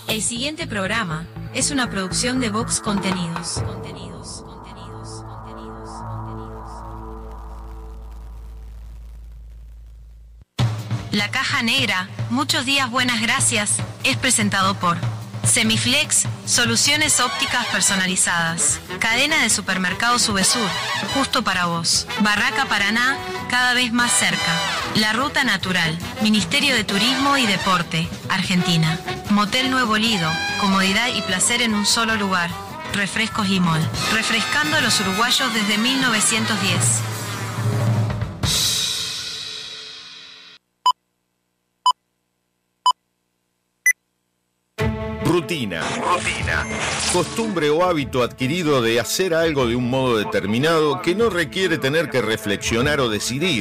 El siguiente programa es una producción de Vox Contenidos. La Caja Negra, muchos días buenas gracias, es presentado por Semiflex, soluciones ópticas personalizadas. Cadena de supermercados Subesur, justo para vos. Barraca Paraná, cada vez más cerca. La Ruta Natural, Ministerio de Turismo y Deporte, Argentina. Motel Nuevo Lido, comodidad y placer en un solo lugar. Refrescos y Mall, refrescando a los uruguayos desde 1910. Rutina. Costumbre o hábito adquirido de hacer algo de un modo determinado que no requiere tener que reflexionar o decidir.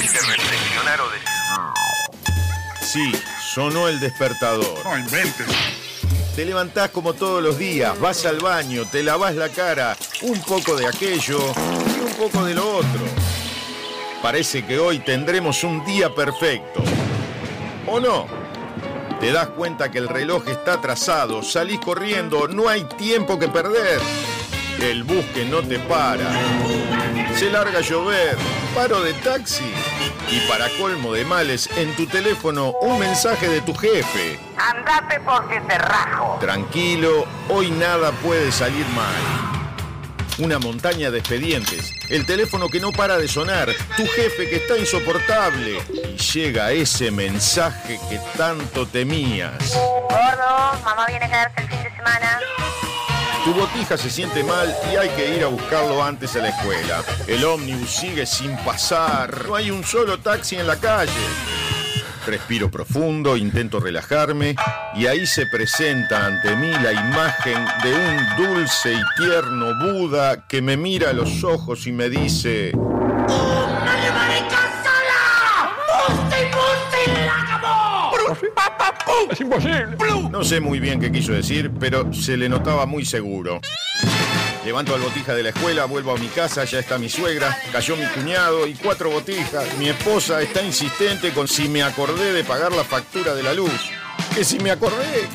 Sí, sonó el despertador. No inventes. Te levantás como todos los días, vas al baño, te lavás la cara, un poco de aquello y un poco de lo otro. Parece que hoy tendremos un día perfecto. ¿O no? Te das cuenta que el reloj está atrasado, salís corriendo, no hay tiempo que perder. El bus que no te para. Se larga a llover, paro de taxi. Y para colmo de males, en tu teléfono un mensaje de tu jefe. Andate porque te rajo. Tranquilo, hoy nada puede salir mal. Una montaña de expedientes, el teléfono que no para de sonar, tu jefe que está insoportable. Y llega ese mensaje que tanto temías. Gordo, mamá viene a quedarse el fin de semana. Tu botija se siente mal y hay que ir a buscarlo antes a la escuela. El ómnibus sigue sin pasar, no hay un solo taxi en la calle. Respiro profundo, intento relajarme y ahí se presenta ante mí la imagen de un dulce y tierno Buda que me mira a los ojos y me dice: ¡Una llamadita sola! ¡Musti, la acabó! Es imposible. No sé muy bien qué quiso decir, pero se le notaba muy seguro. Levanto al botija de la escuela, vuelvo a mi casa, ya está mi suegra, cayó mi cuñado y 4 botijas. Mi esposa está insistente con si me acordé de pagar la factura de la luz. ¿Que si me acordé?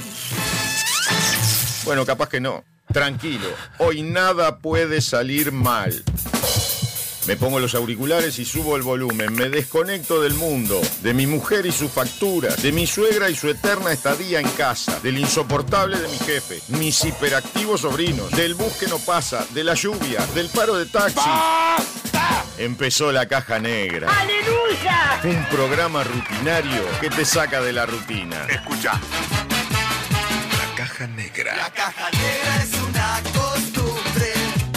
Bueno, capaz que no. Tranquilo, hoy nada puede salir mal. Me pongo los auriculares y subo el volumen. Me desconecto del mundo, de mi mujer y sus facturas, de mi suegra y su eterna estadía en casa, del insoportable de mi jefe, mis hiperactivos sobrinos, del bus que no pasa, de la lluvia, del paro de taxi. ¡Basta! Empezó La Caja Negra. ¡Aleluya! Un programa rutinario que te saca de la rutina. Escucha. La Caja Negra. La caja negra es una costumbre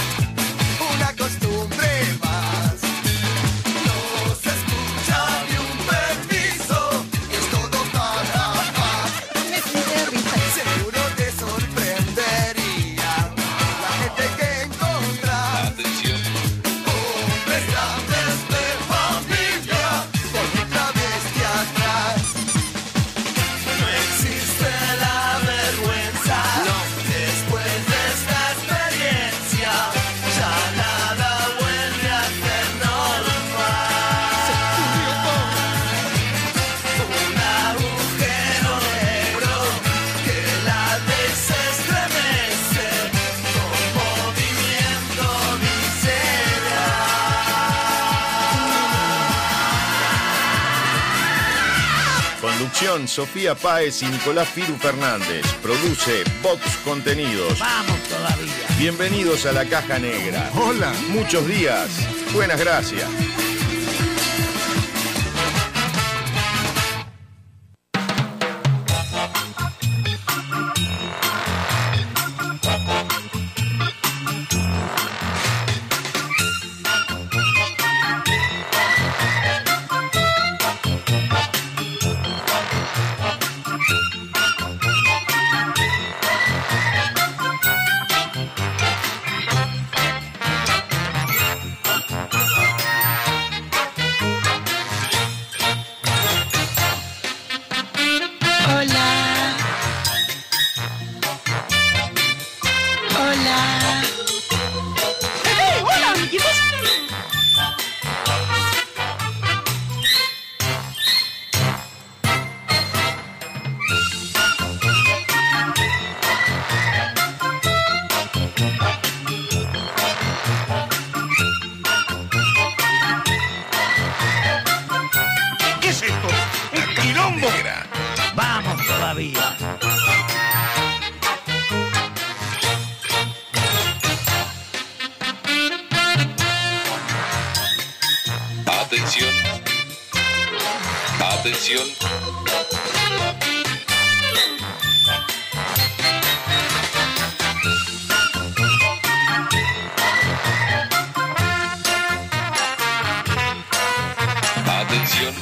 más. No se escucha ni un permiso, es todo para más. Seguro te sorprendería la gente que encontrás. Atención. Hombres grandes de familia, por otra bestia atrás. No existe la vergüenza. Después de esta experiencia, ya nada vuelve a ser normal. Un agujero negro que la desestremece con movimiento visceral. Conducción: Sofía Páez y Nicolás Firu Fernández. Produce Vox Contenidos. Vamos todavía. Bienvenidos a La Caja Negra. Hola. Muchos días. Buenas gracias. Atención. Atención.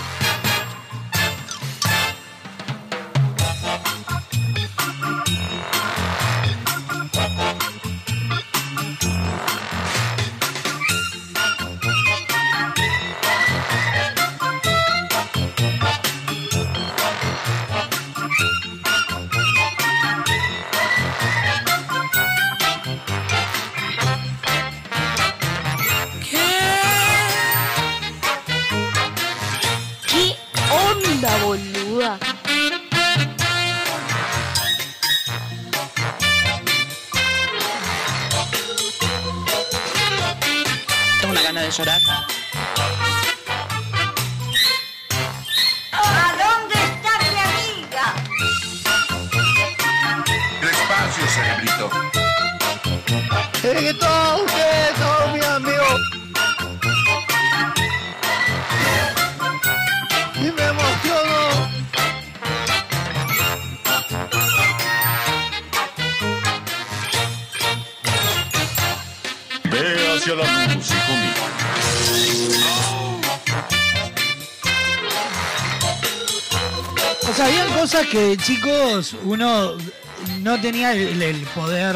¿Qué onda, boluda? Tengo una gana de llorar. ¿A dónde está mi amiga? Despacio, cerebrito. Que todos ustedes son mis amigos. Y me emociono. Ve hacia la luz, hijo mío. O sea, habían cosas que, chicos, uno no tenía el poder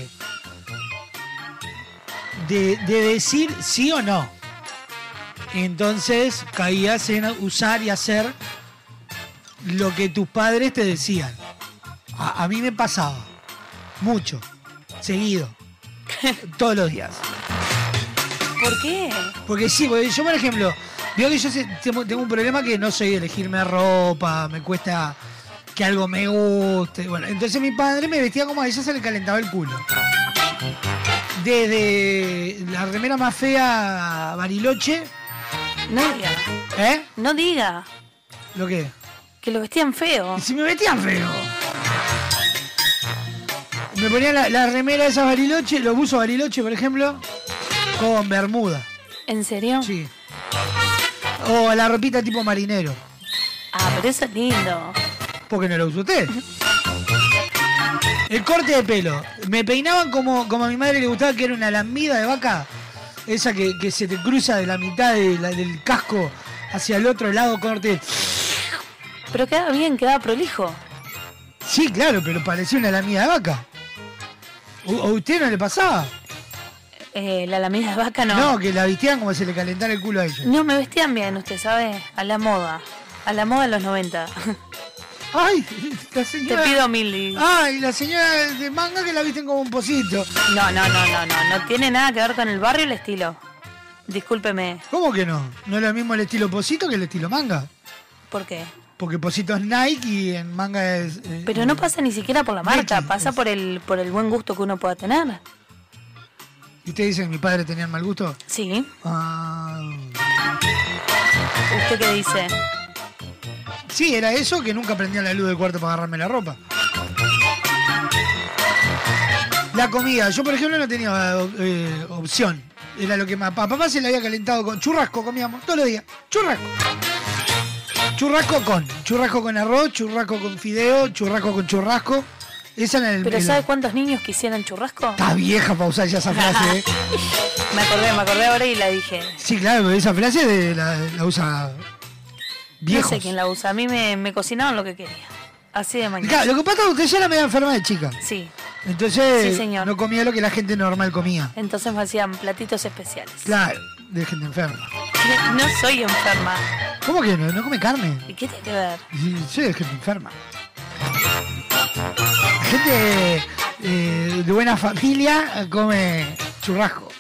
de decir sí o no. Entonces caías en usar y hacer lo que tus padres te decían. A mí me pasaba mucho, seguido, todos los días. ¿Por qué? Porque sí, porque yo, por ejemplo, veo que yo tengo un problema que no soy de elegirme ropa, me cuesta que algo me guste. Bueno, entonces mi padre me vestía como a ella se le calentaba el culo. Desde la remera más fea, Bariloche. No diga. ¿Eh? No diga. ¿Lo qué? Que lo vestían feo. Y si me vestían feo. Me ponía la remera de esas Bariloche, los buzos Bariloche, por ejemplo, con bermuda. ¿En serio? Sí. O la ropita tipo marinero. Ah, pero eso es lindo. ¿Por qué no lo usa usted? El corte de pelo. Me peinaban como a mi madre le gustaba, que era una lambida de vaca. Esa que se te cruza de la mitad del casco hacia el otro lado, corte. Pero quedaba bien, quedaba prolijo. Sí, claro, pero parecía una lambida de vaca. ¿O a usted no le pasaba? La lamida de vaca no. No, que la vestían como si se le calentara el culo a ella. No, me vestían bien, usted sabe, a la moda. A la moda de los 90. Ay, la señora... Te pido mil. Ay, la señora de manga que la visten como un pocito. No tiene nada que ver con el barrio y el estilo. Discúlpeme. ¿Cómo que no? ¿No es lo mismo el estilo pocito que el estilo manga? ¿Por qué? Porque pocito es Nike y en manga es... Pero no pasa ni siquiera por la marca, Nike, pasa por el buen gusto que uno pueda tener. ¿Y usted dice que mi padre tenía mal gusto? Sí. Ah... ¿Usted qué dice? Sí, era eso, que nunca prendía la luz del cuarto para agarrarme la ropa. La comida, yo por ejemplo no tenía opción. Era lo que más... A papá se le había calentado con churrasco, comíamos todos los días. Churrasco. Churrasco con arroz, churrasco con fideo, churrasco con churrasco. Esa era ¿Pero sabe cuántos niños quisieran churrasco? Está vieja para usar ya esa frase, ¿eh? Me acordé ahora y la dije. Sí, claro, pero esa frase la usa viejos. No sé quién la usa, a mí me cocinaban lo que quería. Así de mañana. Claro, lo que pasa es que usted ya era medio enferma de chica. Sí. Entonces Sí, señor. no comía lo que la gente normal comía. Entonces me hacían platitos especiales. Claro, de gente enferma. No soy enferma. ¿Cómo que no? ¿No come carne? ¿Y qué tiene que ver? Sí, soy de gente enferma. Gente de buena familia come churrasco.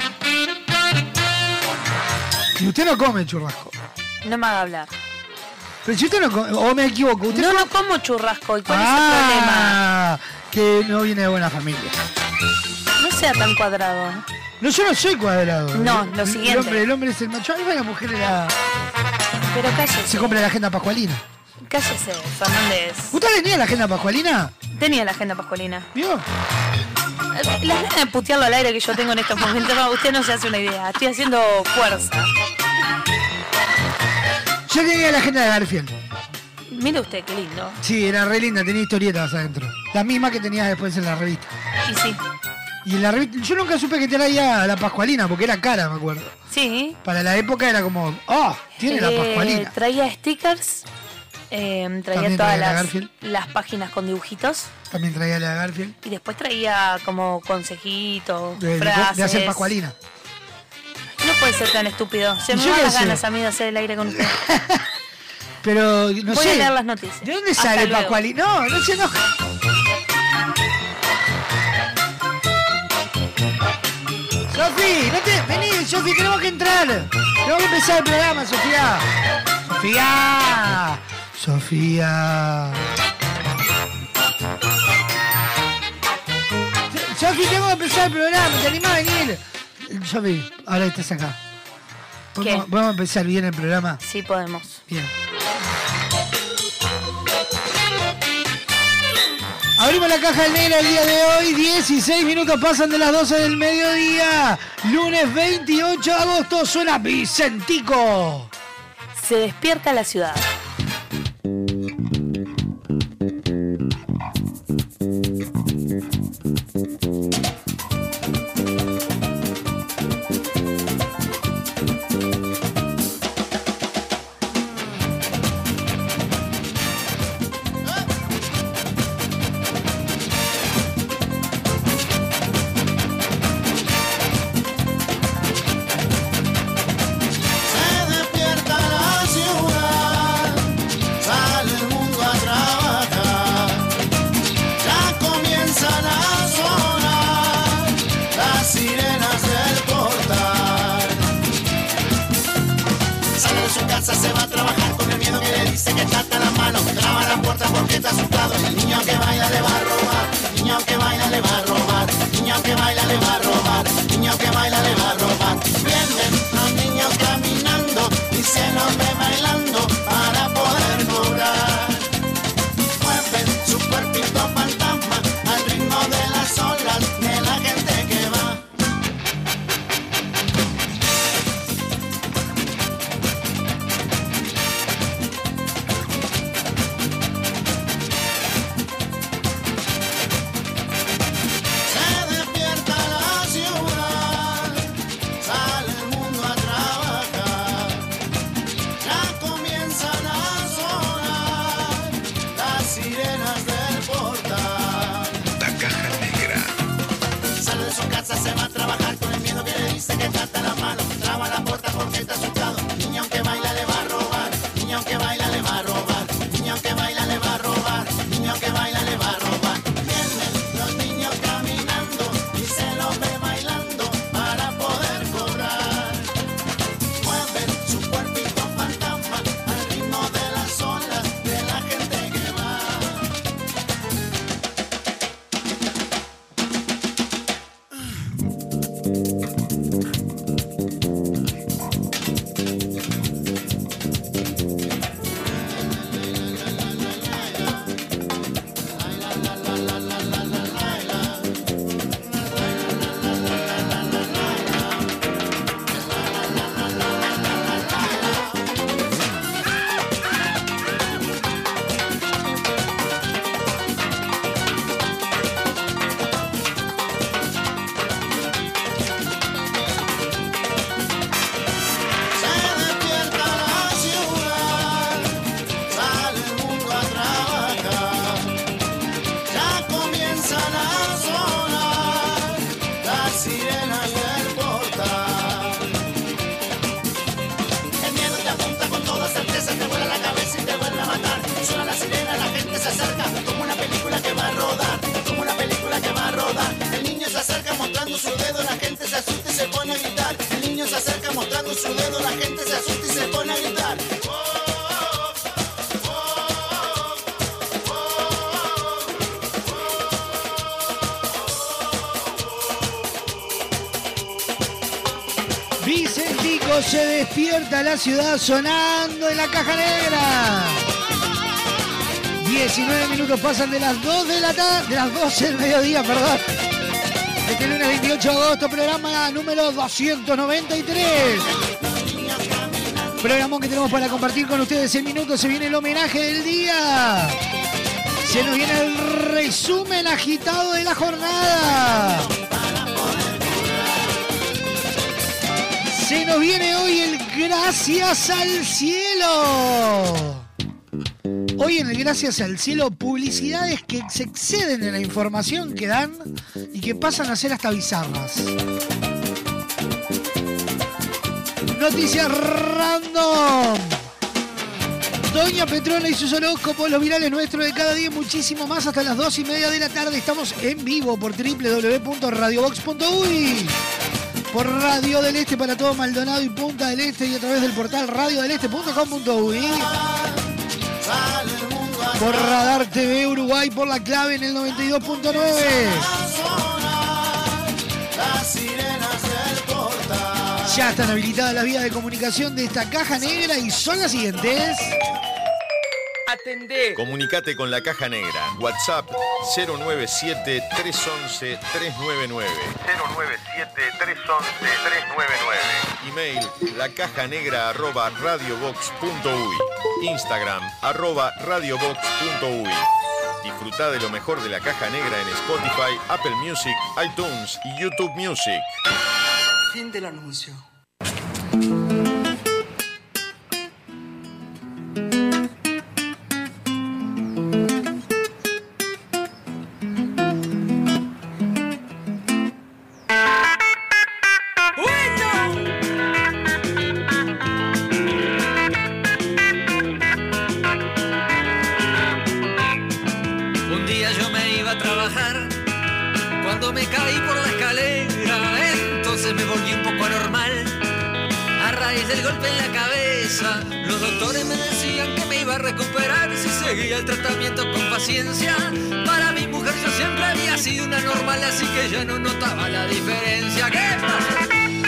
Y usted no come churrasco. No me haga hablar. Pero si usted no come, o me equivoco, usted No como churrasco. ¿Y cuál es el problema? Que no viene de buena familia. No sea tan cuadrado. No, yo no soy cuadrado. No, lo siguiente. El hombre es el macho alfa y la mujer Pero cállese. se compra la agenda pascualina. Cállese, Fernández. ¿Usted tenía la agenda pascualina? Tenía la agenda pascualina. ¿Vio? La ganas de putearlo al aire que yo tengo en estos momentos, no, usted no se hace una idea. Estoy haciendo fuerza. Yo tenía la agenda de Garfield. Mire usted, qué lindo. Sí, era re linda, tenía historietas adentro. La misma que tenías después en la revista. Y sí. Y en la revista, yo nunca supe que traía la Pascualina, porque era cara, me acuerdo. Sí. Para la época era como, tiene la Pascualina. Traía stickers, traía También todas traía las páginas con dibujitos. También traía la de Garfield. Y después traía como consejitos, De frases. hacer Pascualina. No puede ser tan estúpido. Se me Yo van qué las sé. ganas a mí de hacer el aire con usted. Pero, no Voy sé. a leer las noticias. ¿De dónde Hasta sale luego. Pascualina? No se enoja. Sofi, vení, Sofi, tenemos que entrar. Tenemos que empezar el programa, Sofía. Sofía. Sofi, tengo que empezar el programa. ¿Te animás a venir? Sofi, ahora estás acá. ¿Qué? ¿Vamos a empezar bien el programa? Sí, podemos. Bien. Abrimos la caja negra el día de hoy. 16 minutos pasan de las 12 del mediodía. Lunes 28 de agosto. Suena Vicentico. Se despierta la ciudad. Se va a trabajar con el miedo que le dice que está en la mano. Traba la puerta porque está asustado. El niño que baila le va a robar. Niño que baila le va a robar. Niño que baila le va a robar. Niño que baila le va a robar. Vienen los niños caminando y se los ve bailando para poder cobrar. Mueven su cuerpito fantasma al ritmo de las olas de la gente que va. Se va a trabajar con el miedo que le dice que está en la mano. Traba la puerta porque está asustado. Niño que baila le va a robar. Niño que baila le va a robar. Niño que baila le va a robar. Niño que baila le va a robar. Vienen los niños caminando y se los ve bailando para poder cobrar. Mueven su cuerpito fantasma al ritmo de las olas de la gente que va. Su dedo, la gente se asusta y se pone a gritar. El niño se acerca mostrando su dedo, la gente se asusta y se pone a gritar. Vicentico, se despierta la ciudad sonando en la caja negra. 19 minutos pasan de las 2 de la tarde, de las 12 del mediodía, perdón. Este lunes 28 de agosto, programa número 293. Programón que tenemos para compartir con ustedes en minutos. Se viene el homenaje del día. Se nos viene el resumen agitado de la jornada. Se nos viene hoy el Gracias al Cielo. Hoy en el Gracias al Cielo, publicidades que se exceden de la información que dan y que pasan a ser hasta bizarras. Noticias random. Doña Petrona y sus horóscopos, los virales nuestros de cada día y muchísimo más hasta las 2:30 de la tarde. Estamos en vivo por www.radiobox.uy. Por Radio del Este para todo Maldonado y Punta del Este y a través del portal radiodeleste.com.uy. Por Radar TV Uruguay por La Clave en el 92.9. Ya están habilitadas las vías de comunicación de esta caja negra y son las siguientes. Atendé. Comunicate con la Caja Negra. WhatsApp 097-311-399. 097-311-399. Email lacajanegra@radiobox.uy. Instagram @radiobox.uy. Disfruta de lo mejor de la Caja Negra en Spotify, Apple Music, iTunes y YouTube Music. Fin del anuncio. Un día yo me iba a trabajar cuando me caí por la escalera, entonces me volví un poco anormal. A raíz del golpe en la cabeza, los doctores me decían que me iba a recuperar si seguía el tratamiento con paciencia. Para mi mujer yo siempre había sido una normal, así que ya no notaba la diferencia. ¿Qué pasa?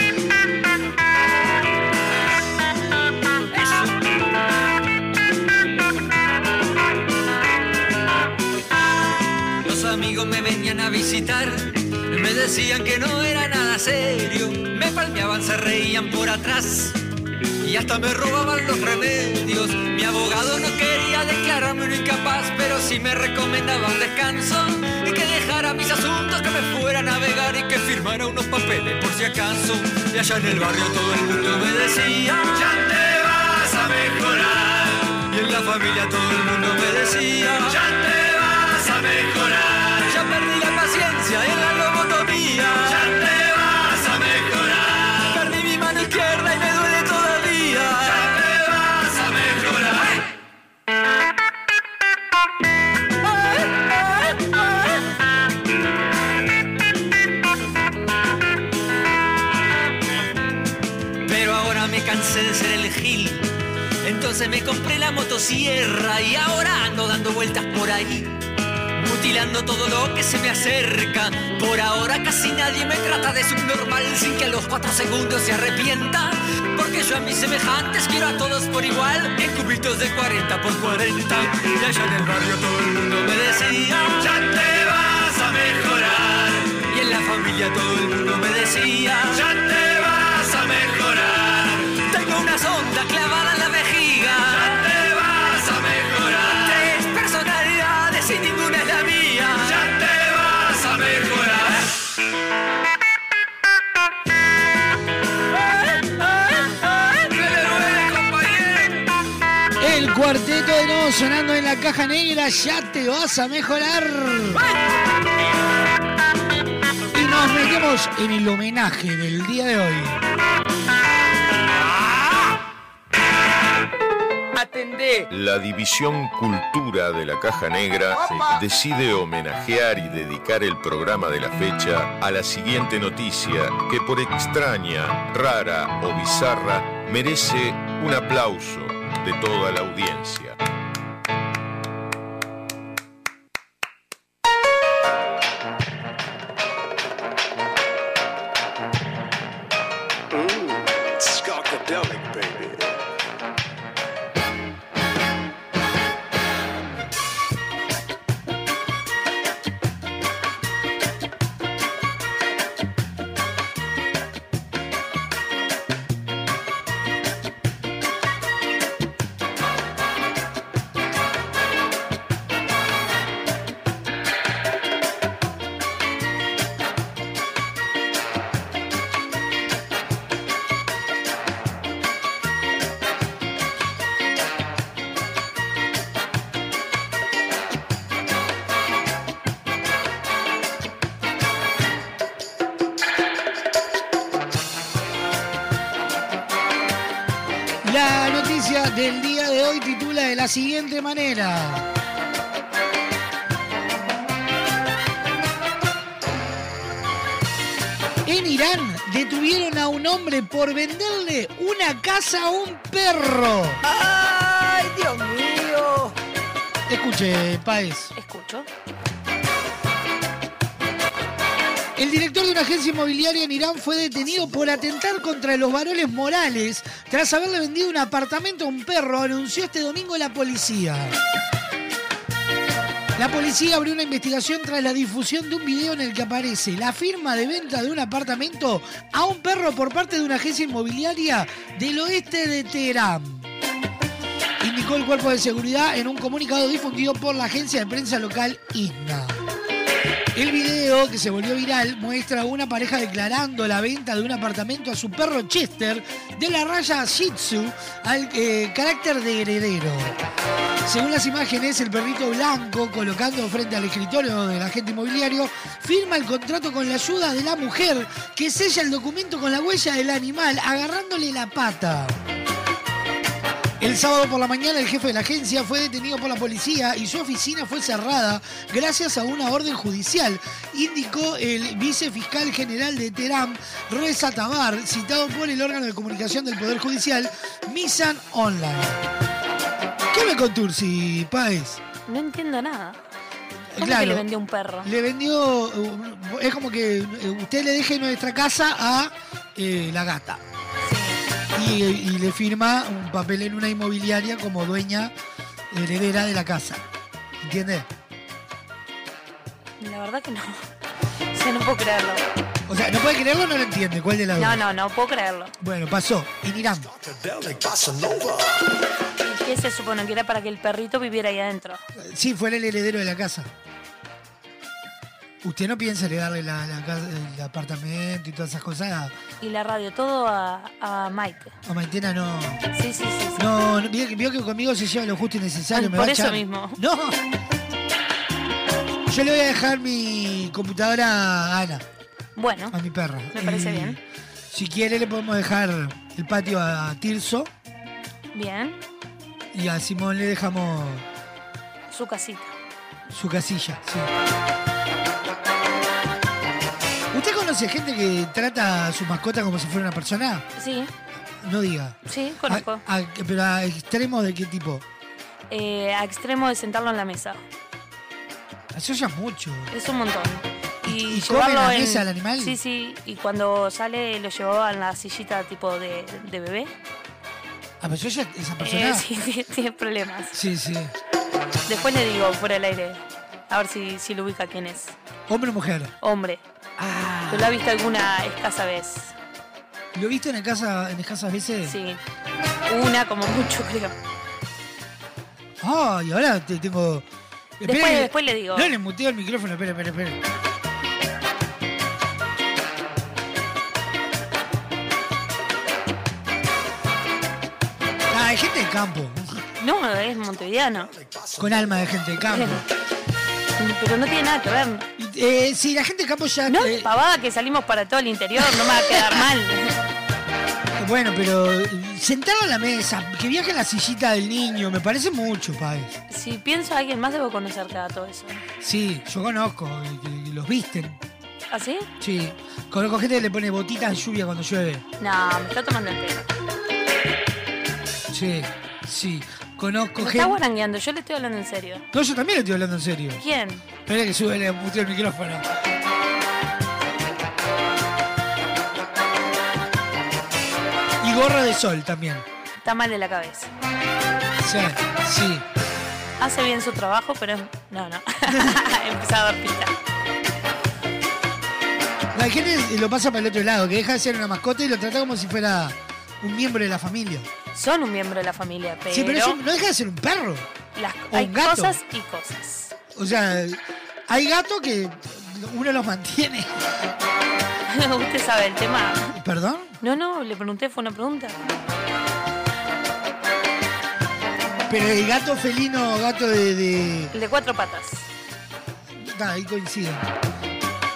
Amigos me venían a visitar, me decían que no era nada serio, me palmeaban, se reían por atrás y hasta me robaban los remedios. Mi abogado no quería declararme un incapaz, pero sí me recomendaba un descanso y que dejara mis asuntos, que me fuera a navegar y que firmara unos papeles por si acaso. Y allá en el barrio todo el mundo me decía: ya te vas a mejorar. Y en la familia todo el mundo me decía: ya te vas a mejorar. Ya perdí la paciencia en la lobotomía. Ya te vas a mejorar. Perdí mi mano izquierda y me duele todavía. Ya te vas a mejorar. Pero ahora me cansé de ser el gil. Entonces me compré la motosierra y ahora ando dando vueltas por ahí, mutilando todo lo que se me acerca. Por ahora casi nadie me trata de subnormal sin que a los 4 segundos se arrepienta, porque yo a mis semejantes quiero a todos por igual, en cubitos de 40 por 40. Y allá en el barrio todo el mundo me decía: ya te vas a mejorar. Y en la familia todo el mundo me decía: ya te vas a mejorar. Tengo una sonda clavada en la vejiga. Ya te vas a mejorar. 3 personalidades y ninguna es la mía. Ya te vas a mejorar. El cuarteto de nuevo sonando en la caja negra. Ya te vas a mejorar. Y nos metemos en el homenaje del día de hoy. Atendé. La División Cultura de la Caja Negra decide homenajear y dedicar el programa de la fecha a la siguiente noticia que, por extraña, rara o bizarra, merece un aplauso de toda la audiencia. Skakadelic, baby. La noticia del día de hoy titula de la siguiente manera. En Irán detuvieron a un hombre por venderle una casa a un perro. ¡Ay, Dios mío! Escuche, Páez. Escucho. El director de una agencia inmobiliaria en Irán fue detenido por atentar contra los valores morales tras haberle vendido un apartamento a un perro, anunció este domingo la policía. La policía abrió una investigación tras la difusión de un video en el que aparece la firma de venta de un apartamento a un perro por parte de una agencia inmobiliaria del oeste de Teherán. Indicó el cuerpo de seguridad en un comunicado difundido por la agencia de prensa local ISNA. El video, que se volvió viral, muestra a una pareja declarando la venta de un apartamento a su perro Chester de la raza Shih Tzu al carácter de heredero. Según las imágenes, el perrito blanco, colocando frente al escritorio del agente inmobiliario, firma el contrato con la ayuda de la mujer, que sella el documento con la huella del animal, agarrándole la pata. El sábado por la mañana el jefe de la agencia fue detenido por la policía y su oficina fue cerrada gracias a una orden judicial, indicó el vicefiscal general de Teherán, Reza Tabar, citado por el órgano de comunicación del Poder Judicial, Mizan Online. ¿Qué me contursi, Páez? No entiendo nada. ¿Cómo Claro, que le vendió un perro? Le vendió, es como que usted le deje nuestra casa a la gata. Y le firma un papel en una inmobiliaria como dueña heredera de la casa. ¿Entiende? La verdad que no. O sea, no puedo creerlo. O sea, ¿no puede creerlo o no lo entiende? ¿Cuál de las dos? No puedo creerlo. Bueno, pasó en Irán. ¿Y qué se supone? Que era para que el perrito viviera ahí adentro. Sí, fue el heredero de la casa. ¿Usted no piensa heredarle la casa, el apartamento y todas esas cosas? Y la radio, todo a Mike. A Maitena no. Sí. No, vio que conmigo se lleva lo justo y necesario. Me Por va a eso echar. mismo. No. Yo le voy a dejar mi computadora a Ana. Bueno. A mi perra. Me parece bien. Si quiere le podemos dejar el patio a Tirso. Bien. Y a Simón le dejamos Su casita. su casilla. Sí. ¿Usted conoce gente que trata a su mascota como si fuera una persona? Sí. No diga. Sí, conozco. ¿Pero a extremos de qué tipo? A extremo de sentarlo en la mesa. Eso ya es mucho. Es un montón. ¿Y come en la mesa el animal? Sí. Y cuando sale lo llevaba en la sillita tipo de bebé. Ah, pero esa persona... Sí, tiene problemas. Sí. Después le digo fuera del aire. A ver si lo ubica quién es. ¿Hombre o mujer? Hombre. Ah. ¿Tú lo has visto alguna escasa vez? ¿Lo viste en escasas veces? Sí. Una como mucho, creo. Ah, y ahora te tengo... Después le digo. No, le muteo el micrófono, espera. Ah, hay gente de campo. No, es montevideano. Con alma de gente de campo. Pero no tiene nada que ver. Sí, la gente de campo ya... No, pavada que salimos para todo el interior, no me va a quedar mal. Bueno, pero sentarlo a la mesa, que viaje en la sillita del niño, me parece mucho, Páez. Si pienso a alguien más, debo conocer cada todo eso. Sí, yo conozco, que los visten. ¿Ah, sí? Sí, conozco gente que le pone botitas de lluvia cuando llueve. No, me está tomando el pelo. Sí, conozco Me gente... está guarangueando, yo le estoy hablando en serio. No, yo también le estoy hablando en serio. ¿Quién? Espera que sube, le muteo el micrófono. Y gorra de sol también. Está mal de la cabeza. Sí. Hace bien su trabajo, pero... No. Empezó a dar pista. La gente lo pasa para el otro lado, que deja de ser una mascota y lo trata como si fuera un miembro de la familia. Son un miembro de la familia, pero... Sí, pero no deja de ser un perro. Hay un gato. cosas y cosas. O sea, hay gatos que uno los mantiene. ¿Usted sabe el tema? ¿Perdón? No, le pregunté, fue una pregunta. Pero el gato felino, gato de... El de 4 patas. Ahí coinciden.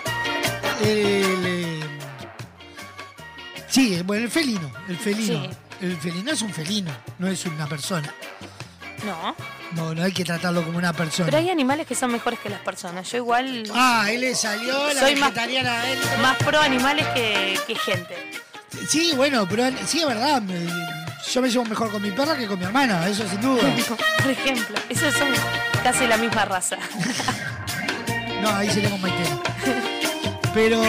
Sí, bueno, el felino. Sí. El felino es un felino, no es una persona. No. No hay que tratarlo como una persona. Pero hay animales que son mejores que las personas. Yo igual... Él le salió la soy vegetariana. Más pro animales que gente. Sí, bueno, pero sí es verdad. Yo me llevo mejor con mi perra que con mi hermana, eso sin duda. Por ejemplo, esos son casi la misma raza. No, ahí seríamos Maitena. Pero...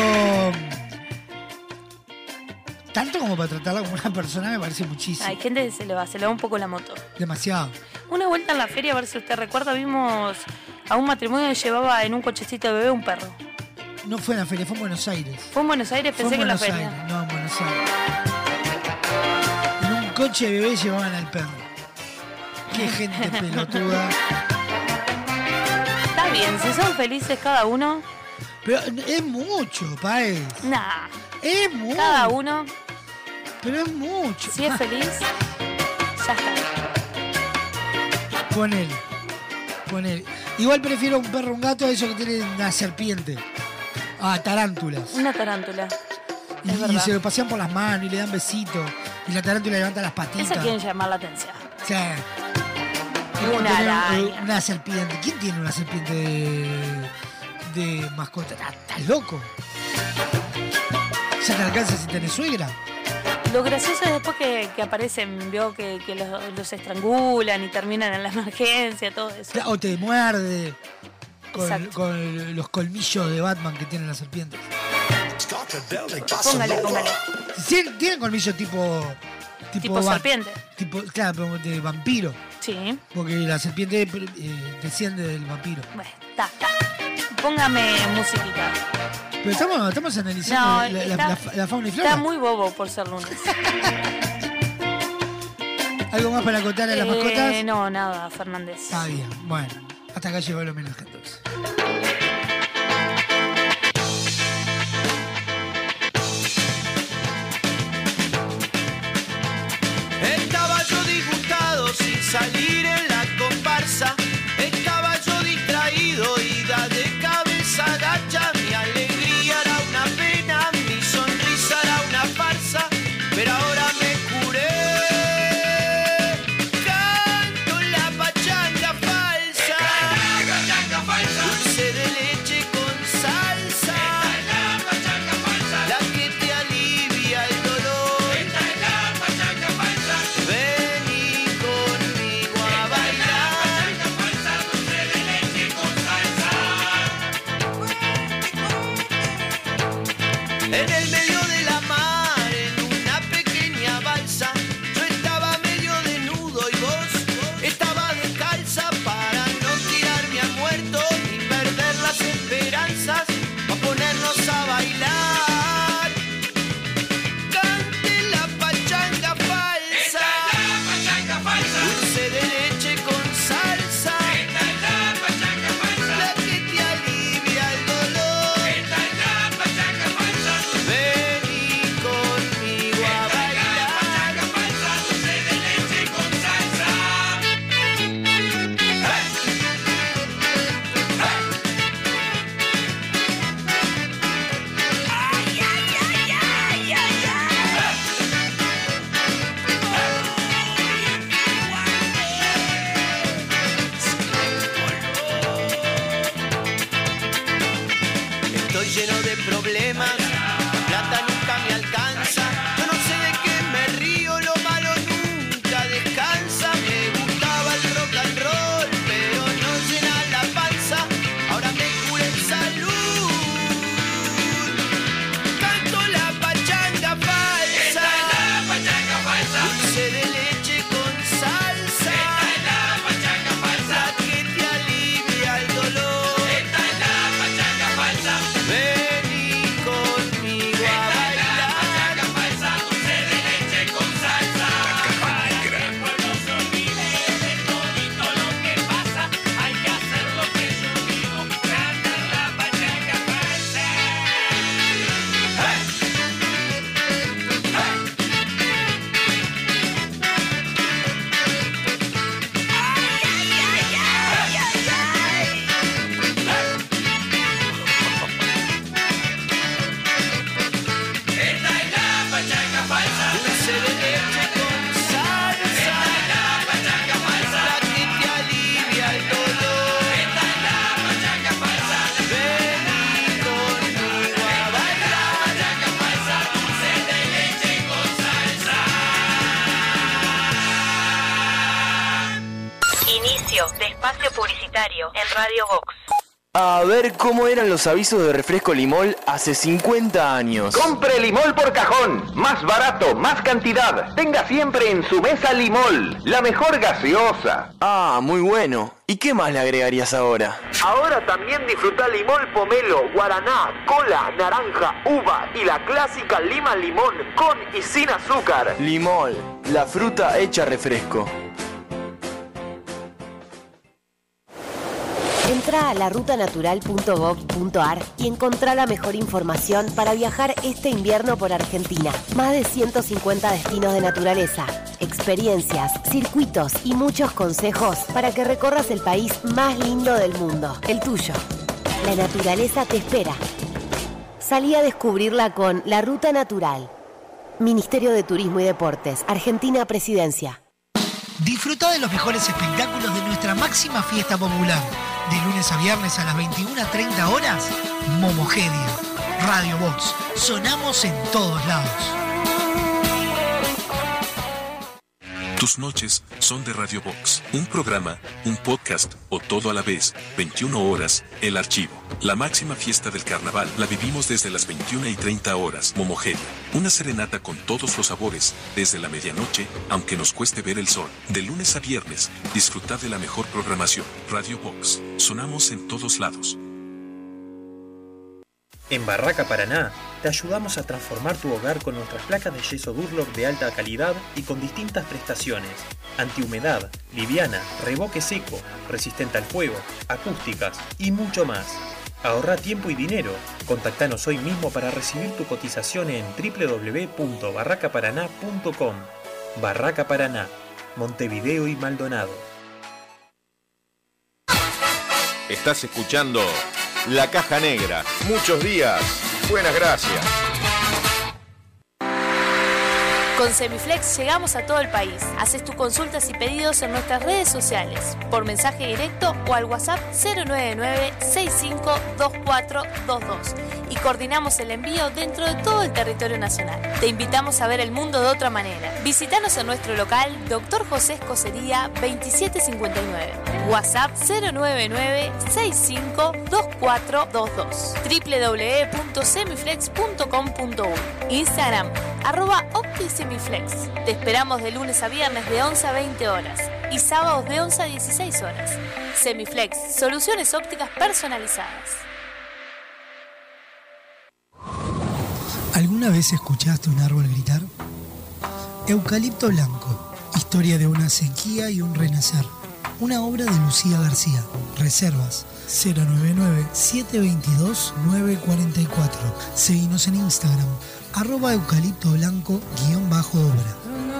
tanto como para tratarla como una persona me parece muchísimo. Hay gente que se le va un poco la moto. Demasiado. Una vuelta en la feria, a ver si usted recuerda, vimos a un matrimonio que llevaba en un cochecito de bebé un perro. No fue en la feria, fue en Buenos Aires. Fue en Buenos Aires, pensé que en la feria. No, en Buenos Aires. En un coche de bebé llevaban al perro. Qué gente pelotuda. Está bien, si son felices cada uno. Pero es mucho, Paez. Nah. Es mucho. Cada uno. Pero es mucho. Si es feliz, ya está. Ponele. Igual prefiero un perro o un gato a eso que tiene una serpiente. Tarántulas. Una tarántula. Y se lo pasean por las manos y le dan besitos. Y la tarántula levanta las patitas. Eso quieren llamar la atención. Sí. Una araña. Una serpiente. ¿Quién tiene una serpiente de mascota? ¿Estás loco? ¿Ya te alcanza si tenés suegra? Lo gracioso es después que aparecen, veo que los estrangulan y terminan en la emergencia, todo eso. O te muerde con los colmillos de Batman que tienen las serpientes. Póngale. Tienen colmillos tipo serpiente. Claro, pero de vampiro. Sí. Porque la serpiente desciende del vampiro. Bueno, está. Póngame musiquita. Pero estamos analizando la fauna y flora. Está muy bobo por ser lunes. ¿Algo más para contar a las mascotas? No, nada, Fernández. Está bien, bueno. Hasta acá llegó lo menos que entonces. Estaba yo disgustado sin salir en la comparsa. Estaba yo distraído, ida de cabeza agacha. Mi alegría era una pena, mi sonrisa era una farsa. Pero ahora me curé, canto la pachanga falsa. Dulce de leche con salsa, la que te alivia el dolor. Vení conmigo a bailar. En el medio de la mar, en una pequeña balsa, yo estaba medio desnudo y vos estabas descalza para no tirarme a muerto ni perder las esperanzas, para ponernos a bailar. Cante la pachanga falsa, dulce de leche con salsa, la que te alivia el dolor. Vení conmigo a bailar. Estoy lleno de problemas, la plata nunca me alcanza. Yo no sé de qué me río, lo malo nunca descansa. Me gustaba el rock and roll, pero no llena la panza. Ahora me cura en salud. Canto la pachanga falsa, dulce de leche con salsa, la que te alivia el dolor. Vení conmigo a bailar. publicitario en Radio Vox. A ver cómo eran los avisos de refresco Limol hace 50 años. Compre Limol por cajón, más barato, más cantidad. Tenga siempre en su mesa Limol, la mejor gaseosa. Ah, muy bueno. ¿Y qué más le agregarías ahora? Ahora también disfruta Limol pomelo, guaraná, cola, naranja, uva y la clásica lima limón con y sin azúcar. Limol, la fruta hecha refresco. Entra a larutanatural.gov.ar y encontrá la mejor información para viajar este invierno por Argentina. Más de 150 destinos de naturaleza, experiencias, circuitos y muchos consejos para que recorras el país más lindo del mundo, el tuyo. La naturaleza te espera. Salí a descubrirla con La Ruta Natural. Ministerio de Turismo y Deportes, Argentina Presidencia. Disfruta de los mejores espectáculos de nuestra máxima fiesta popular. De lunes a viernes a las 21:30 horas, Momogedia. Radio Vox. Sonamos en todos lados. Tus noches son de Radio Vox. Un programa, un podcast o todo a la vez. 21 horas, El Archivo. La máxima fiesta del carnaval la vivimos desde las 21:30 horas. Momogedia. Una serenata con todos los sabores, desde la medianoche, aunque nos cueste ver el sol. De lunes a viernes, disfruta de la mejor programación. Radio Vox. Sonamos en todos lados. En Barraca Paraná, te ayudamos a transformar tu hogar con nuestras placas de yeso Durlock de alta calidad y con distintas prestaciones. Antihumedad, liviana, revoque seco, resistente al fuego, acústicas y mucho más. Ahorra tiempo y dinero. Contactanos hoy mismo para recibir tu cotización en www.barracaparaná.com. Barraca Paraná, Montevideo y Maldonado. Estás escuchando La Caja Negra. Muchos días. Buenas gracias. Con Semiflex llegamos a todo el país. Haces tus consultas y pedidos en nuestras redes sociales, por mensaje directo o al WhatsApp 099-652422 y coordinamos el envío dentro de todo el territorio nacional. Te invitamos a ver el mundo de otra manera. Visítanos en nuestro local Dr. José Escocería 2759. WhatsApp 099-652422. www.semiflex.com.uy. Instagram @OptiSemiflex. Te esperamos de lunes a viernes de 11 a 20 horas y sábados de 11 a 16 horas. Semiflex, soluciones ópticas personalizadas. ¿Alguna vez escuchaste un árbol gritar? Eucalipto Blanco, historia de una sequía y un renacer. Una obra de Lucía García. Reservas 099-722-944. Seguinos en Instagram, @eucaliptoblanco_obra.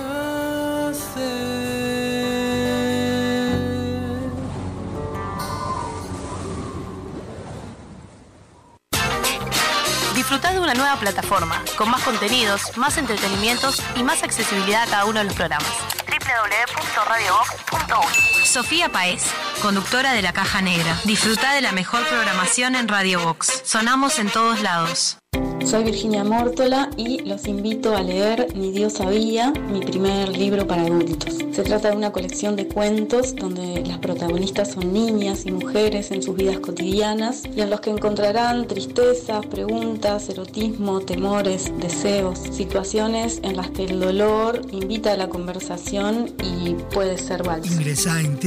Disfrutad de una nueva plataforma, con más contenidos, más entretenimientos y más accesibilidad a cada uno de los programas. www.radiovox.uy. Sofía Paez, conductora de La Caja Negra. Disfruta de la mejor programación en Radio Vox. Sonamos en todos lados. Soy Virginia Mórtola y los invito a leer Ni Dios sabía, mi primer libro para adultos. Se trata de una colección de cuentos donde las protagonistas son niñas y mujeres en sus vidas cotidianas y en los que encontrarán tristezas, preguntas, erotismo, temores, deseos, situaciones en las que el dolor invita a la conversación y puede ser válido. Ingresá en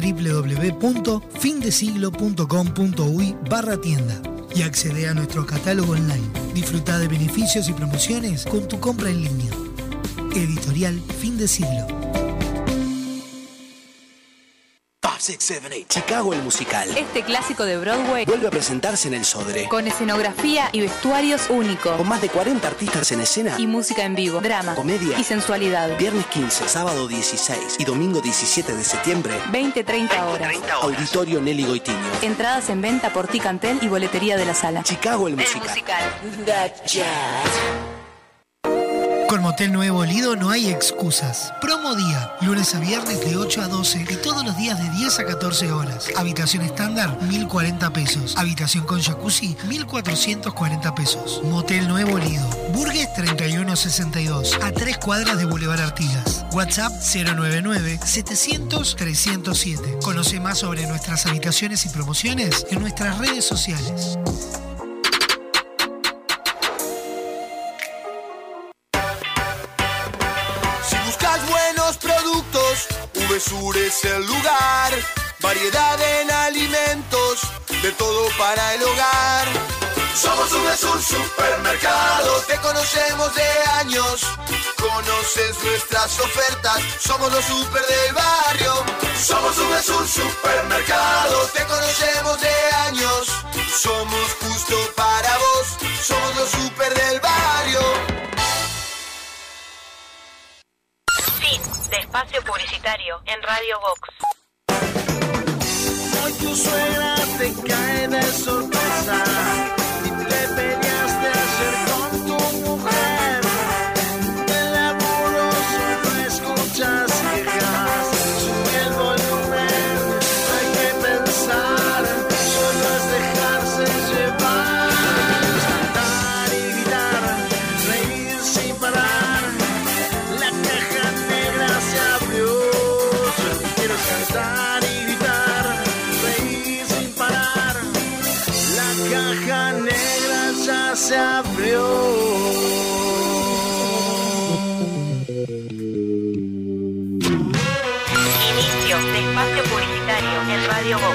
www.findesiglo.com.uy/tienda y accede a nuestro catálogo online. Disfruta de beneficios y promociones con tu compra en línea. Editorial Fin de Siglo. 5, 6, 7, 8. Chicago el musical. Este clásico de Broadway vuelve a presentarse en el Sodre. Con escenografía y vestuarios únicos. Con más de 40 artistas en escena. Y música en vivo, drama, comedia y sensualidad. Viernes 15, sábado 16 y domingo 17 de septiembre. 20-30 horas. Auditorio Nelly Goitiño. Entradas en venta por Ticantel y boletería de la sala. Chicago el musical. El musical. That jazz. Con Motel Nuevo Lido no hay excusas. Promo día, lunes a viernes de 8 a 12 y todos los días de 10 a 14 horas. Habitación estándar, 1.040 pesos. Habitación con jacuzzi, 1.440 pesos. Motel Nuevo Lido. Burgues 3162, a 3 cuadras de Boulevard Artigas. WhatsApp 099-700-307. Conoce más sobre nuestras habitaciones y promociones en nuestras redes sociales. Buenos productos, VSUR es el lugar. Variedad en alimentos, de todo para el hogar. Somos VSUR Supermercado, te conocemos de años. Conoces nuestras ofertas, somos los super del barrio. Somos VSUR Supermercado, te conocemos de años. Somos justo para vos, somos los super del barrio. Fin de espacio publicitario en Radio Vox. Hoy tu suegra te cae de sorpresa y te peleaste ayer con tu mujer. Del amoroso no escuchas quejas, sube el volumen, no hay que pensar, solo es dejarse llevar. Cantar y gritar, reír sin parar, la caja negra se abrió. Solo quiero cantar y gritar, reír sin parar, la caja negra ya se abrió. Inicio de espacio publicitario en Radio Vox.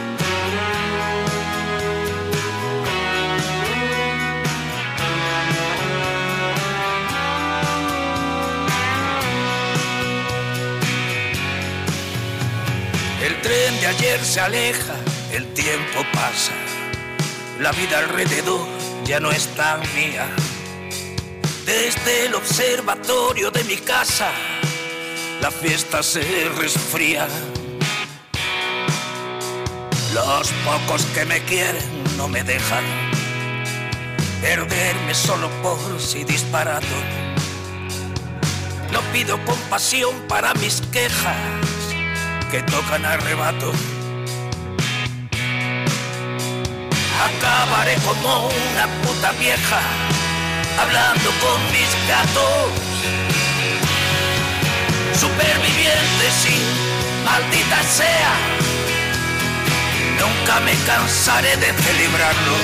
El tren de ayer se aleja, el tiempo pasa, la vida alrededor ya no es tan mía. Desde el observatorio de mi casa, la fiesta se resfría. Los pocos que me quieren no me dejan perderme solo por si disparado. No pido compasión para mis quejas que tocan arrebato. Acabaré como una puta vieja hablando con mis gatos. Superviviente, sí, maldita sea. Nunca me cansaré de celebrarlo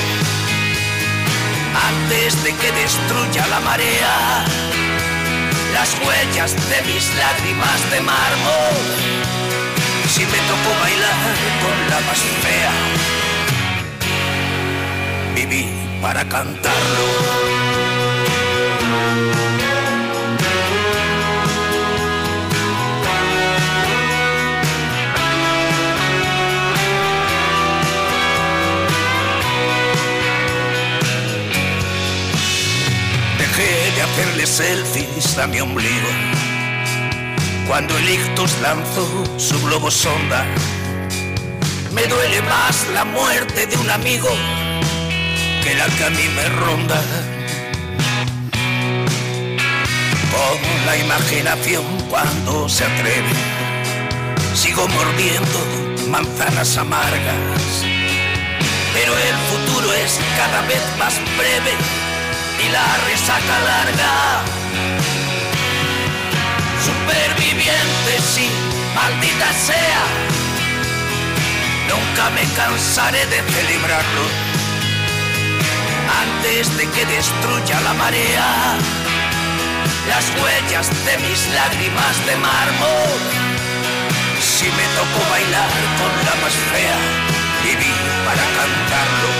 antes de que destruya la marea las huellas de mis lágrimas de mármol. Si me tocó bailar con la más fea, viví para cantarlo. Dejé de hacerle selfies a mi ombligo cuando el ictus lanzó su globo sonda. Me duele más la muerte de un amigo que la que a mí me ronda. Con la imaginación cuando se atreve, sigo mordiendo manzanas amargas. Pero el futuro es cada vez más breve y la resaca larga. Superviviente, sí, maldita sea. Nunca me cansaré de celebrarlo antes de que destruya la marea las huellas de mis lágrimas de mármol. Si me tocó bailar con la más fea, viví para cantarlo.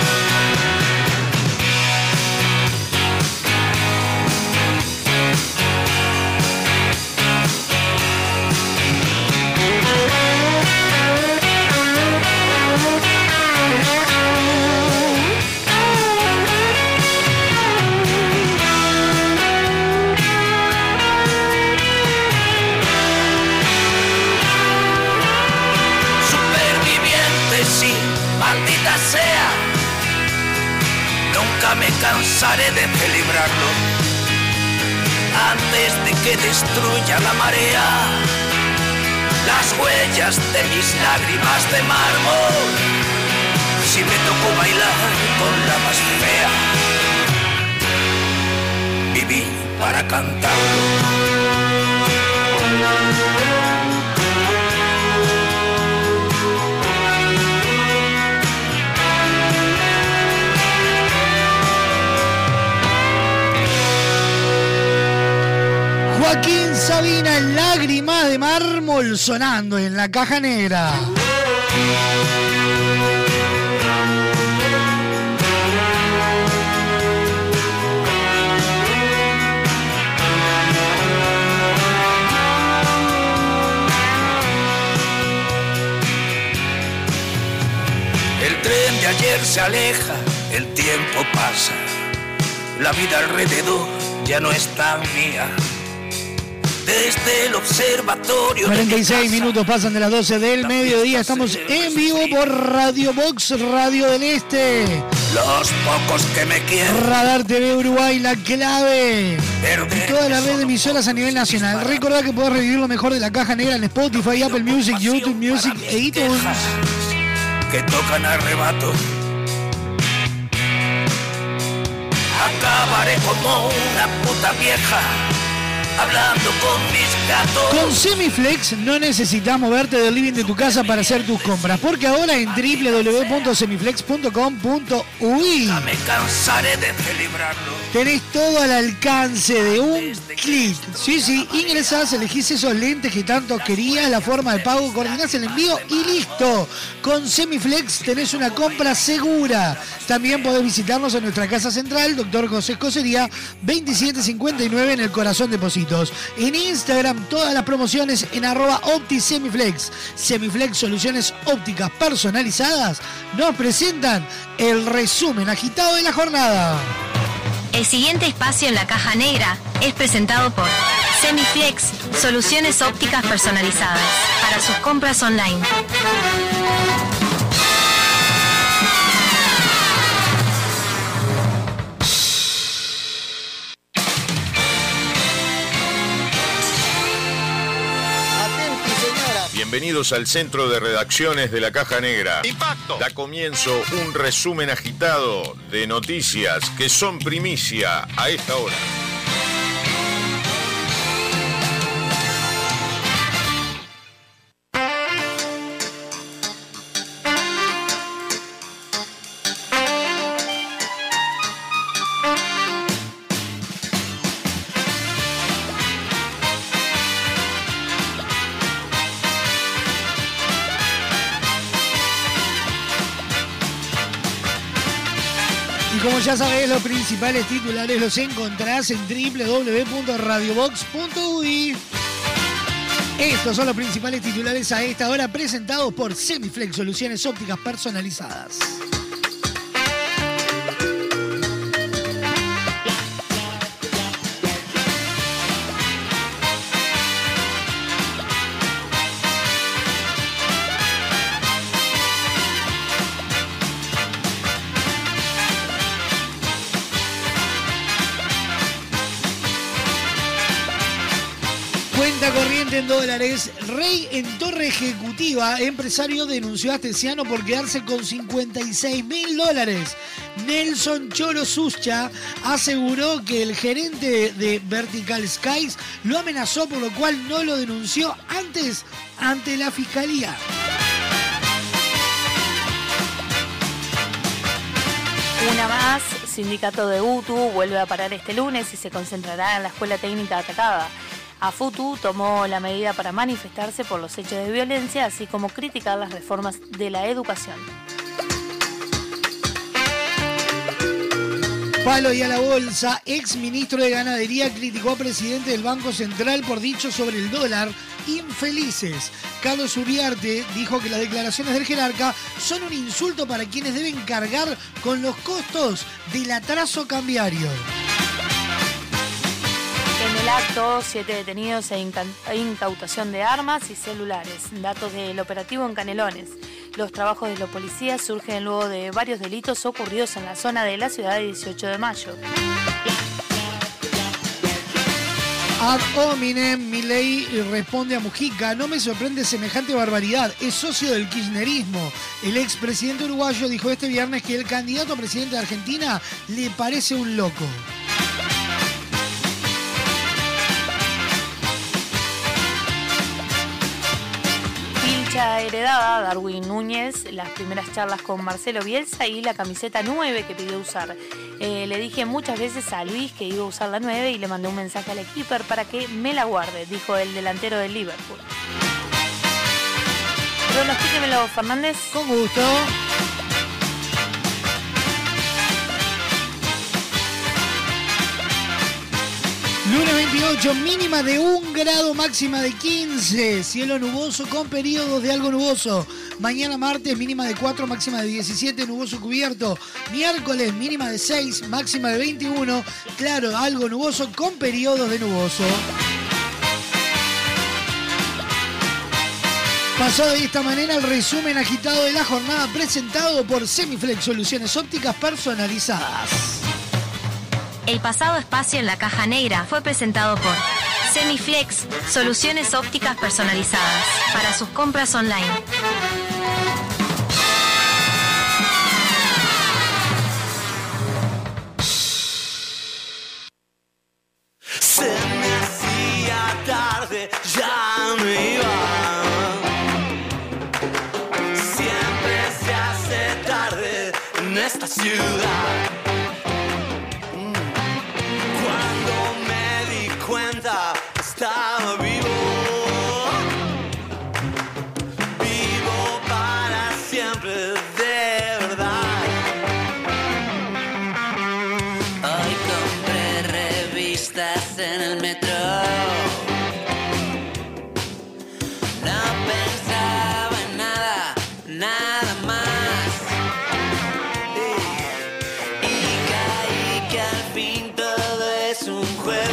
Maldita sea, nunca me cansaré de celebrarlo antes de que destruya la marea las huellas de mis lágrimas de mármol. Si me tocó bailar con la más fea, viví para cantarlo. Joaquín Sabina, Lágrimas de Mármol, sonando en la Caja Negra. El tren de ayer se aleja, el tiempo pasa, la vida alrededor ya no es tan mía. Desde el observatorio 46 minutos pasan de las 12 del mediodía. Estamos en vivo por Radio Box, Radio del Este. Los pocos que me quieren. Radar TV Uruguay, La Clave. Y toda la red de emisoras a nivel nacional. Recordá que podés revivir lo mejor de la Caja Negra en Spotify, Apple Music, YouTube Music e iTunes. Que tocan arrebato. Acabaré como una puta vieja, hablando con mis gatos. Con Semiflex no necesitas moverte del living de tu casa para hacer tus compras, porque ahora en www.semiflex.com.uy ya me cansaré de celebrarlo. Tenés todo al alcance de un clic. Sí, ingresás, elegís esos lentes que tanto querías, la forma de pago, coordinás el envío y listo. Con Semiflex tenés una compra segura. También podés visitarnos en nuestra casa central, Dr. José Escocería, 2759 en el Corazón de Positos. En Instagram todas las promociones en @OptiSemiflex. Semiflex, soluciones ópticas personalizadas, nos presentan el resumen agitado de la jornada. El siguiente espacio en la Caja Negra es presentado por Semiflex, soluciones ópticas personalizadas para sus compras online. Bienvenidos al centro de redacciones de la Caja Negra. ¡Impacto! Da comienzo un resumen agitado de noticias que son primicia a esta hora. Como ya sabés, los principales titulares los encontrás en www.radiobox.uy. Estos son los principales titulares a esta hora, presentados por Semiflex, soluciones ópticas personalizadas. Cuenta corriente en dólares. Rey en torre ejecutiva. Empresario denunció a Astesiano por quedarse con $56.000. Nelson Choro Suscha aseguró que el gerente de Vertical Skies lo amenazó, por lo cual no lo denunció antes ante la fiscalía. Una más, sindicato de UTU vuelve a parar este lunes y se concentrará en la escuela técnica atacada. AFUTU tomó la medida para manifestarse por los hechos de violencia, así como criticar las reformas de la educación. Palo y a la bolsa. Ex ministro de Ganadería criticó a presidente del Banco Central por dicho sobre el dólar. Infelices. Carlos Uriarte dijo que las declaraciones del jerarca son un insulto para quienes deben cargar con los costos del atraso cambiario. En el acto, 7 detenidos e incautación de armas y celulares. Datos del operativo en Canelones. Los trabajos de los policías surgen luego de varios delitos ocurridos en la zona de la ciudad de 18 de mayo. Ad hominem, Milei responde a Mujica: no me sorprende semejante barbaridad, es socio del kirchnerismo. El expresidente uruguayo dijo este viernes que el candidato a presidente de Argentina le parece un loco. Pilcha heredada, Darwin Núñez, las primeras charlas con Marcelo Bielsa y la camiseta 9 que pidió usar. Le dije muchas veces a Luis que iba a usar la 9 y le mandé un mensaje al keeper para que me la guarde, dijo el delantero del Liverpool. Pronostíquemelo, Fernández. Con gusto. Lunes 28, mínima de 1 grado, máxima de 15. Cielo nuboso con periodos de algo nuboso. Mañana martes, mínima de 4, máxima de 17, nuboso cubierto. Miércoles, mínima de 6, máxima de 21. Claro, algo nuboso con periodos de nuboso. Pasó de esta manera el resumen agitado de la jornada presentado por Semiflex, soluciones ópticas personalizadas. El pasado espacio en la caja negra fue presentado por Semiflex, soluciones ópticas personalizadas para sus compras online. Se me hacía tarde, ya me iba. Siempre se hace tarde en esta ciudad. Estaba vivo, vivo para siempre, de verdad. Hoy compré revistas en el metro. No pensaba en nada, nada más. Y caí que al fin todo es un juego.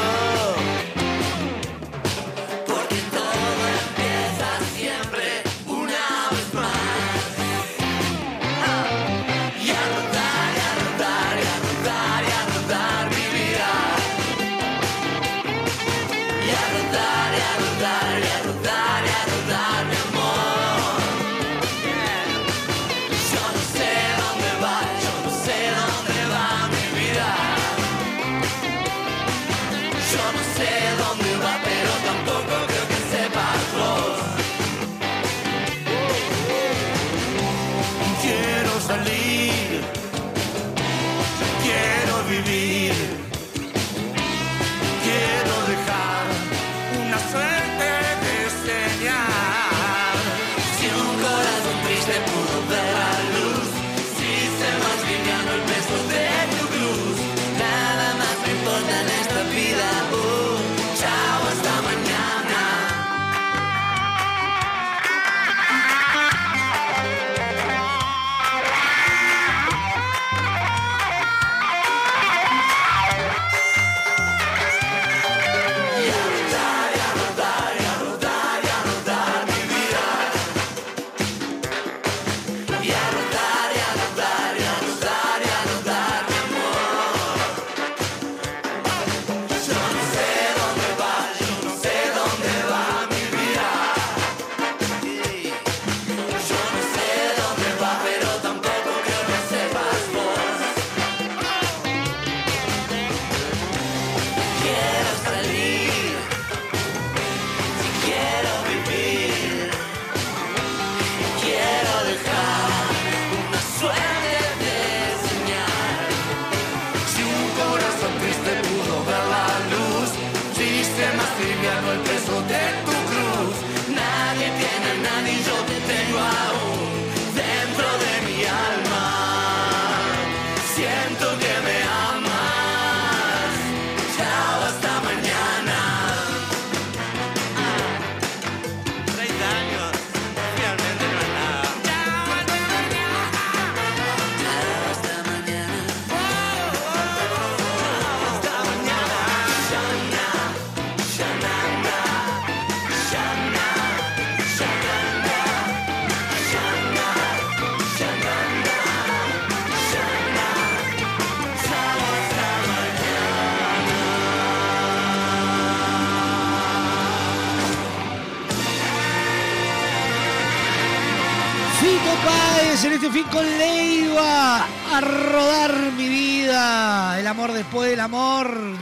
Felicidades en este fin con Leiva. A rodar mi vida. El amor después del amor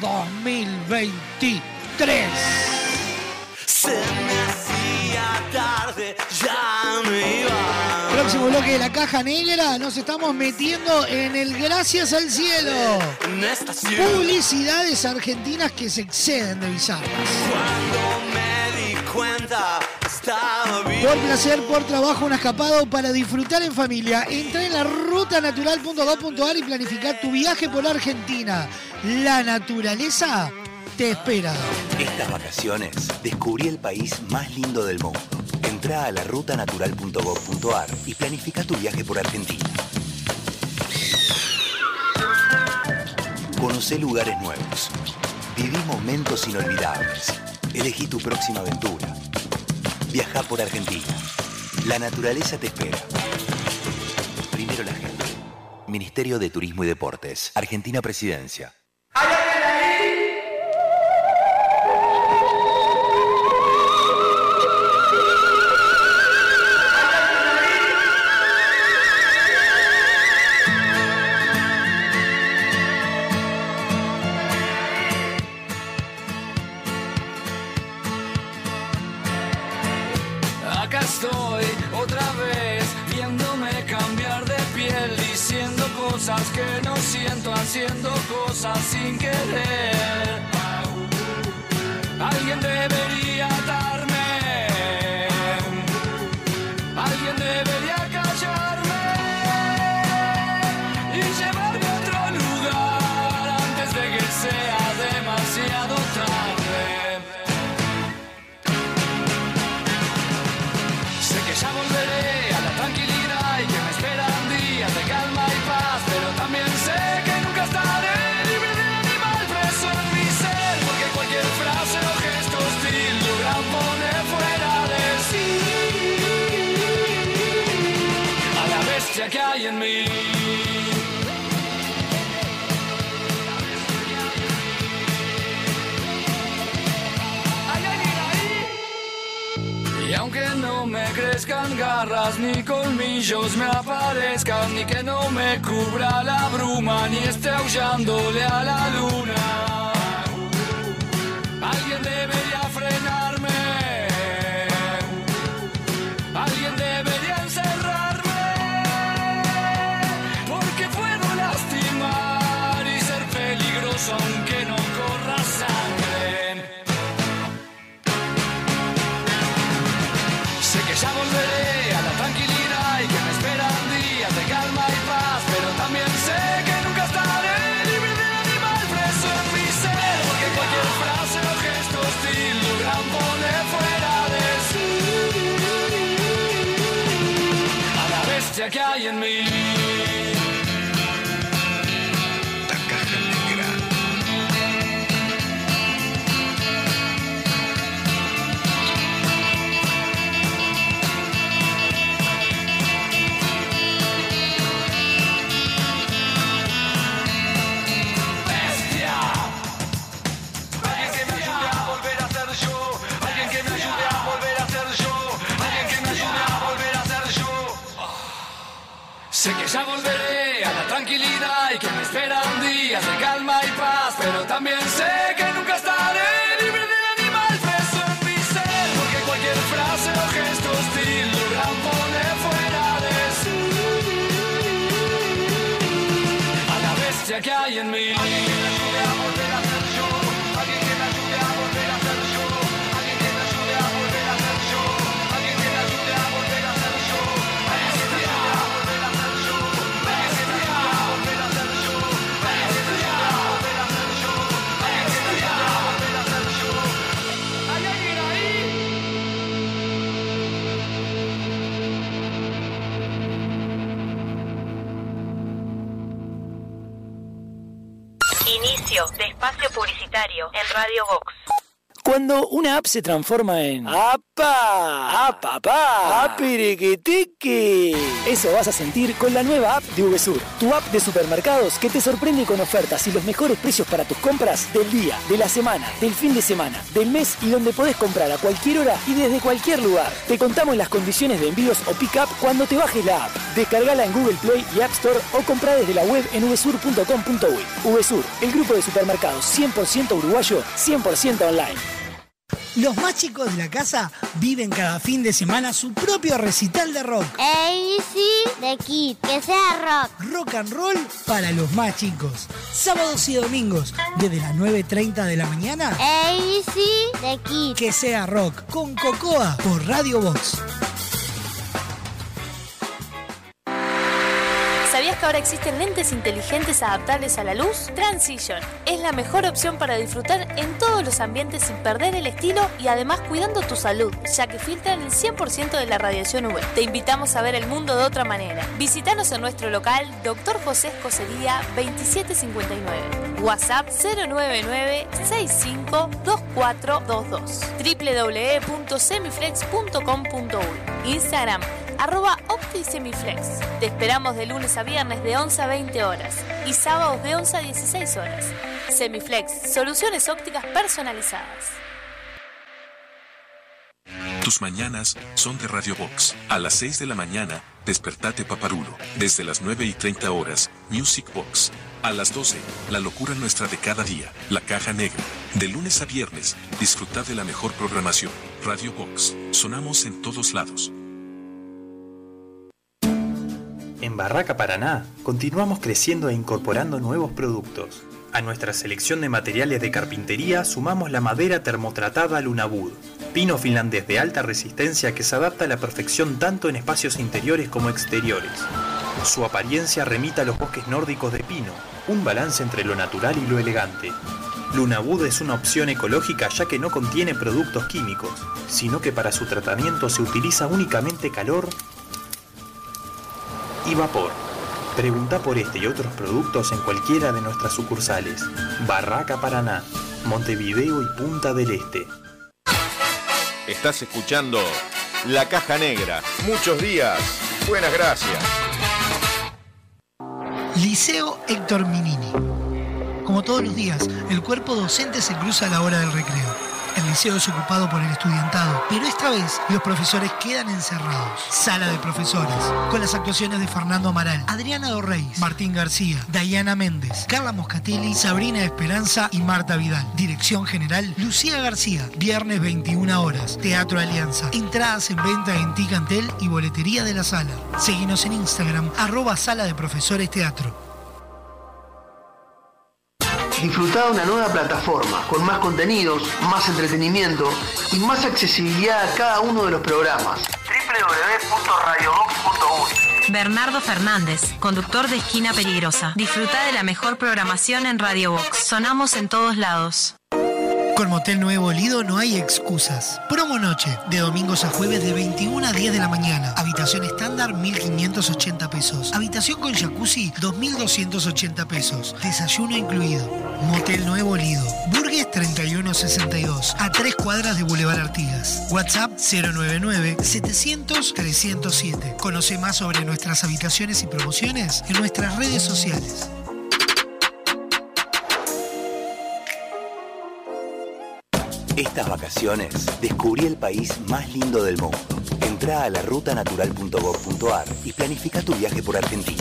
2023. Se me hacía tarde, ya me iba. Próximo bloque de la caja negra. Nos estamos metiendo en el Gracias al Cielo. Publicidades argentinas que se exceden de bizarras. Cuando me di cuenta, estaba bien. Por placer, por trabajo, una escapada o para disfrutar en familia. Entra en la rutanatural.gov.ar y planifica tu viaje por Argentina. La naturaleza te espera. Estas vacaciones descubrí el país más lindo del mundo. Entra a la rutanatural.gov.ar y planifica tu viaje por Argentina. Conocé lugares nuevos. Viví momentos inolvidables. Elegí tu próxima aventura. Viajá por Argentina. La naturaleza te espera. Primero la gente. Ministerio de Turismo y Deportes. Argentina Presidencia. Acá estoy otra vez viéndome cambiar de piel, diciendo cosas que no siento, haciendo cosas sin querer. Alguien debería darme, alguien debería callarme y llevarme a otro lugar antes de que sea demasiado tarde. Sé que ya volveré a la tranquilidad y que me esperan días de calma y paz, pero también sé que nunca estaré libre de animal preso en mi ser, porque cualquier frase o gesto hostil logran poner fuera de sí a la bestia que hay en mí. Y aunque no me crezcan garras ni colmillos me aparezcan, ni que no me cubra la bruma, ni esté aullándole a la luna, alguien debería frenarme, alguien debería encerrarme, porque puedo lastimar y ser peligroso aunque no corra sangre. Sé que ya volveré a la tranquilidad y que me esperan días de calma y paz, pero también sé que nunca estaré libre de animal preso en mi ser, porque cualquier frase o gesto hostil logran poner fuera de sí a la bestia que hay en mí. La caja negra. Sé que ya volveré a la tranquilidad y que me esperan días de calma y paz, pero también sé que nunca estaré libre del animal preso en mi ser, porque cualquier frase o gesto hostil logran poner fuera de sí a la bestia que hay en mí. Alguien que me ayude a volver a ser yo, alguien que me ayude a volver a ser yo, alguien que me ayude a volver a ser yo, alguien que me ayude a volver a ser yo. Inicio de espacio publicitario en Radio Vox. Cuando una app se transforma en ¡apa! ¡Apapá! ¡Apiriquitiqui! Eso vas a sentir con la nueva app de VSUR, tu app de supermercados que te sorprende con ofertas y los mejores precios para tus compras del día, de la semana, del fin de semana, del mes y donde podés comprar a cualquier hora y desde cualquier lugar. Te contamos las condiciones de envíos o pick-up cuando te bajes la app. Descargala en Google Play y App Store o comprá desde la web en vsur.com.uy. VSUR, el grupo de supermercados 100% uruguayo, 100% online. Los más chicos de la casa viven cada fin de semana su propio recital de rock. ABC de Kid, que sea rock. Rock and roll para los más chicos. Sábados y domingos, desde las 9:30 de la mañana. ABC de Kid, que sea rock, con Cocoa por Radio Box. ¿Sabías que ahora existen lentes inteligentes adaptables a la luz? Transition es la mejor opción para disfrutar en todos los ambientes sin perder el estilo y además cuidando tu salud, ya que filtran el 100% de la radiación UV. Te invitamos a ver el mundo de otra manera. Visítanos en nuestro local Dr. José Escocería 2759. WhatsApp 099-652422. www.semiflex.com.uy. Instagram @OptiSemiflex. Te esperamos de lunes a viernes de 11 a 20 horas y sábados de 11 a 16 horas. Semiflex, soluciones ópticas personalizadas. Tus mañanas son de Radio Box. A las 6 de la mañana, Despertate Paparulo. Desde las 9:30 horas, Music Box. A las 12, La locura nuestra de cada día, La Caja Negra. De lunes a viernes, disfruta de la mejor programación. Radio Box. Sonamos en todos lados. En Barraca Paraná, continuamos creciendo e incorporando nuevos productos. A nuestra selección de materiales de carpintería sumamos la madera termotratada Lunabud, pino finlandés de alta resistencia que se adapta a la perfección tanto en espacios interiores como exteriores. Su apariencia remite a los bosques nórdicos de pino, un balance entre lo natural y lo elegante. Lunabud es una opción ecológica ya que no contiene productos químicos, sino que para su tratamiento se utiliza únicamente calor y vapor. Pregunta por este y otros productos en cualquiera de nuestras sucursales. Barraca Paraná, Montevideo y Punta del Este. Estás escuchando La Caja Negra. Muchos días. Buenas gracias. Liceo Héctor Minini. Como todos los días, el cuerpo docente se cruza a la hora del recreo. El liceo es ocupado por el estudiantado, pero esta vez los profesores quedan encerrados. Sala de profesores, con las actuaciones de Fernando Amaral, Adriana Dorreis, Martín García, Dayana Méndez, Carla Moscatelli, Sabrina Esperanza y Marta Vidal. Dirección general, Lucía García. Viernes 21 horas, Teatro Alianza. Entradas en venta en Ticantel y boletería de la sala. Seguinos en Instagram, @Sala de Profesores Teatro. Disfrutá de una nueva plataforma con más contenidos, más entretenimiento y más accesibilidad a cada uno de los programas. www.radiobox.uy. Bernardo Fernández, conductor de Esquina Peligrosa. Disfruta de la mejor programación en Radio Box. Sonamos en todos lados. Con Motel Nuevo Lido no hay excusas. Promo noche, de domingos a jueves de 21 a 10 de la mañana. Habitación estándar, 1.580 pesos. Habitación con jacuzzi, 2.280 pesos. Desayuno incluido. Motel Nuevo Lido. Burgues 3162, a 3 cuadras de Boulevard Artigas. WhatsApp 099-700-307. Conoce más sobre nuestras habitaciones y promociones en nuestras redes sociales. Estas vacaciones descubrí el país más lindo del mundo. Entrá a larutanatural.gov.ar y planifica tu viaje por Argentina.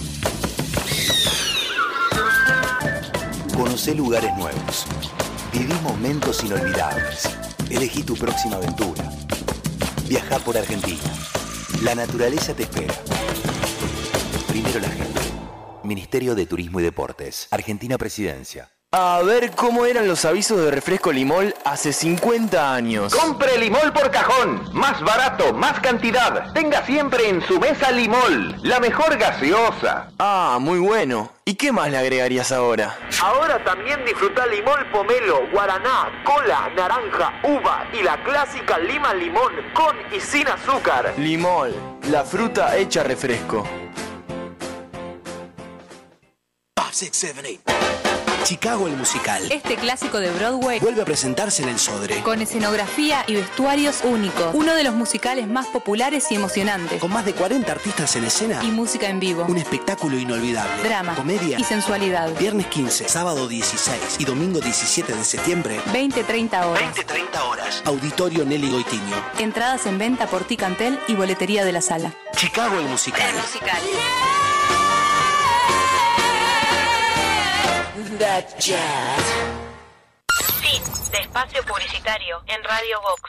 Conocé lugares nuevos. Viví momentos inolvidables. Elegí tu próxima aventura. Viajá por Argentina. La naturaleza te espera. Primero la gente. Ministerio de Turismo y Deportes. Argentina Presidencia. A ver cómo eran los avisos de refresco Limol hace 50 años. Compre Limol por cajón. Más barato, más cantidad. Tenga siempre en su mesa Limol. La mejor gaseosa. Ah, muy bueno. ¿Y qué más le agregarías ahora? Ahora también disfruta Limol Pomelo, Guaraná, Cola, Naranja, Uva y la clásica Lima Limón con y sin azúcar. Limol, la fruta hecha refresco. 5, 6, 7, 8. Chicago el musical. Este clásico de Broadway Vuelve a presentarse en el Sodre. con escenografía y vestuarios únicos. Uno de los musicales más populares y emocionantes. Con más de 40 artistas en escena. Y música en vivo. Un espectáculo inolvidable. Drama. Comedia. Y sensualidad. Viernes 15, sábado 16 y domingo 17 de septiembre. 20-30 horas. 20-30 horas. Auditorio Nelly Goitiño. Entradas en venta por Ticantel y boletería de la sala. Chicago el musical. El musical. That jazz. Fin de espacio publicitario en Radio Vox.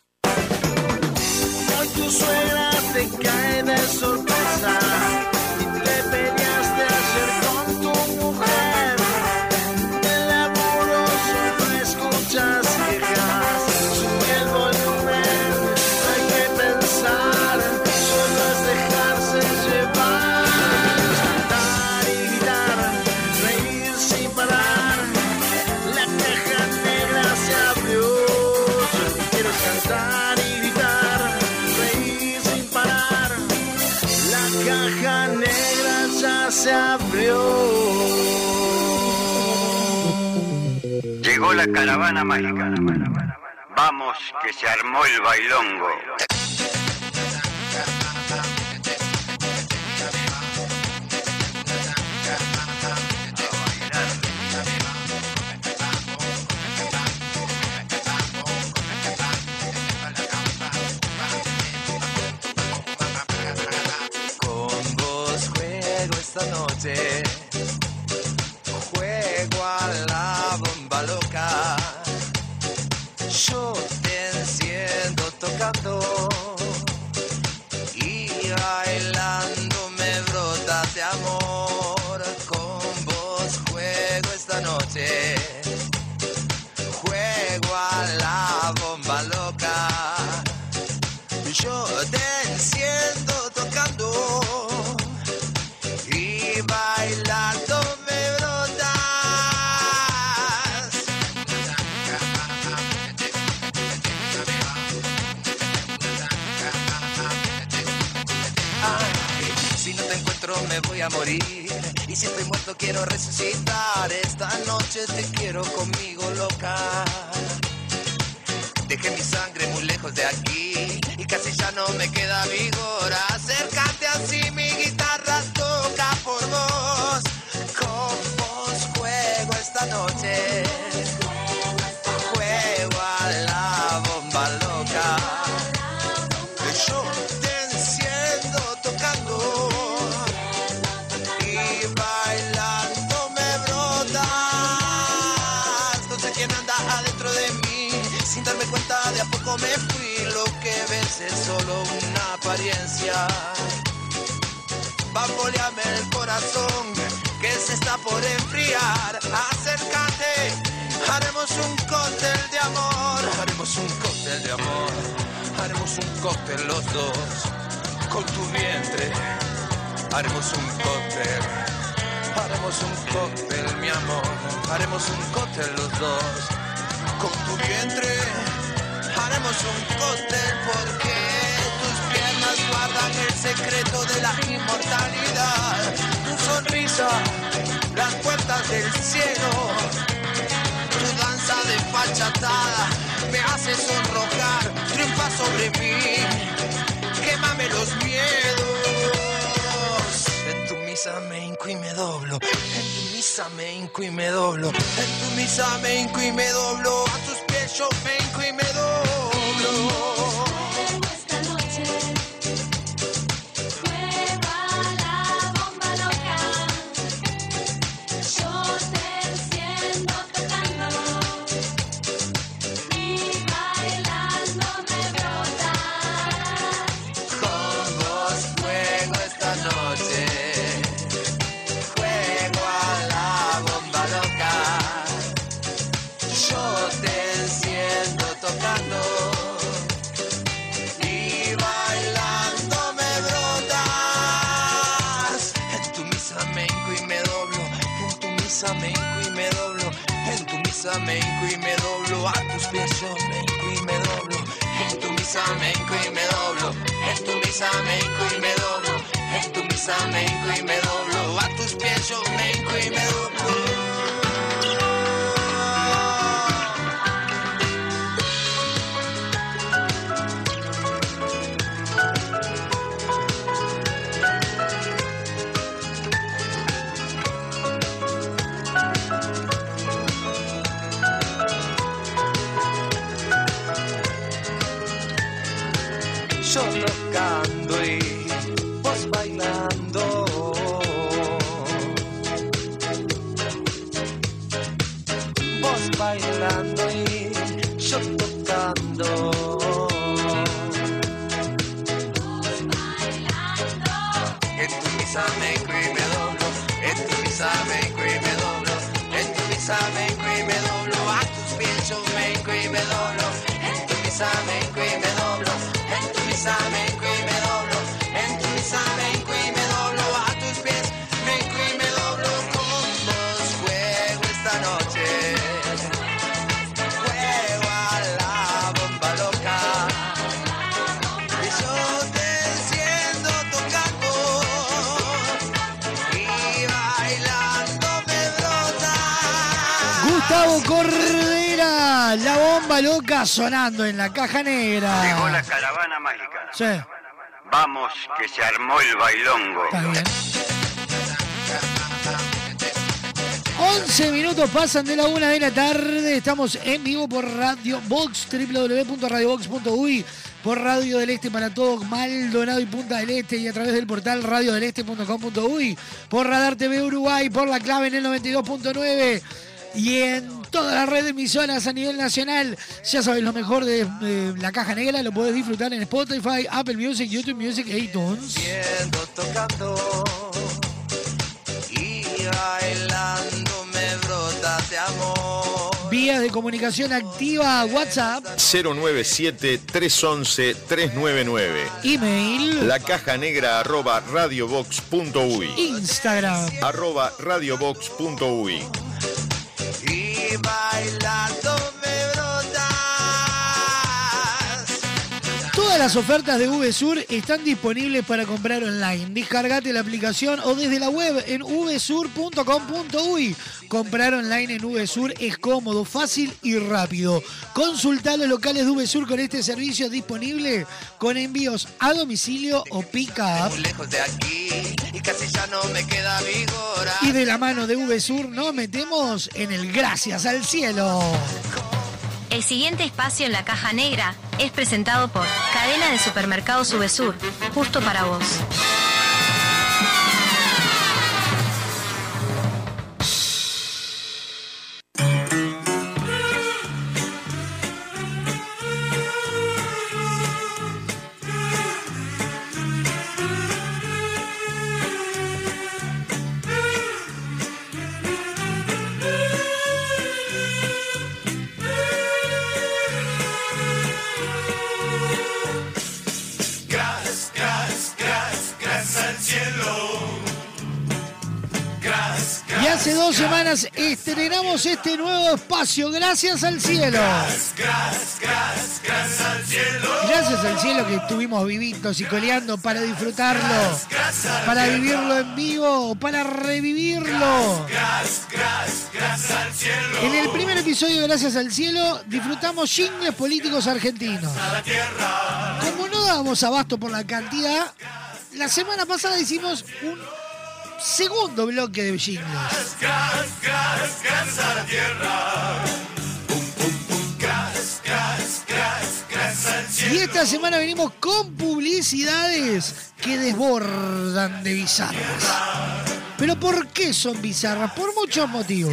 Hoy tu suegra te cae de sorpresa y te peleaste ayer con tu mujer. El amoroso no escuchas quejas, sube el volumen, no hay que pensar, solo es dejarse llevar. Cantar y gritar, reír sin parar, la caja negra se abrió. Solo quiero cantar y gritar, reír sin parar, la caja negra ya se abrió. Llegó la caravana mágica. Vamos, que se armó el bailongo. Con vos juego esta noche, juego a la bomba loca. Yo te enciendo tocando y bailando me brota de amor. Con vos juego esta noche, juego a la bomba loca. Yo te enciendo tocando y bailando me brotas. Ay, si no te encuentro me voy a morir, y si estoy muerto quiero resucitar. Esta noche te quiero conmigo, loca. Dejé mi sangre muy lejos de aquí y casi ya no me queda vigor. Acércate así, mi guitarra toca por vos. Con vos juego esta noche, juego a la bomba loca. Yo te enciendo tocando y bailando me brotas. No sé quién anda adentro de mí, sin darme cuenta de a poco me fui. Lo que ves es solo una apariencia. Bamboleame el corazón que se está por enfriar. Acércate, haremos un cóctel de amor. Haremos un cóctel de amor. Haremos un cóctel los dos con tu vientre. Haremos un cóctel. Haremos un cóctel, mi amor. Haremos un cóctel los dos con tu vientre. Haremos un cóctel porque tus piernas guardan el secreto de la inmortalidad. Tu sonrisa, las puertas del cielo. Tu danza de fachatada me hace sonrojar. Triunfa sobre mí, quémame los miedos. En tu misa me hinco y me doblo. En tu misa me hinco y me doblo. En tu misa me hinco y me doblo. A tus pies yo me hinco y me doblo. Esta noche, juego a la bomba loca. Yo te enciendo tocando y bailando me brotas. Con vos juego esta noche, juego a la bomba loca. Yo te enciendo tocando y bailando me brotas. En tu misa me hinco y me doblo. En tu misa me hinco y me doblo. En tu misa me hinco y me doblo. A tus pies yo me hinco y me doblo. En tu misa me hinco y me doblo. En tu misa me hinco y me doblo. En tu misa me hinco y me doblo. A tus pies yo me hinco y me doblo. yo tocando y vos bailando. Vos bailando y yo tocando. En tu misa vengo y me doblo, en tu misa vengo y me doblo, en tu misa vengo y me doblo, a tus pies yo vengo y me doblo, en tu misa vengo y me doblo, en tu misa vengo y me doblo, en tu misa vengo y me doblo, a tus pies vengo y me doblo, con vos juego esta noche, juego a la bomba loca, y yo te enciendo tocando. Gustavo Cordera, la bomba loca sonando en la caja negra. Llegó la caravana mágica. Sí, Vamos, que se armó el bailongo. está bien. 11 minutos pasan de la 1 de la tarde. Estamos en vivo por Radio Box, www.radiobox.uy, por Radio del Este para todo Maldonado y Punta del Este, y a través del portal radiodeleste.com.uy, por Radar TV Uruguay, por La Clave en el 92.9 y en toda la red de emisoras a nivel nacional. Ya sabes, lo mejor de La Caja Negra lo podés disfrutar en Spotify, Apple Music, YouTube Music e iTunes. Siendo tocando y bailando me brota de amor. Vías de comunicación activa, WhatsApp, 097-311-399. email, lacajanegra@radiobox.uy. Instagram, @radiobox.uy. Y bailando me brotas. Todas las ofertas de VSUR están disponibles para comprar online. Descargate la aplicación o desde la web en vsur.com.uy. Comprar online en VSUR es cómodo, fácil y rápido. Consultá los locales de VSUR con este servicio disponible con envíos a domicilio o pick-up. Muy lejos de aquí y casi ya no me queda vigor. Y de la mano de VSUR nos metemos en el Gracias al Cielo. El siguiente espacio en la caja negra es presentado por Cadena de Supermercados VSUR, justo para vos. Y hace 2 semanas estrenamos este nuevo espacio, Gracias al Cielo. Gracias al cielo que estuvimos vivitos y coleando para disfrutarlo, para vivirlo en vivo, para revivirlo. En el primer episodio de Gracias al Cielo disfrutamos jingles políticos argentinos. Como no dábamos abasto por la cantidad, la semana pasada hicimos un segundo bloque de jingles. Y esta semana venimos con publicidades que desbordan de bizarras. ¿Pero por qué son bizarras? Por muchos motivos.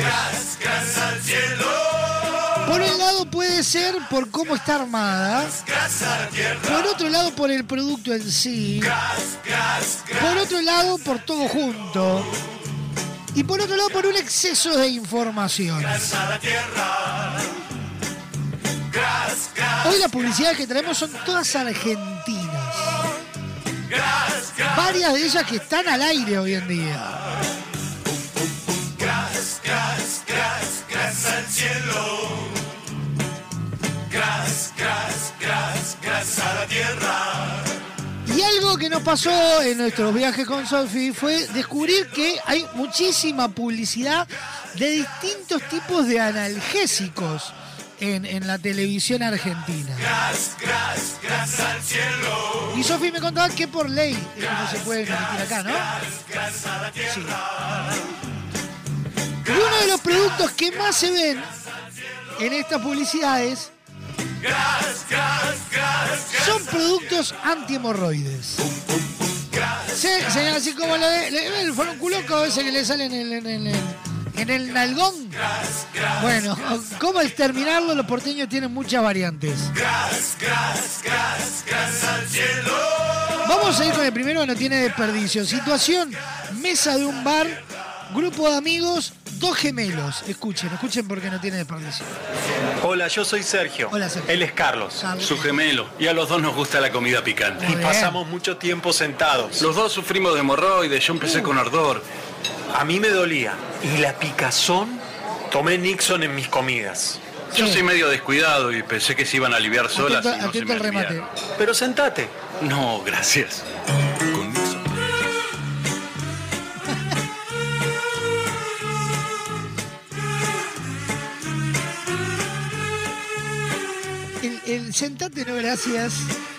Por un lado puede ser por cómo está armada. Por otro lado por el producto en sí. Por otro lado por todo junto. Y por otro lado por un exceso de información. Hoy las publicidades que traemos son todas argentinas. Varias de ellas que están al aire hoy en día. Gracias al cielo. Gracias a la tierra. Y algo que nos pasó en nuestros viajes con Sofi fue descubrir que hay muchísima publicidad de distintos tipos de analgésicos en la televisión argentina. Gracias al cielo. Y Sofi me contaba que por ley no se puede emitir acá, ¿no? Gracias a la tierra. Y uno de los productos que más se ven en estas publicidades Son productos antihemorroides. Sí, señor, así como el forunculoco ese que le sale en el nalgón. Bueno, ¿cómo exterminarlo? Los porteños tienen muchas variantes. Vamos a ir con el primero que no tiene desperdicio. Situación, mesa de un bar, grupo de amigos, dos gemelos. Escuchen porque no tiene desperdicio. Hola, yo soy Sergio. Hola, Sergio. Él es Carlos, su gemelo. Y a los dos nos gusta la comida picante. Muy Y bien. pasamos mucho tiempo sentados. Los dos sufrimos de hemorroides, yo empecé con ardor. A mí me dolía. Y la picazón, tomé Nixon en mis comidas. Yo soy medio descuidado y pensé que se iban a aliviar solas. Atento- y no atento se me al remate. aliviaron. Pero sentate. No, gracias. El sentate no gracias.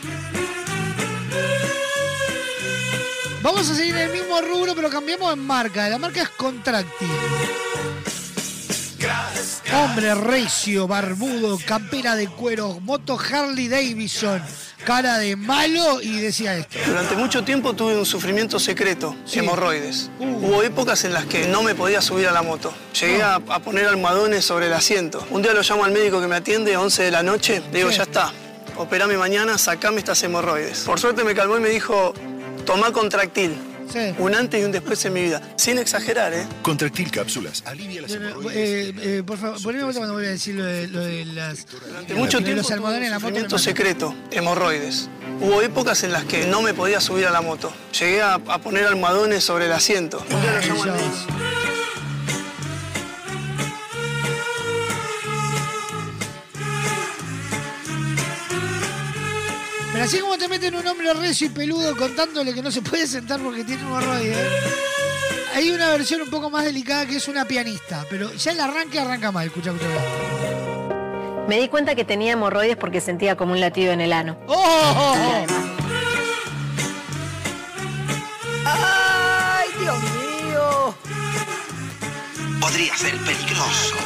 Vamos a seguir en el mismo rubro, pero cambiamos en marca. La marca es Contractil. Hombre recio, barbudo, campera de cuero, moto Harley Davidson, cara de malo y decía esto. Durante mucho tiempo tuve un sufrimiento secreto, hemorroides. Hubo épocas en las que no me podía subir a la moto. Llegué a poner almohadones sobre el asiento. Un día lo llamo al médico que me atiende a 11 de la noche. Le digo, ya está, operame mañana, sacame estas hemorroides. Por suerte me calmó y me dijo, tomá Contractil. Un antes y un después en mi vida. Sin exagerar, ¿eh? Contractil cápsulas. Alivia las hemorroides. Por favor, poneme vuelta cuando voy a decir lo de las... Durante mucho de tiempo los almohadones en la moto. sufrimiento secreto, hemorroides. Hubo épocas en las que no me podía subir a la moto. Llegué a poner almohadones sobre el asiento. Un día lo llamo al médico. Pero así como te meten un hombre recio y peludo contándole que no se puede sentar porque tiene hemorroides, hay una versión un poco más delicada que es una pianista, pero ya el arranque arranca mal. Escucha. Me di cuenta que tenía hemorroides porque sentía como un latido en el ano. ¡Oh! ¡Ay, Dios mío! Podría ser peligroso.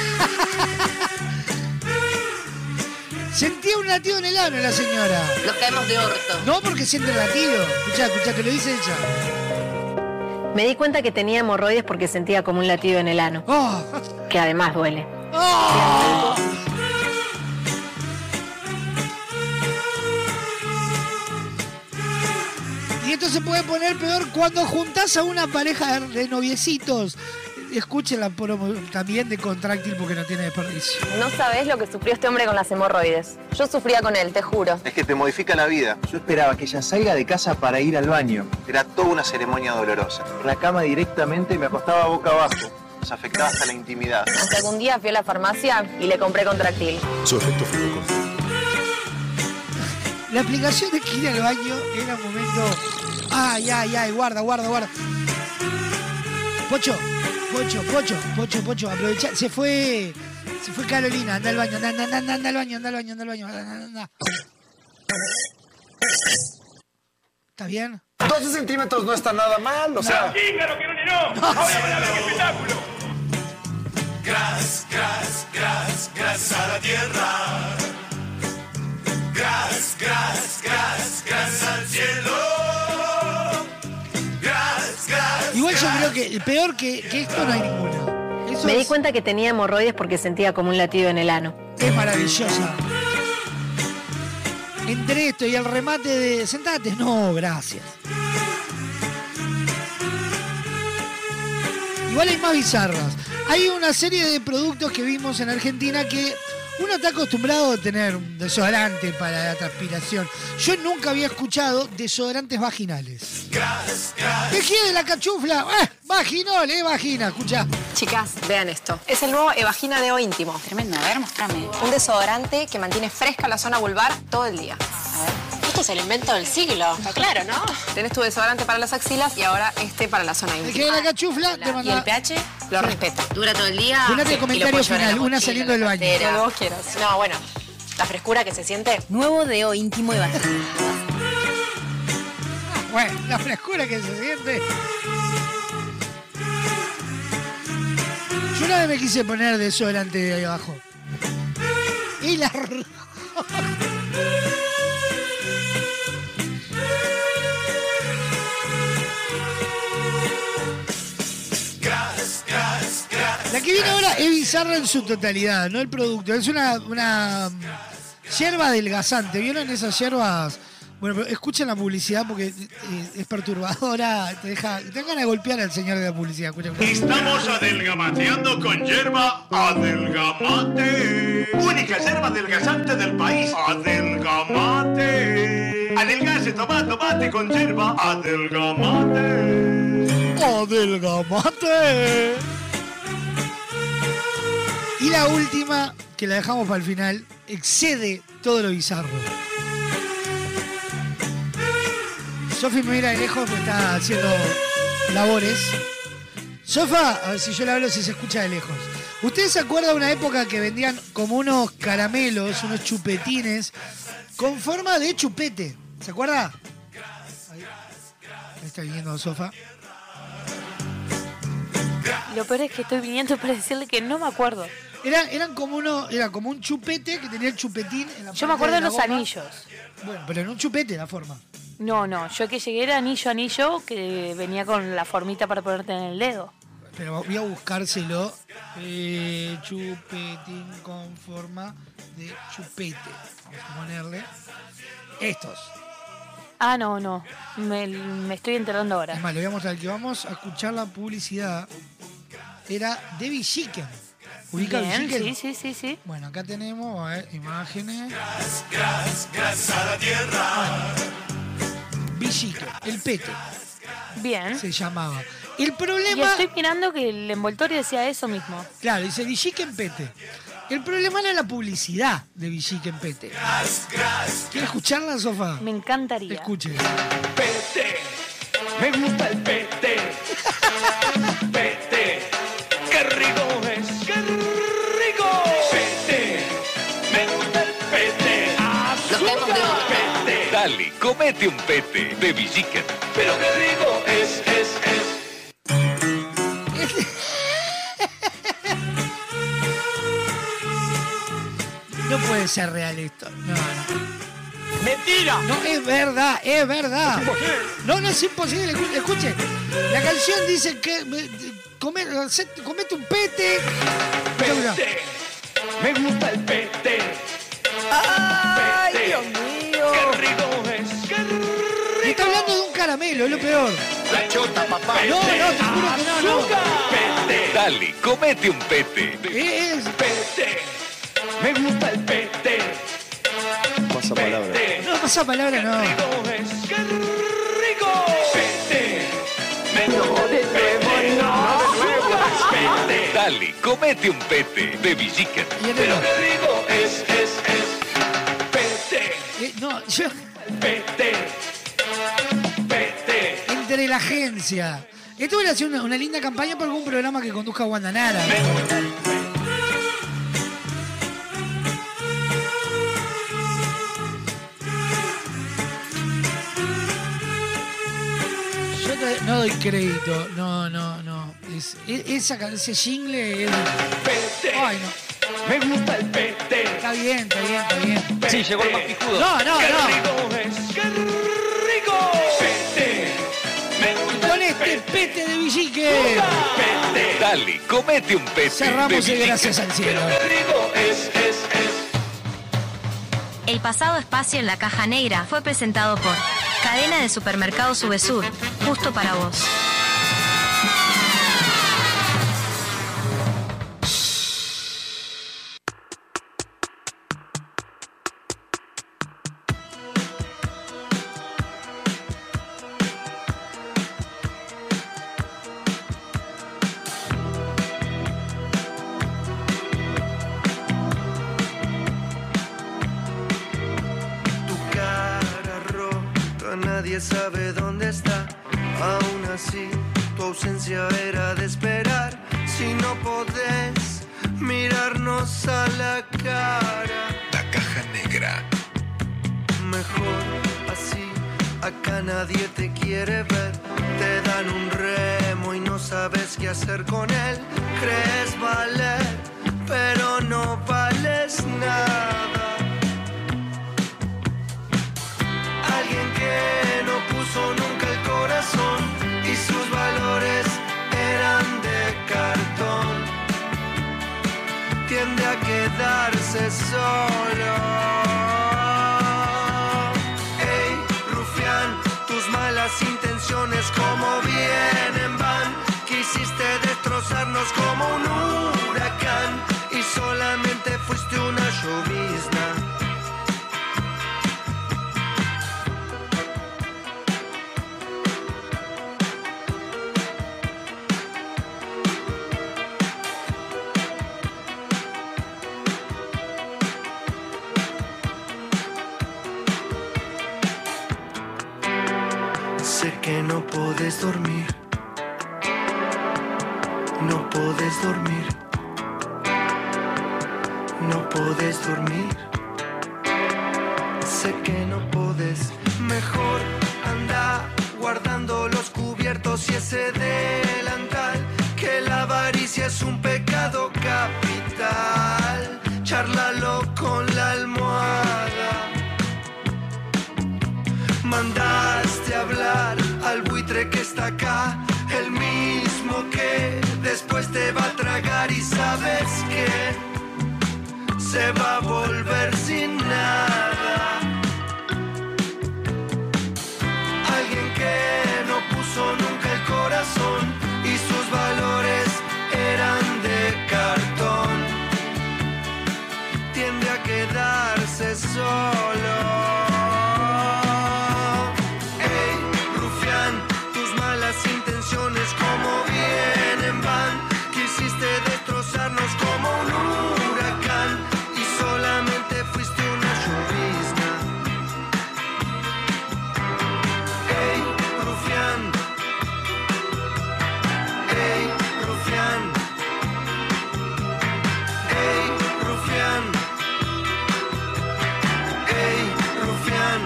Sentía un latido en el ano la señora. Nos caemos de orto. No porque siente el latido. Escucha, que lo dice ella. Me di cuenta que tenía hemorroides porque sentía como un latido en el ano. Que además duele. Y esto se puede poner peor cuando juntás a una pareja de noviecitos. Escuchen la promo también de Contractil porque no tiene desperdicio. No sabés lo que sufrió este hombre con las hemorroides. Yo sufría con él, te juro. Es que te modifica la vida. Yo esperaba que ella salga de casa para ir al baño. Era toda una ceremonia dolorosa. En la cama directamente me acostaba boca abajo. Nos afectaba hasta la intimidad. Hasta que un día fui a la farmacia y le compré Contractil. Su efecto fue con... La explicación de que ir al baño era un momento... Ay, guarda. Pocho, aprovecha. Se fue Carolina, anda al baño, anda. ¿Está bien? 12 centímetros no está nada mal, o sea... ¡Chíngaro, que no! ¡Ahora van a ver qué espectáculo! Gracias a la tierra. Gracias al cielo. Igual yo creo que peor que esto no hay ninguno. Eso Me di cuenta que tenía hemorroides porque sentía como un latido en el ano. es maravillosa. Entre esto y el remate de sentate, no, gracias. Igual hay más bizarras. Hay una serie de productos que vimos en Argentina que uno está acostumbrado a tener un desodorante para la transpiración. Yo nunca había escuchado desodorantes vaginales. ¿Qué de la cachufla? Vaginol, vagina, escucha. Chicas, vean esto. Es el nuevo Evagina Deo íntimo. Tremendo, a ver, mostrame. Un desodorante que mantiene fresca la zona vulvar todo el día. A ver. Esto es el invento del siglo, está claro, ¿no? Tenés tu desodorante para las axilas y ahora este para la zona íntima. ¿Qué de la cachufla? Te ¿Y manda... el pH? Lo respeta. Dura todo el día. Fíjate el y comentario lo puedes llevar en final, la una mochila, saliendo del baño. Lo que vos quieras. No, bueno, la frescura que se siente. Nuevo deo íntimo Evagina. Bueno, la frescura que se siente. Yo una vez me quise poner desodorante de ahí abajo. Y la... La que viene ahora es bizarra en su totalidad, no el producto. Es una yerba adelgazante. ¿Vieron esas yerbas? Bueno, pero escuchen la publicidad porque es perturbadora. Te dejan ganas de golpear al señor de la publicidad. Escuchen. Estamos adelgamateando con yerba Adelgamate. Única yerba adelgazante del país. Adelgamate. Adelgace, tomate con yerba Adelgamate. Adelgamate. Y la última, que la dejamos para el final, excede todo lo bizarro. Sofi me mira de lejos porque está haciendo labores. Sofa, a ver si yo le hablo si se escucha de lejos. ¿Ustedes se acuerdan de una época que vendían como unos caramelos, unos chupetines, con forma de chupete? ¿Se acuerda? Ahí está viniendo Sofa. Lo peor es que estoy viniendo para decirle que no me acuerdo. Era como un chupete que tenía el chupetín en la Yo me acuerdo de los anillos. Bueno, pero en un chupete la forma. No, yo que llegué era anillo que venía con la formita para ponerte en el dedo. Pero voy a buscárselo. Chupetín con forma de chupete. Vamos a ponerle estos. Ah, no. Me estoy enterando ahora. Es más, le voy a mostrar que vamos a escuchar la publicidad. Era de Villiquen. ¿Ubica Villiquen? Sí. Bueno, acá tenemos, a ver, imágenes. Gas a la tierra. Villiquen, el pete. Bien. Se llamaba. El problema... Y estoy mirando que el envoltorio decía eso mismo. Claro, dice Villiquen Pete. El problema era la publicidad de Villiquen Pete. ¿Quieres escucharla, Sofá? Me encantaría. Escuche. Pete, me gusta el pete. Pete, qué rico es, qué rico. Pete, me gusta el pete. Azúcar, pete. Dale, comete un pete de Villiquen. Pero qué rico es. No puede ser real esto. No. ¡Mentira! No, es verdad. No es imposible. Escuche. La canción dice que comete un pete. Pete, me gusta el pete. ¡Ay, Pete, Dios mío! ¡Qué rico es! ¡Qué rico! Está hablando de un caramelo, es lo peor. La chota, papá. No, te juro que no. Pete. Dale, comete un pete. Es... Pete, me gusta el pete. Pasa palabra. No, pasa palabra, no. ¡Qué rico es! ¡Qué rico! Pete, me gusta el pete. Pete. Dale, comete un pete de Villiquen. Pero qué rico es. Pete. No, yo... Pete. Entre la agencia. Esto hubiera sido una linda campaña para algún programa que conduzca Wanda Nara. Yo no doy crédito. No. Ese jingle es... Pete. Ay, no. Me gusta el pete. Está bien. Sí, llegó el más pijudo. No. ¡Qué rico es! ¡Qué rico! Pete. Me gusta Con este pete de Villiquen. pete. Dale, comete un pete Cerramos de el Villiquen. Gracias al Cielo. ¡Qué rico es! El pasado espacio en la caja negra fue presentado por Cadena de Supermercados Subesur, justo para vos. Nadie sabe dónde está. Aún así, tu ausencia era de esperar. Si no podés mirarnos a la cara, La caja negra. mejor así. Acá nadie te quiere ver. Te dan un remo y no sabes qué hacer con él. Crees valer, pero no vales nada. tiende a quedarse solo. Ey, rufián, tus malas intenciones como vienen van. Quisiste destrozarnos como un huracán y solamente fuiste una llovizna. Sé que no podés dormir. No podés dormir. No podés dormir. Sé que no podés. Mejor anda guardando los cubiertos y ese delantal. Que la avaricia es un pecado capital. Chárlalo con la almohada. Mandaste hablar al buitre que está acá, el mismo que después te va a tragar y sabes que se va a volver sin nada. Alguien que no puso nunca el corazón y sus valores eran de cartón. Tiende a quedarse solo. Como vienen van, quisiste destrozarnos como un huracán y solamente fuiste una llovizna. Ey, rufián. Ey, rufián. Ey, rufián. Ey, rufián.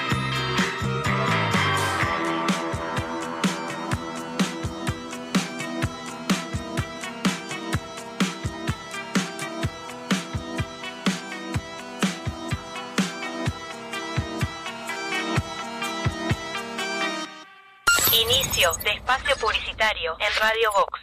Inicio de espacio publicitario en Radio Vox.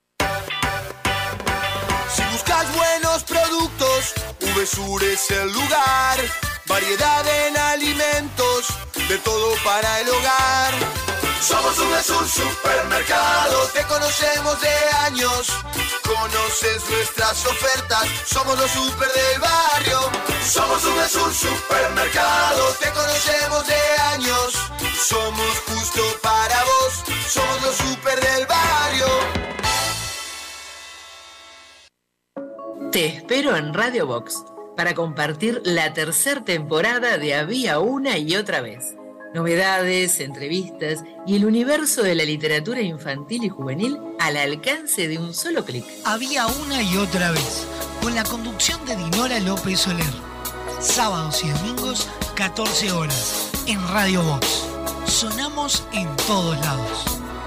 Si buscas buenos productos, VSUR es el lugar. Variedad en alimentos, de todo para el hogar. Somos VSUR Supermercado, te conocemos de años. Conoces nuestras ofertas, somos los super del barrio. Somos VSUR Supermercado, te conocemos de años. Somos justo para vos, somos los super del barrio. Te espero en Radio Vox para compartir la tercera temporada de Había una y otra vez. Novedades, entrevistas y el universo de la literatura infantil y juvenil al alcance de un solo clic. Había una y otra vez, con la conducción de Dinora López Soler. Sábados y domingos, 14 horas, en Radio Vox. Sonamos en todos lados.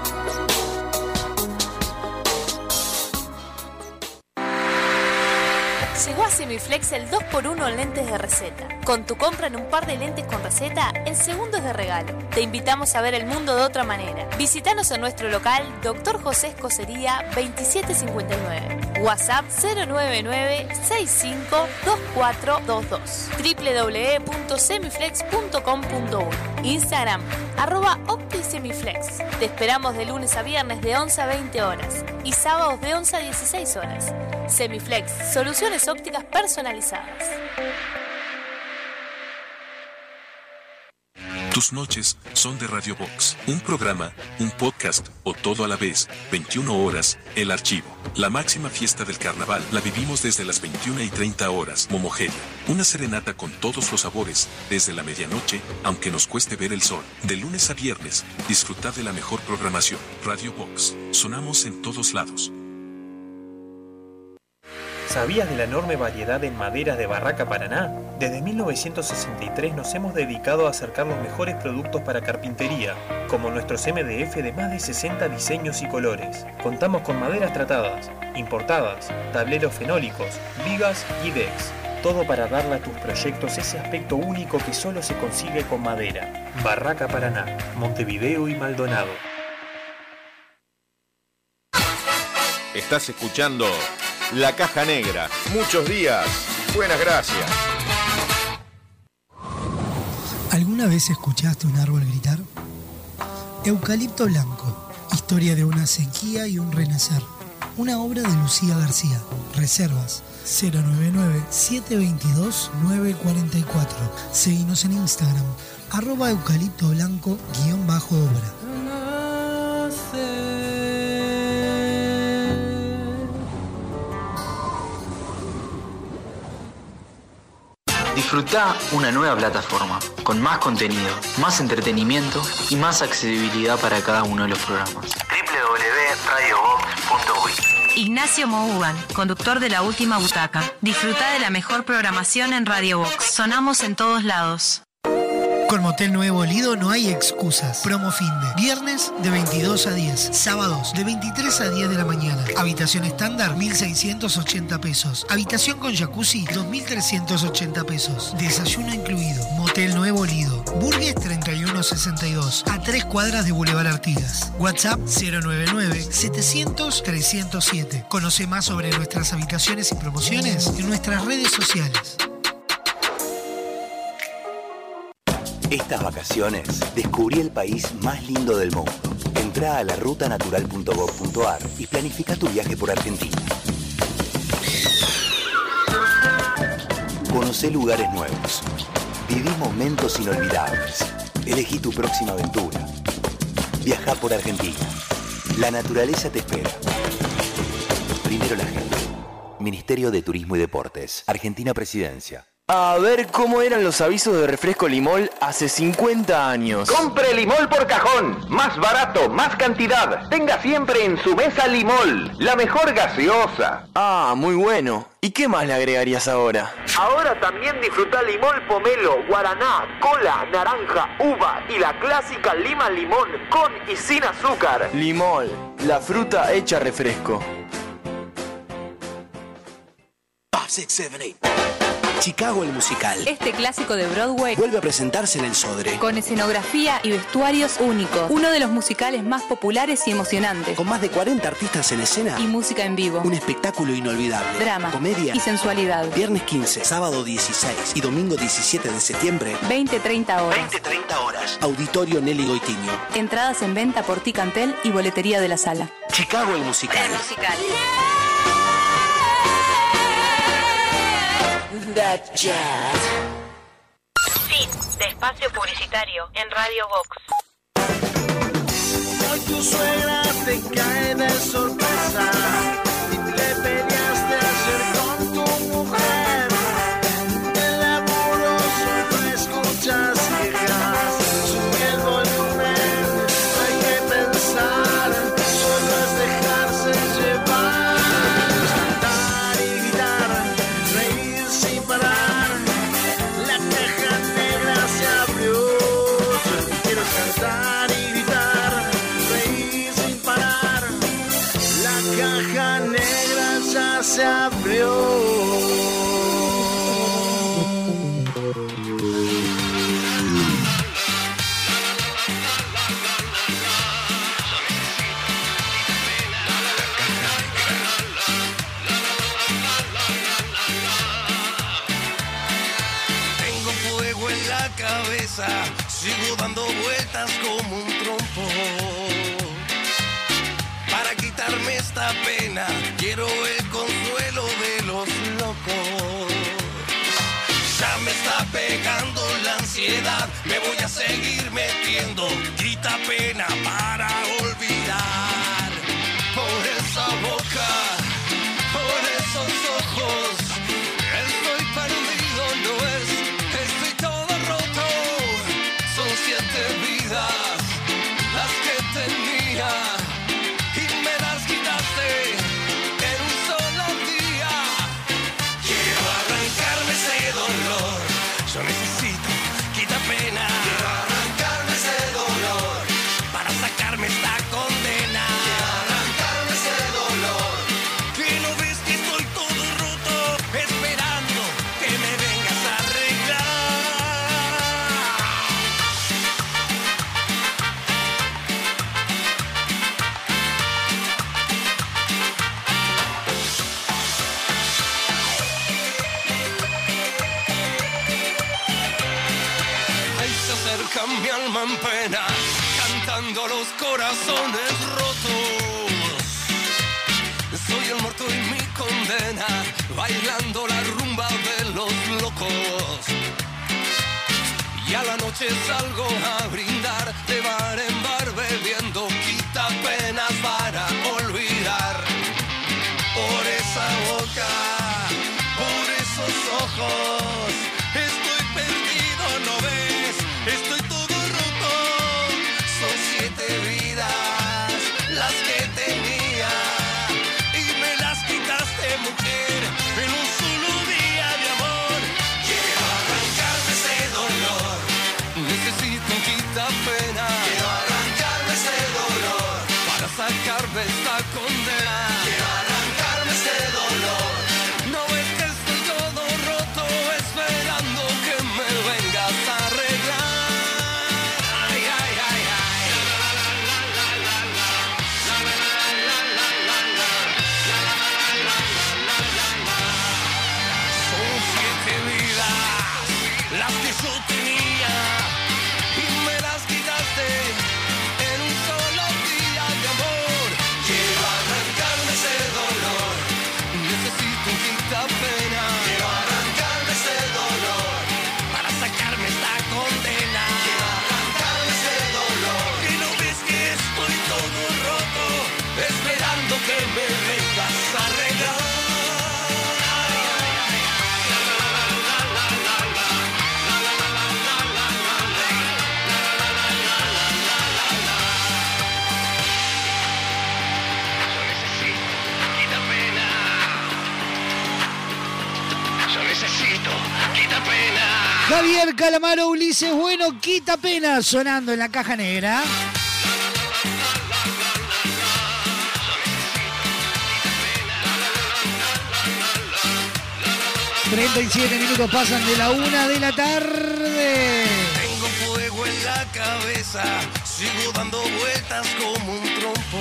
Llegó a Semiflex el 2x1 en lentes de receta. Con tu compra en un par de lentes con receta, el segundo es de regalo. Te invitamos a ver el mundo de otra manera. Visítanos en nuestro local, Dr. José Escocería 2759. WhatsApp 099-652422. www.semiflex.com.1. Instagram, @OptiSemiflex. Te esperamos de lunes a viernes de 11 a 20 horas y sábados de 11 a 16 horas. Semiflex, soluciones ópticas personalizadas. Tus noches son de Radio Vox, un programa, un podcast o todo a la vez, 21 horas, el archivo. La máxima fiesta del carnaval la vivimos desde las 21:30 horas, Momogeria. Una serenata con todos los sabores, desde la medianoche, aunque nos cueste ver el sol. De lunes a viernes, disfrutad de la mejor programación. Radio Vox, sonamos en todos lados. ¿Sabías de la enorme variedad en maderas de Barraca Paraná? Desde 1963 nos hemos dedicado a acercar los mejores productos para carpintería, como nuestros MDF de más de 60 diseños y colores. Contamos con maderas tratadas, importadas, tableros fenólicos, vigas y decks. Todo para darle a tus proyectos ese aspecto único que solo se consigue con madera. Barraca Paraná, Montevideo y Maldonado. Estás escuchando La Caja Negra. Muchos días. Buenas gracias. ¿Alguna vez escuchaste un árbol gritar? Eucalipto Blanco. Historia de una sequía y un renacer. Una obra de Lucía García. Reservas 099-722-944. Seguinos en Instagram, @eucaliptoblanco_obra. Disfrutá una nueva plataforma, con más contenido, más entretenimiento y más accesibilidad para cada uno de los programas. www.radiobox.uy. Ignacio Mouban, conductor de La Última Butaca. Disfruta de la mejor programación en Radio Box. Sonamos en todos lados. Con Motel Nuevo Lido no hay excusas. Promo finde. Viernes de 22 a 10. Sábados de 23 a 10 de la mañana. Habitación estándar, 1.680 pesos. Habitación con jacuzzi, 2.380 pesos. Desayuno incluido. Motel Nuevo Lido. Burgues 3162. A 3 cuadras de Boulevard Artigas. WhatsApp 099-700-307. Conoce más sobre nuestras habitaciones y promociones en nuestras redes sociales. Estas vacaciones descubrí el país más lindo del mundo. Entrá a larutanatural.gov.ar y planifica tu viaje por Argentina. Conocé lugares nuevos. Viví momentos inolvidables. Elegí tu próxima aventura. Viajá por Argentina. La naturaleza te espera. Primero la gente. Ministerio de Turismo y Deportes. Argentina Presidencia. A ver cómo eran los avisos de refresco Limol hace 50 años. Compre Limol por cajón. Más barato, más cantidad. Tenga siempre en su mesa Limol. La mejor gaseosa. Ah, muy bueno. ¿Y qué más le agregarías ahora? Ahora también disfruta Limol Pomelo, Guaraná, Cola, Naranja, Uva y la clásica Lima Limón con y sin azúcar. Limol, la fruta hecha refresco. 6, 7, 8. Chicago el musical. Este clásico de Broadway vuelve a presentarse en el Sodre. Con escenografía y vestuarios únicos. Uno de los musicales más populares y emocionantes. Con más de 40 artistas en escena. Y música en vivo. Un espectáculo inolvidable. Drama. Comedia. Y sensualidad. Viernes 15, sábado 16 y domingo 17 de septiembre. 20-30 horas. 20-30 horas. Auditorio Nelly Goitiño. Entradas en venta por Ticantel y boletería de la sala. Chicago el musical. El musical. That jazz. Fin de espacio publicitario en Radio Box. Hoy tu suegra te cae de sorpresa y te peleaste ayer con tu mujer. El amoroso no escuchas quejas, sube el volumen, hay que pensar, solo es dejarse llevar. Cantar y gritar, reír sin parar, la caja negra se abrió. Quiero cantar y gritar, reír sin parar, la caja negra ya se abrió. Tengo fuego en la cabeza, sigo dando vueltas como un trompo. Para quitarme esta pena, quiero el consuelo de los locos. Ya me está pegando la ansiedad, me voy a seguir metiendo. Grita pena para olvidar. Por esa boca, por esos ojos, estoy perdido, no es, estoy todo roto. Son 7 vidas las que tenía y me las quitaste en un solo día. Quiero arrancarme ese dolor, yo necesito quita pena. Quiero arrancar acerca mi alma en pena, cantando los corazones rotos. Soy el muerto y mi condena, bailando la rumba de los locos. Y a la noche salgo a brindar, de bar en bar bebiendo, quita penas para olvidar. Por esa boca, por esos ojos, estoy perdido, ¿no ves? Estoy todo roto. Son 7 vidas las que tenía y me las quitaste, mujer, en un solo día de amor. Quiero arrancarme ese dolor, necesito un quitapena. Quiero arrancarme ese dolor para sacarme esta condena. Quiero arrancarme ese dolor. No ves que estoy todo roto, esperando que me vengas a arreglar. Ay, ay, ay, ay. Son 7 vidas las que yo tenía y me las quitaste en un solo día de amor. Quiero arrancarme ese dolor, necesito un quitapena. Quiero arrancarme ese dolor para sacarme esta condena. Quiero arrancarme ese dolor. Y no ves que estoy todo roto, esperando que me vengas a arreglar. Yo necesito quitapena. Javier Calamaro, Ulises Bueno, quita pena, sonando en la caja negra. ...37 pasan de la 1 de la tarde. Tengo fuego en la cabeza, sigo dando vueltas como un trompo.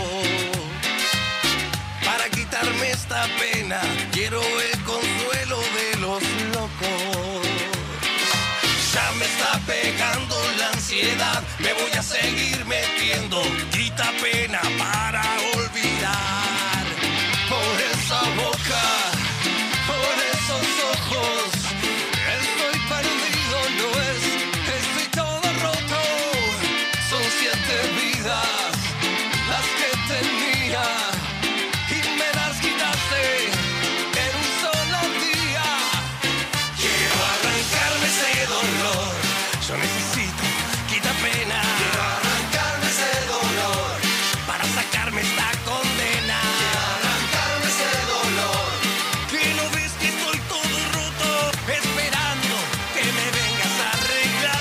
Para quitarme esta pena, quiero el consuelo de los locos. Ya me está pegando la ansiedad, me voy a seguir metiendo. Quita pena para olvidar. Por esa boca, por esos ojos, estoy perdido, no es, estoy todo roto. Son 7 vidas las que tenía y me las quitaste en un solo día. Quiero arrancarme ese dolor, yo necesito quitapena. Quiero arrancarme ese dolor para sacarme esta condena. Quiero arrancarme ese dolor, que no ves que estoy todo roto, esperando que me vengas a arreglar.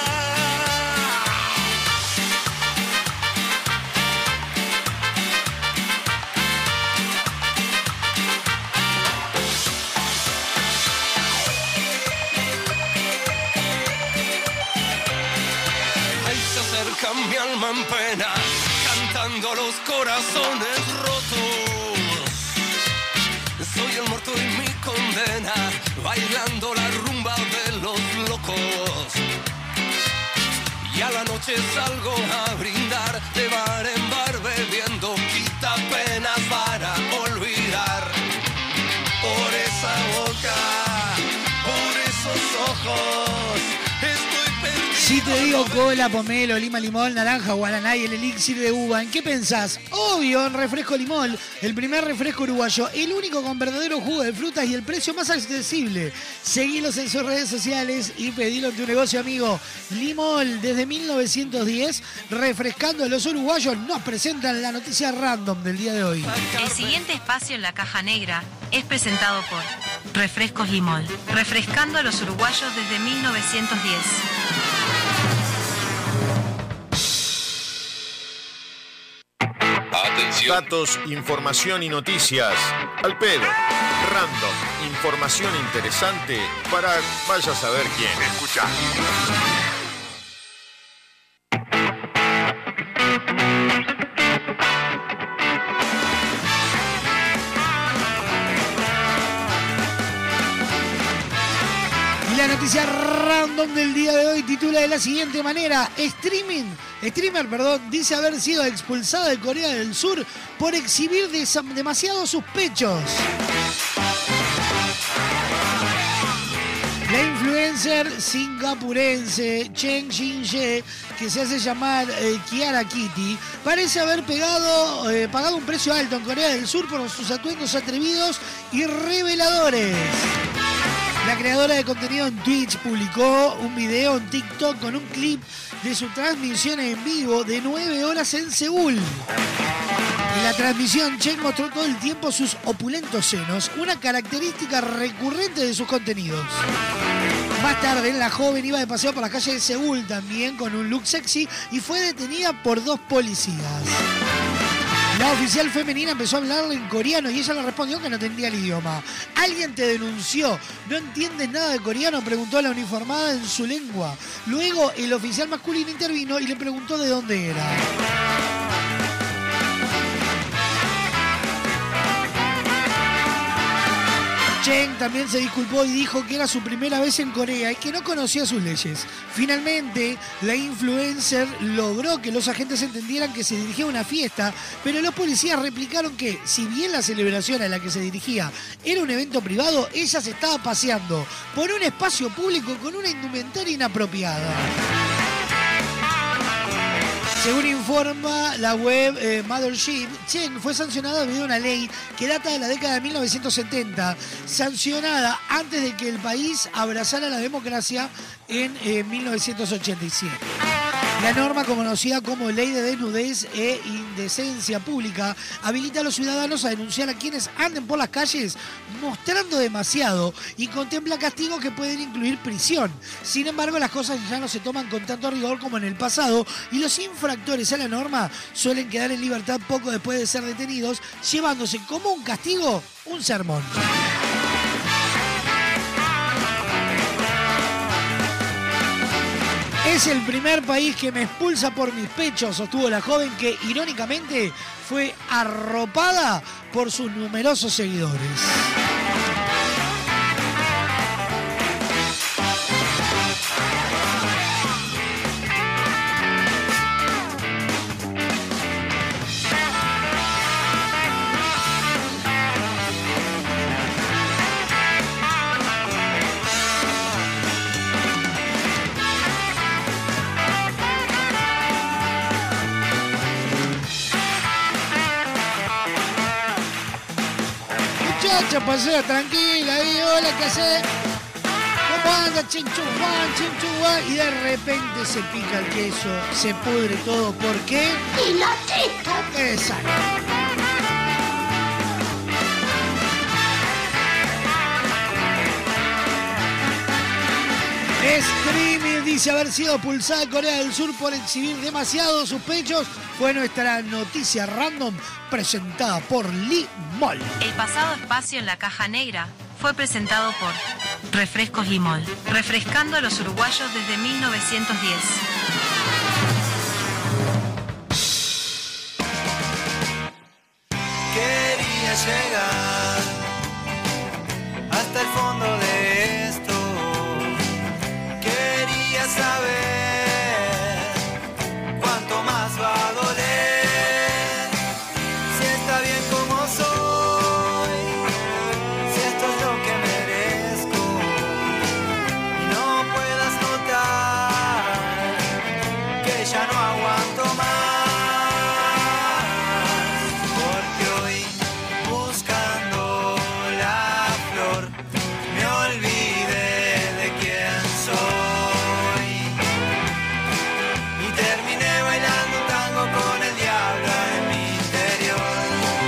Ahí se acerca mi alma en pena, cantando los corazones rotos. Soy el muerto y mi condena, bailando la rumba de los locos. Y a la noche salgo a brindar, de bar en bar bebiendo, quita penas para olvidar. Por esa boca, por esos ojos, estoy perdido. Si te digo cola, pomelo, lima, limón, naranja, guaraná y el elixir de uva, ¿en qué pensás? Obvio, en Refresco Limón, el primer refresco uruguayo, el único con verdadero jugo de frutas y el precio más accesible. Seguilos en sus redes sociales y pedilo en tu negocio, amigo. Limón, desde 1910, refrescando a los uruguayos, nos presentan la noticia random del día de hoy. El siguiente espacio en la caja negra es presentado por Refrescos Limón, refrescando a los uruguayos desde 1910. Atención. Datos, información y noticias. Al pedo. Random. Información interesante para vaya a saber quién. Escucha. La noticia random del día de hoy titula de la siguiente manera: streamer, dice haber sido expulsada de Corea del Sur por exhibir demasiado sus pechos. La influencer singapurense Chen Xin-ye, que se hace llamar Kiara Kitty, parece haber pagado un precio alto en Corea del Sur por sus atuendos atrevidos y reveladores. La creadora de contenido en Twitch publicó un video en TikTok con un clip de su transmisión en vivo de 9 horas en Seúl. En la transmisión, Chen mostró todo el tiempo sus opulentos senos, una característica recurrente de sus contenidos. Más tarde, la joven iba de paseo por las calles de Seúl también con un look sexy y fue detenida por 2 policías. La oficial femenina empezó a hablarle en coreano y ella le respondió que no entendía el idioma. ¿Alguien te denunció? ¿No entiendes nada de coreano?, preguntó la uniformada en su lengua. Luego, el oficial masculino intervino y le preguntó de dónde era. Chen también se disculpó y dijo que era su primera vez en Corea y que no conocía sus leyes. Finalmente, la influencer logró que los agentes entendieran que se dirigía a una fiesta, pero los policías replicaron que, si bien la celebración a la que se dirigía era un evento privado, ella se estaba paseando por un espacio público con una indumentaria inapropiada. Según informa la web Mothership, Chen fue sancionada debido a una ley que data de la década de 1970, sancionada antes de que el país abrazara la democracia en 1987. La norma, conocida como Ley de Desnudez e Indecencia Pública, habilita a los ciudadanos a denunciar a quienes anden por las calles mostrando demasiado y contempla castigos que pueden incluir prisión. Sin embargo, las cosas ya no se toman con tanto rigor como en el pasado y los infractores a la norma suelen quedar en libertad poco después de ser detenidos, llevándose como un castigo un sermón. Es el primer país que me expulsa por mis pechos, sostuvo la joven que, irónicamente, fue arropada por sus numerosos seguidores. Pasea tranquila ahí, hola, ¿qué haces? ¿Cómo anda, chinchuan? Y de repente se pica el queso, se pudre todo, ¿por qué? Y la chica. Exacto. Streamer dice haber sido expulsada de Corea del Sur por exhibir demasiado sus pechos. Fue nuestra noticia random presentada por Limol. El pasado espacio en la caja negra fue presentado por Refrescos Limol, refrescando a los uruguayos desde 1910. Quería llegar hasta el fondo de esto. Quería saber cuánto más va a doler. Si está bien como soy, si esto es lo que merezco. Y no puedas notar que ya no aguanto más. Porque hoy, buscando la flor, me olvidé de quién soy. Y terminé bailando un tango con el diablo en mi interior.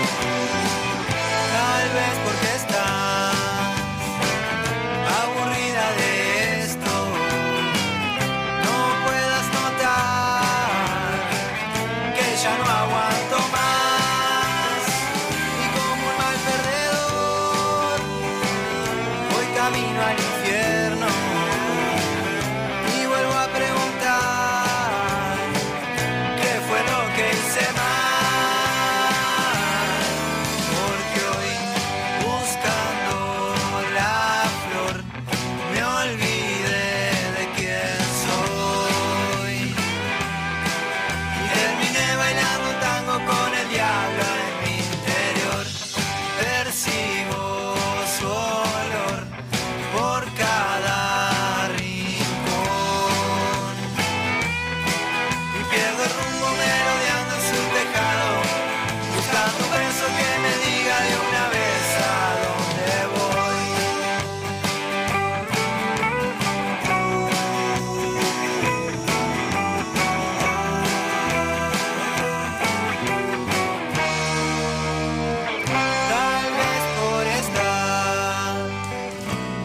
Tal vez porque estás aburrida de esto, no puedas notar que ya no aguanto más. Y como un mal perdedor, voy camino al infierno. Y vuelvo a preguntar qué fue lo que hice mal. Porque hoy, buscando la flor, me olvidé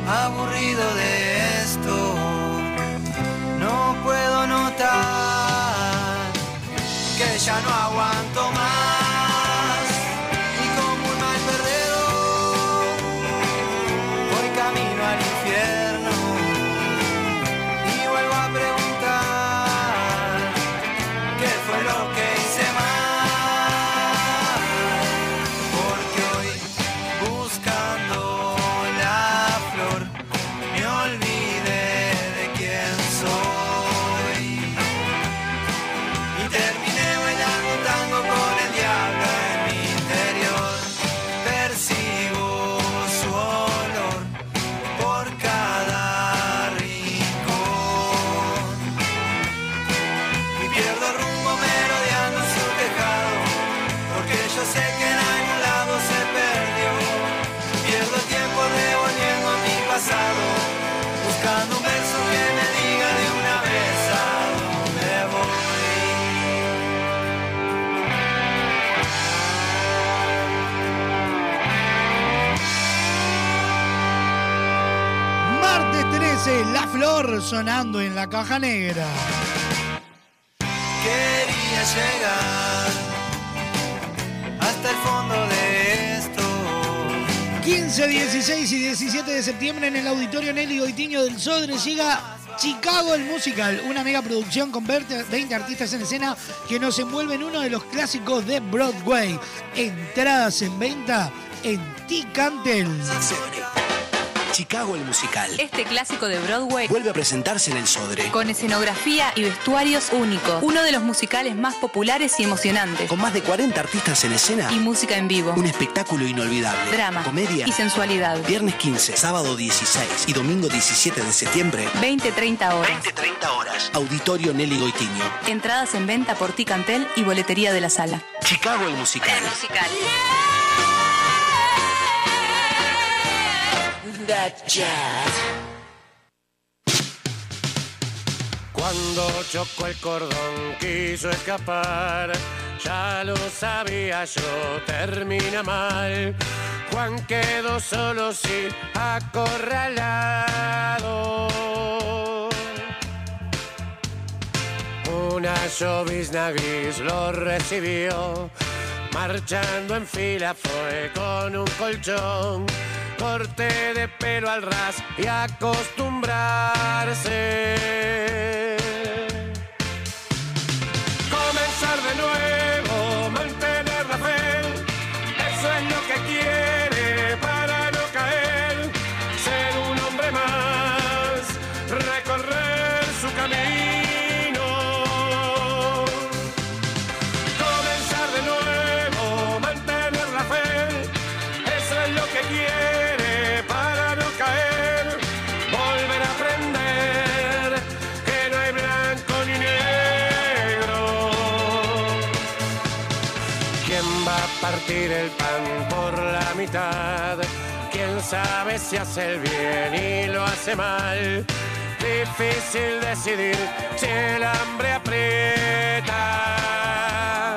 aburrido de esto. No puedo notar que ya no aguanto más. Y como un mal perdedor voy camino al infierno. Y vuelvo a preguntar qué fue lo que hice mal. Porque hoy, buscando la flor, me olvidé de quién soy. Y terminé bailando tango con el diablo en mi interior. Persigo su olor por cada rincón. Y pierdo rumbo merodeando su tejado, porque yo sé que en algún lado se perdió. Pierdo el tiempo devolviendo a mi pasado, buscando un verso que me diga de una vez a dónde Martes 13, La Flor sonando en la caja negra. quería llegar hasta el fondo de esto. 15, 16 y 17 de septiembre en el Auditorio Nelly Goitiño del Sodre llega Chicago el Musical, una mega producción con 20 artistas en escena que nos envuelve en uno de los clásicos de Broadway. Entradas en venta en Ticantel. Chicago el Musical. Este clásico de Broadway Vuelve a presentarse en el Sodre. con escenografía y vestuarios únicos. Uno de los musicales más populares y emocionantes. Con más de 40 artistas en escena. Y música en vivo. Un espectáculo inolvidable. Drama. Comedia. Y sensualidad. Viernes 15, sábado 16 y domingo 17 de septiembre. 20-30 horas. 20-30 horas. Auditorio Nelly Goitiño. Entradas en venta por Ticantel y boletería de la sala. Chicago el Musical. Cuando chocó el cordón quiso escapar, ya lo sabía yo, termina mal. Juan quedó solo, sí, acorralado. Una llovizna gris lo recibió, marchando en fila fue con un colchón. Corte de pelo al ras y acostumbrarse. Comenzar de nuevo, mantener la fe, eso es lo que quiere para no caer. Ser un hombre más, recorrer su camino. Comenzar de nuevo, mantener la fe, eso es lo que quiere. Partir el pan por la mitad, quién sabe si hace el bien y lo hace mal. Difícil decidir si el hambre aprieta.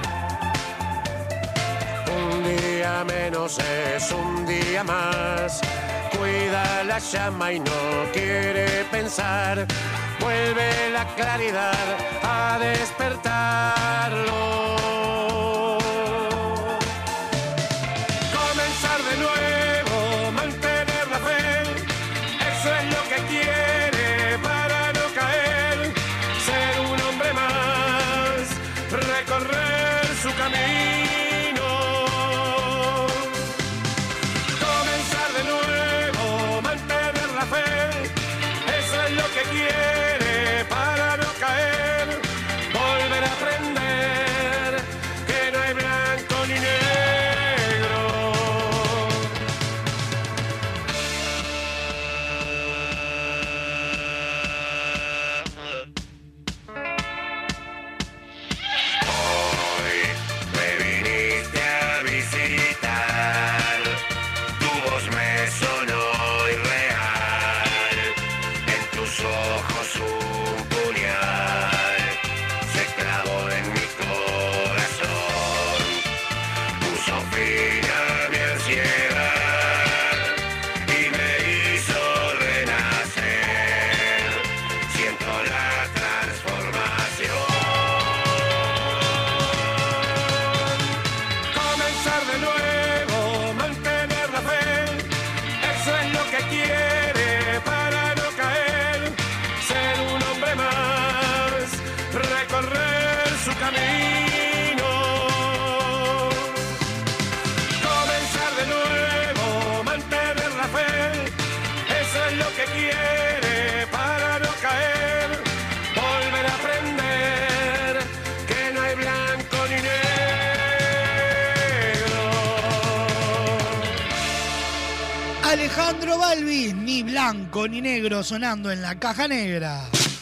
Un día menos es un día más. Cuida la llama y no quiere pensar. Vuelve la claridad a despertarlo. Alejandro Balbi, ni blanco ni negro sonando en la caja negra.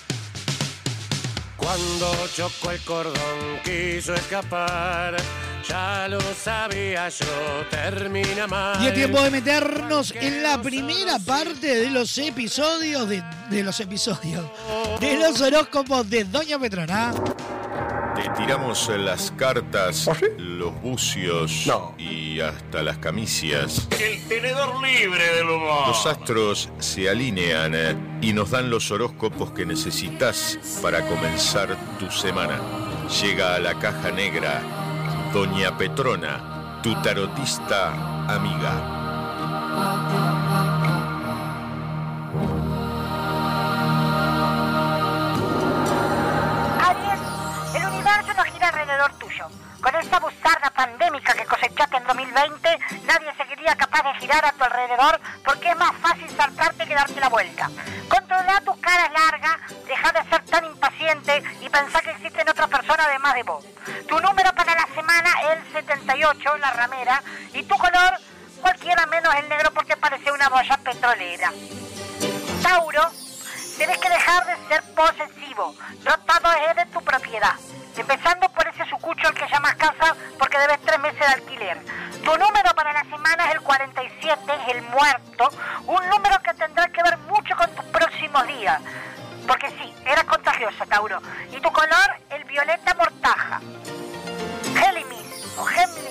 Cuando chocó el cordón quiso escapar, ya lo sabía yo, termina mal. Y es tiempo de meternos en la primera parte de los episodios de los horóscopos de Doña Petrona. Te tiramos las cartas, los bucios y hasta las camicias. El tenedor libre del humor. Los astros se alinean y nos dan los horóscopos que necesitas para comenzar tu semana. Llega a la caja negra Doña Petrona, tu tarotista amiga. No gira alrededor tuyo. Con esta bustarda pandémica que cosechaste en 2020, nadie seguiría capaz de girar a tu alrededor porque es más fácil saltarte que darte la vuelta. Controla tus caras largas, deja de ser tan impaciente y pensá que existen otras personas además de vos. Tu número para la semana es el 78, la ramera, y tu color cualquiera menos el negro porque parece una boya petrolera. Tauro, tenés que dejar de ser posesivo. No todo es de tu propiedad. Empezando por ese sucucho al que llamas casa porque debes 3 meses de alquiler. Tu número para la semana es el 47, es el muerto. Un número que tendrá que ver mucho con tus próximos días. Porque sí, eras contagioso, Tauro. Y tu color, el violeta mortaja. Géminis, o Géminis.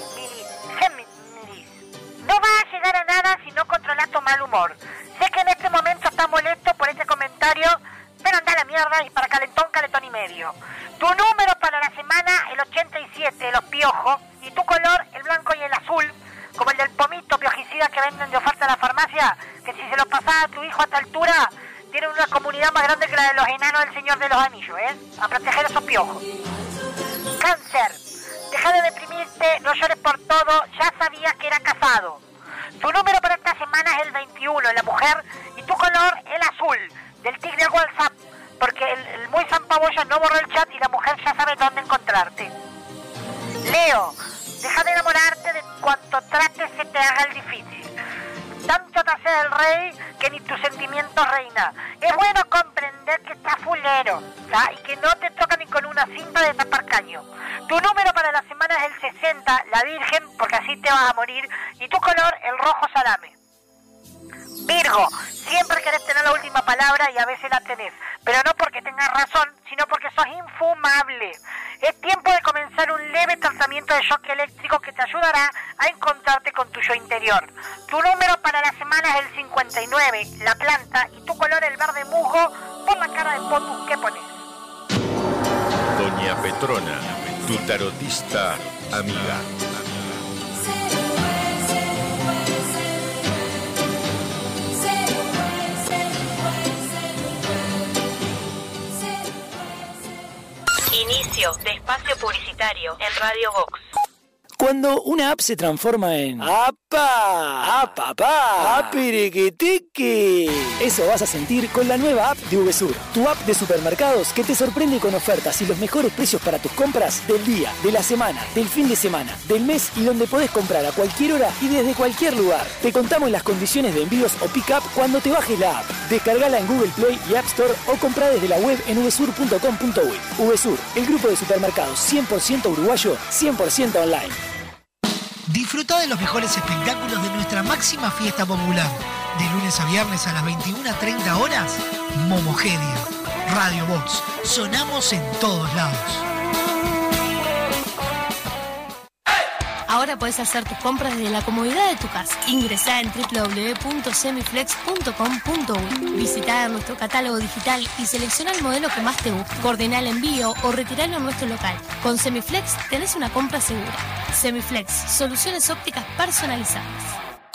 No vas a llegar a nada si no controlas tu mal humor. Sé que en este momento estás molesto por este comentario, pero anda a la mierda y para calentón y medio. Tu número para la semana, el 87, los piojos, y tu color, el blanco y el azul, como el del pomito piojicida que venden de oferta en la farmacia, que si se lo pasás a tu hijo a esta altura, tiene una comunidad más grande que la de los enanos del Señor de los Anillos, a proteger esos piojos. Cáncer, deja de deprimirte, no llores por todo, ya sabías que era casado. Tu número para esta semana es el 21, la mujer, y tu color, el azul, del tigre al WhatsApp, porque el muy zampaboya no borró el chat y la mujer ya sabe dónde encontrarte. Leo, deja de enamorarte de cuanto trates se te haga el difícil. Tanto te hace el rey que ni tus sentimientos reina. Es bueno comprender que estás fulero, ¿sabes? Y que no te toca ni con una cinta de tapar caño. Tu número para la semana es el 60, la Virgen, porque así te vas a morir, y tu color, el rojo salame. Virgo, siempre querés tener la última palabra y a veces la tenés, pero no porque tengas razón, sino porque sos infumable. Es tiempo de comenzar un leve tratamiento de shock eléctrico que te ayudará a encontrarte con tu yo interior. Tu número para la semana es el 59, la planta, y tu color el verde musgo, por la cara de potus que pones. Doña Petrona, tu tarotista amiga. Inicio de espacio publicitario en Radio Vox. Cuando una app se transforma en ¡apa! ¡Apapá! ¡Apiriquitiqui! Eso vas a sentir con la nueva app de VSUR, tu app de supermercados que te sorprende con ofertas y los mejores precios para tus compras del día, de la semana, del fin de semana, del mes y donde podés comprar a cualquier hora y desde cualquier lugar. Te contamos las condiciones de envíos o pick-up cuando te bajes la app. Descargala en Google Play y App Store o comprá desde la web en vsur.com.uy. VSUR, el grupo de supermercados 100% uruguayo, 100% online. Disfruta de los mejores espectáculos de nuestra máxima fiesta popular. De lunes a viernes a las 21:30 horas, Momogedia. Radio Vox. Sonamos en todos lados. Ahora podés hacer tus compras desde la comodidad de tu casa. Ingresá en www.semiflex.com.uy. Visitá nuestro catálogo digital y selecciona el modelo que más te guste. Coordina el envío o retiralo en nuestro local. Con Semiflex tenés una compra segura. Semiflex, soluciones ópticas personalizadas.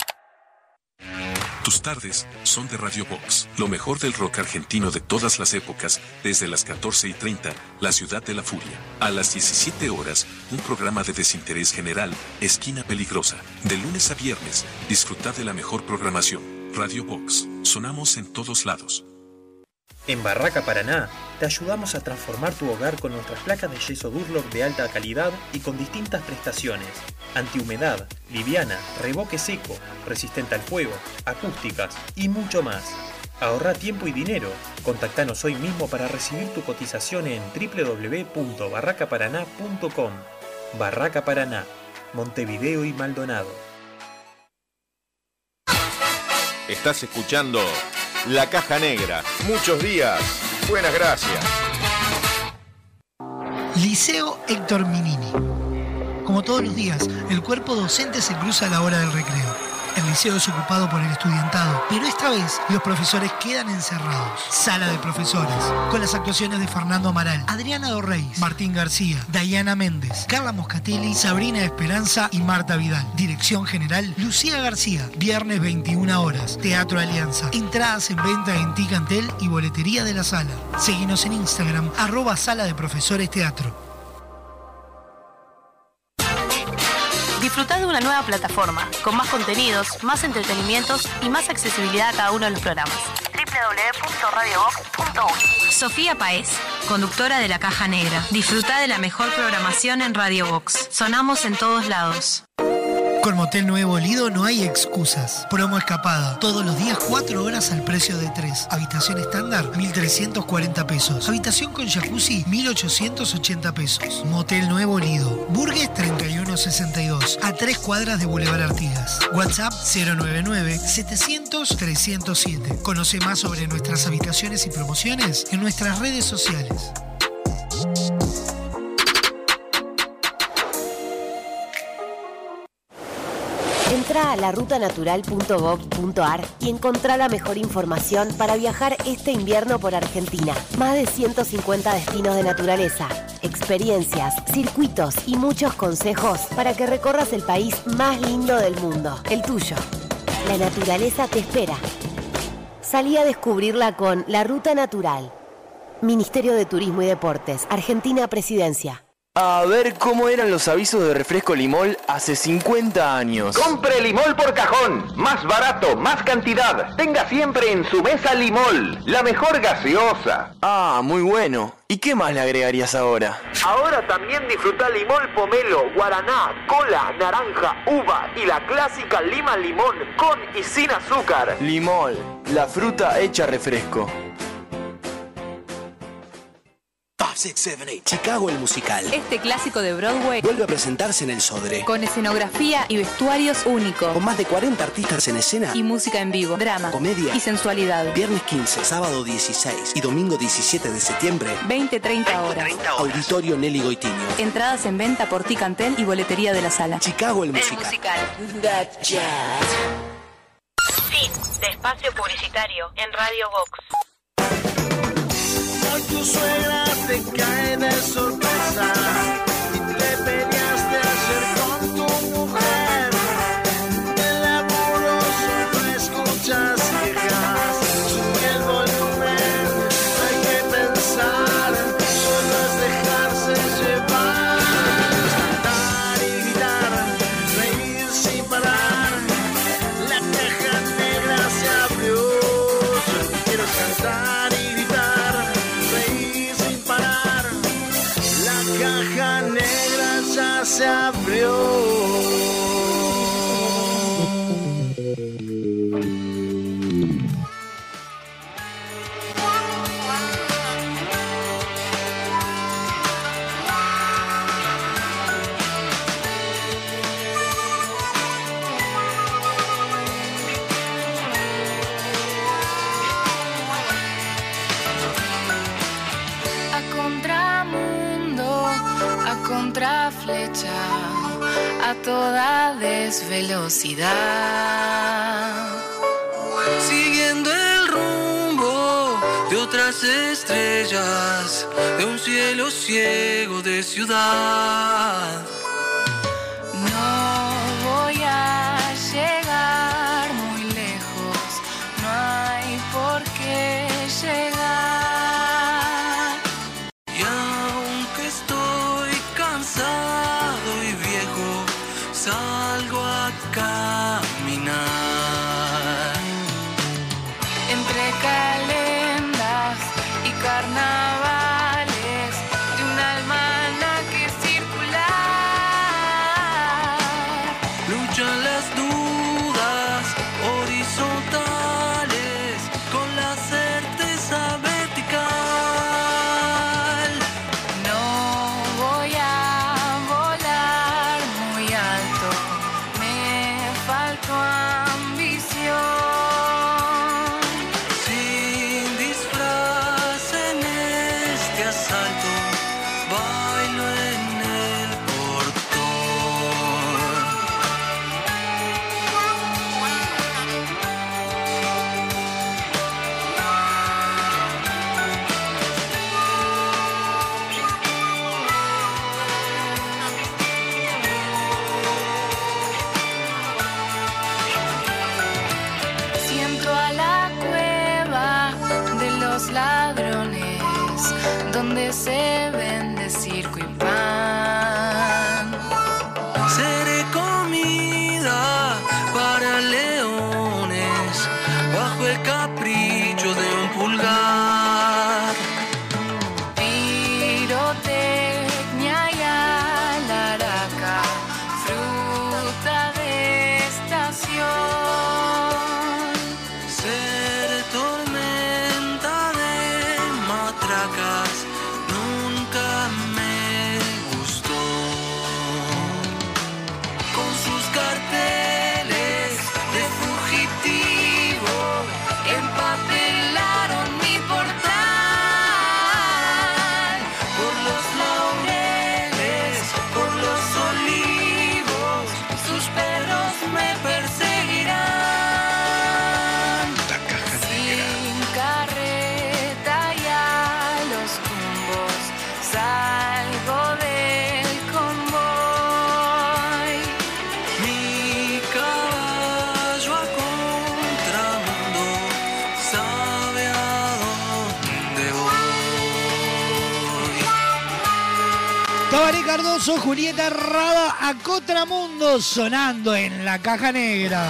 Tus tardes son de Radio Vox, lo mejor del rock argentino de todas las épocas, desde las 14:30, La Ciudad de la Furia. A las 17 horas, un programa de desinterés general, Esquina Peligrosa. De lunes a viernes, disfruta de la mejor programación. Radio Vox, sonamos en todos lados. En Barraca Paraná te ayudamos a transformar tu hogar con nuestras placas de yeso Durlock de alta calidad y con distintas prestaciones: antihumedad, liviana, revoque seco, resistente al fuego, acústicas y mucho más. Ahorra tiempo y dinero. Contactanos hoy mismo para recibir tu cotización en www.barracaparaná.com. Barraca Paraná, Montevideo y Maldonado. Estás escuchando La Caja Negra. Muchos días. Buenas gracias. Liceo Héctor Minini. Como todos los días, el cuerpo docente se cruza a la hora del recreo. El liceo es ocupado por el estudiantado, pero esta vez los profesores quedan encerrados. Sala de profesores, con las actuaciones de Fernando Amaral, Adriana Dorreis, Martín García, Dayana Méndez, Carla Moscatelli, Sabrina Esperanza y Marta Vidal. Dirección general, Lucía García. Viernes 21 horas, Teatro Alianza. Entradas en venta en Ticantel y boletería de la sala. Seguinos en Instagram, @Sala de Profesores Teatro. Disfrutá de una nueva plataforma, con más contenidos, más entretenimientos y más accesibilidad a cada uno de los programas. www.radiobox.uy. Sofía Paez, conductora de La Caja Negra. Disfruta de la mejor programación en Radio Box. Sonamos en todos lados. Con Motel Nuevo Lido no hay excusas. Promo escapada. Todos los días 4 horas al precio de 3. Habitación estándar, 1.340 pesos. Habitación con jacuzzi, 1.880 pesos. Motel Nuevo Lido. Burgues 3162. A 3 cuadras de Boulevard Artigas. WhatsApp 099-700-307. Conoce más sobre nuestras habitaciones y promociones en nuestras redes sociales. Entra a larutanatural.gov.ar y encontrá la mejor información para viajar este invierno por Argentina. Más de 150 destinos de naturaleza, experiencias, circuitos y muchos consejos para que recorras el país más lindo del mundo, el tuyo. La naturaleza te espera. Salí a descubrirla con La Ruta Natural. Ministerio de Turismo y Deportes, Argentina Presidencia. A ver cómo eran los avisos de refresco Limol hace 50 años. Compre Limol por cajón. Más barato, más cantidad. Tenga siempre en su mesa Limol. La mejor gaseosa. Ah, muy bueno. ¿Y qué más le agregarías ahora? Ahora también disfruta Limol Pomelo, Guaraná, Cola, Naranja, Uva y la clásica Lima Limón con y sin azúcar. Limol, la fruta hecha refresco. 5, 6, 7, 8. Chicago el musical. Este clásico de Broadway Vuelve a presentarse en el Sodre. con escenografía y vestuarios únicos. Con más de 40 artistas en escena. Y música en vivo, drama, comedia y sensualidad. Viernes 15, sábado 16 y domingo 17 de septiembre. 20-30 horas. Auditorio Nelly Goitiño. Entradas en venta por Ticantel y boletería de la sala. Chicago el musical. Fin de espacio publicitario en Radio Box. Hoy tu suegra te cae de sorpresa y te peleaste ayer con tu mujer. El amoroso no escuchas quejas, sube el volumen, hay que pensar, solo es dejarse llevar. Cantar y gritar, reír sin parar, la caja negra se abrió. Solo quiero cantar y gritar, reír sin parar, la caja negra ya se abrió. A contramundo, a contraflecha, a toda desvelocidad. Siguiendo el rumbo de otras estrellas, de un cielo ciego de ciudad. No voy a llegar muy lejos, no hay por qué llegar. Y aunque estoy cansado y viejo, salgo a caminar. Entre calendas donde se vende circo y pan. Seré comida para leones bajo el capricho de un pulgar. Pirotecnia y alaraca, fruta de estación. Ser tormenta de matracas nunca me gustó. Con sus carteles de fugitivo empapelaron mi portal. Por los laureles, por los olivos, sus perros me perseguirán. Sin carreta y a los tumbos salgo del convoy. Mi caballo a contramundo sabe a dónde voy. Tabaré Cardoso, Julieta Rada, a Contramundo, sonando en la caja negra.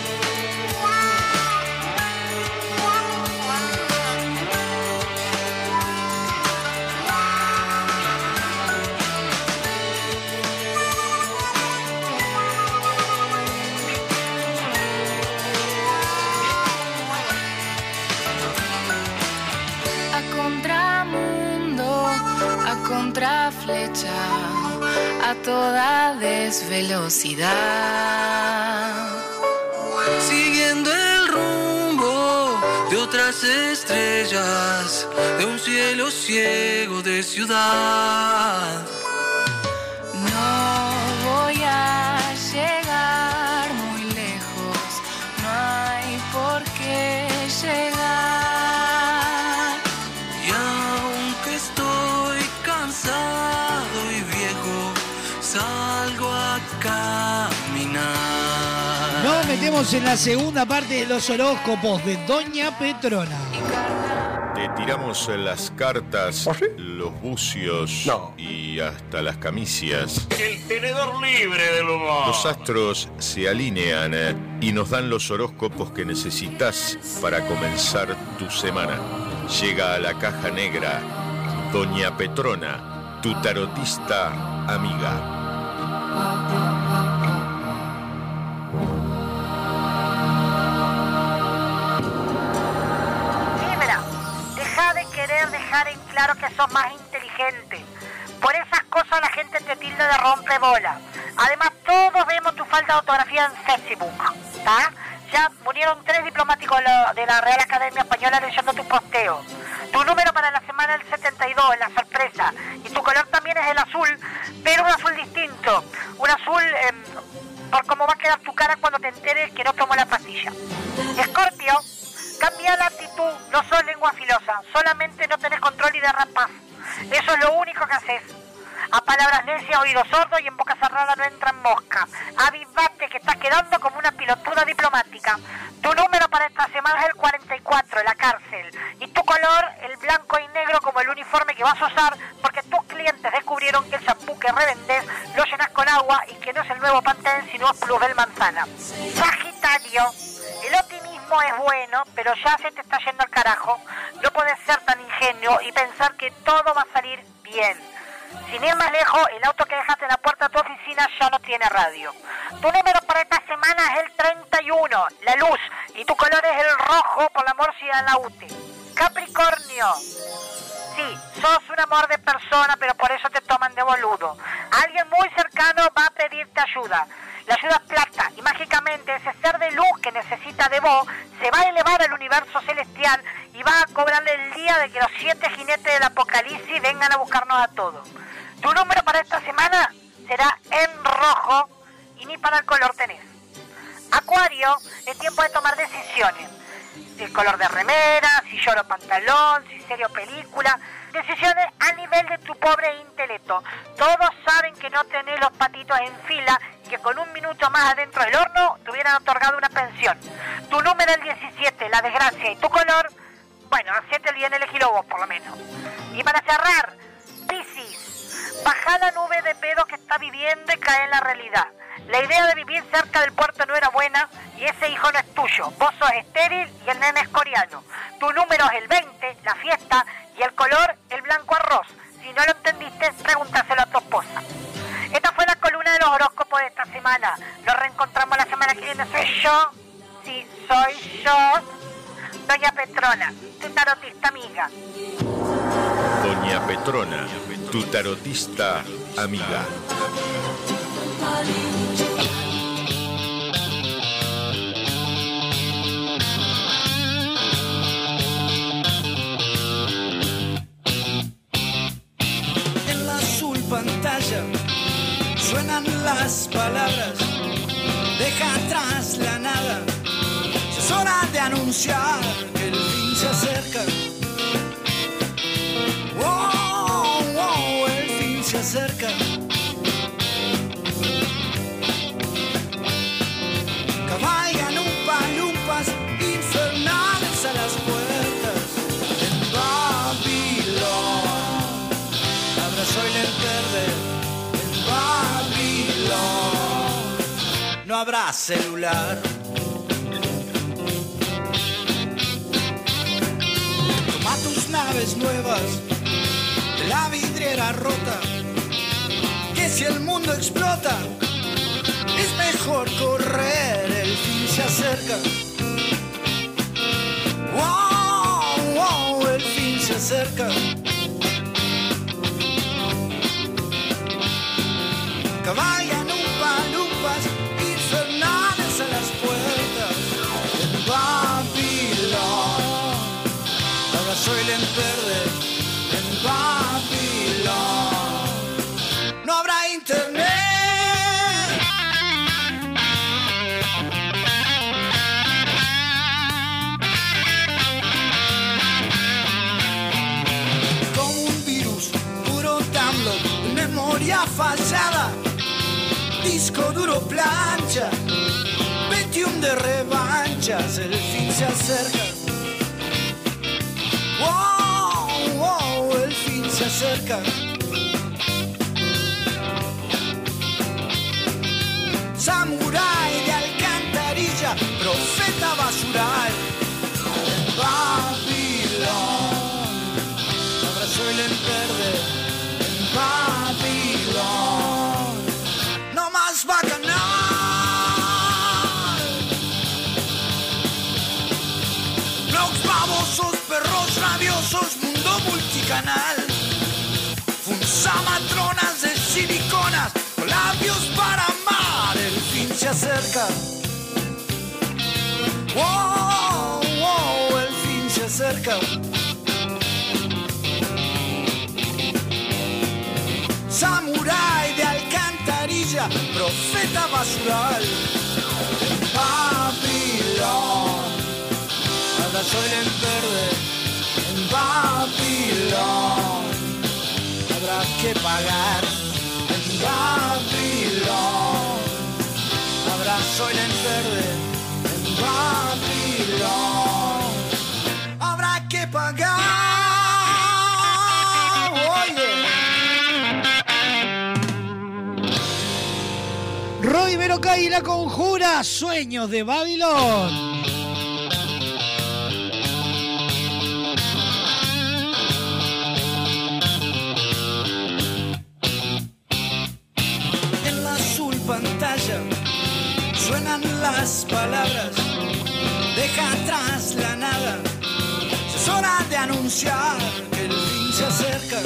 A contramundo, a contraflecha, a toda desvelocidad. Siguiendo el rumbo de otras estrellas, de un cielo ciego de ciudad. No voy a llegar muy lejos, no hay por qué llegar. Y aunque estoy cansado y viejo, salgo a caminar. Nos metemos en la segunda parte de los horóscopos de Doña Petrona. Te tiramos las cartas, los bucios y hasta las camicias. El tenedor libre del humor. Los astros se alinean y nos dan los horóscopos que necesitas para comenzar tu semana. Llega a la caja negra Doña Petrona, tu tarotista amiga. Dejar en claro que sos más inteligente. Por esas cosas la gente te tilda de rompebola. Además, todos vemos tu falta de ortografía en Facebook, ¿tá? Ya murieron 3 diplomáticos de la Real Academia Española leyendo tu posteo. Tu número para la semana es el 72, la sorpresa. Y tu color también es el azul, pero un azul distinto. Un azul por cómo va a quedar tu cara cuando te enteres que no tomó la pastilla. Escorpio, cambia la actitud, no sos lengua filosa, solamente no tenés control y derrapás. Eso es lo único que haces. A palabras necias, oídos sordos y en boca cerrada no entran mosca. Avivate que estás quedando como una pilotuda diplomática. Tu número para esta semana es el 44, la cárcel. Y tu color, el blanco y negro como el uniforme que vas a usar, porque tus clientes descubrieron que el champú que revendés lo llenas con agua y que no es el nuevo Pantene, sino es Plusbel Manzana. Sagitario, el optimismo es bueno, pero ya se te está yendo al carajo. No podés ser tan ingenuo y pensar que todo va a salir bien. Sin ir más lejos, el auto que dejaste en la puerta de tu oficina ya no tiene radio. Tu número para esta semana es el 31, la luz, y tu color es el rojo por la morcilla de la UTE. Capricornio, sí, sos un amor de persona, pero por eso te toman de boludo. Alguien muy cercano va a pedirte ayuda. La ayuda es plata, y mágicamente ese ser de luz que necesita de vos se va a elevar al universo celestial y va a cobrarle el día de que los 7 jinetes del apocalipsis vengan a buscarnos a todos. Tu número para esta semana será en rojo y ni para el color tenés. Acuario, es tiempo de tomar decisiones. El color de remera, si lloro pantalón, si serio película. Decisiones a nivel de tu pobre intelecto. Todos saben que no tenés los patitos en fila y que con un minuto más adentro del horno te hubieran otorgado una pensión. Tu número es el 17, la desgracia, y tu color, Bueno, hacete el bien, elegilo vos, por lo menos. Y para cerrar, Piscis, bajá la nube de pedo que está viviendo y cae en la realidad. La idea de vivir cerca del puerto no era buena y ese hijo no es tuyo. Vos sos estéril y el nene es coreano. Tu número es el 20, la fiesta, y el color, el blanco arroz. Si no lo entendiste, pregúntaselo a tu esposa. Esta fue la columna de los horóscopos de esta semana. Nos reencontramos la semana que viene. Soy yo, sí, soy yo, Doña Petrona, tu tarotista amiga. Doña Petrona, tu tarotista amiga. En la azul pantalla suenan las palabras, deja atrás la nada, es hora de anunciar que el fin se acerca. Oh, oh, el fin se acerca. Cabalgan lumpas infernales a las puertas en Babilón. Abrazo y verde en Babilón. No habrá celular. Toma tus naves nuevas de la vidriera rota, que si el mundo explota es mejor correr, el fin se acerca. Wow, wow, el fin se acerca. Cabalgan lumpas infernales a las puertas del Babilón. Ahora soy el verde en Babilón. No habrá internet. Memoria fallada, disco duro plancha, 21 de revanchas, el fin se acerca. Wow, wow, el fin se acerca. Samurái de alcantarilla, profeta basural, en Babilón. Abrazo el verde. Babilón, no más bacanal. Blogs babosos, perros rabiosos, mundo multicanal. Funsamatronas de siliconas, con labios para amar, el fin se acerca. Wow, wow, el fin se acerca. Samurái de alcantarilla, profeta basural, Babilón. Abrazo el verde en Babilón. Habrá que pagar en Babilón. Abrazo el verde en Babilón. Habrá que pagar. Oye. Roy Berocay y la Conjura, Sueños de Babilón. En la azul pantalla suenan las palabras, deja atrás la nada, es hora de anunciar que el fin se acerca.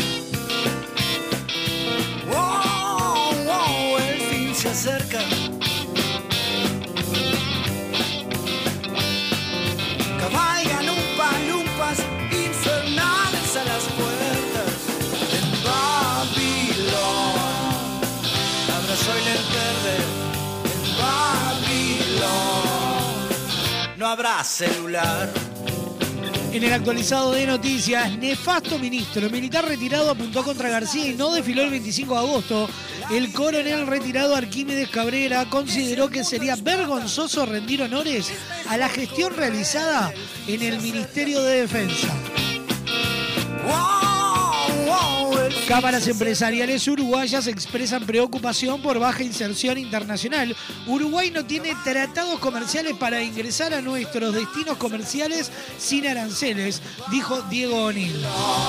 Wow, wow, el fin se acerca. Cabalgan lumpas infernales a las puertas en Babilón. Abrazo el verde en Babilón. No habrá celular. En el actualizado de noticias, nefasto ministro militar retirado apuntó contra García y no desfiló el 25 de agosto. El coronel retirado Arquímedes Cabrera consideró que sería vergonzoso rendir honores a la gestión realizada en el Ministerio de Defensa. Cámaras empresariales uruguayas expresan preocupación por baja inserción internacional. Uruguay no tiene tratados comerciales para ingresar a nuestros destinos comerciales sin aranceles, dijo Diego O'Neill.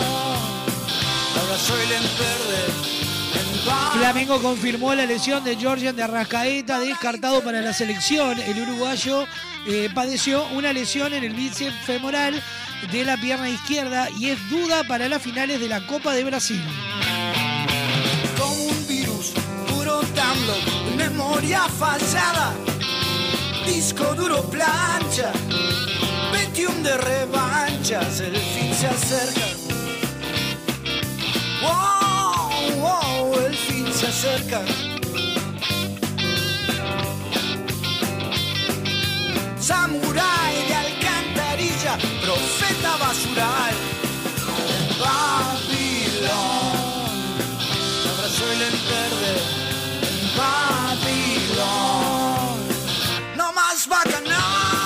Flamengo confirmó la lesión de Georgian de Arrascaeta, descartado para la selección. El uruguayo padeció una lesión en el bíceps femoral de la pierna izquierda y es duda para las finales de la Copa de Brasil. Como un virus, puro download, memoria falsada, disco duro plancha, 21 de revanchas, el fin se acerca. Wow, wow, el fin se acerca. Samurai de alcantarilla, profeta basural, Babilón, abrazó el verde, Babilón, no más bacanal.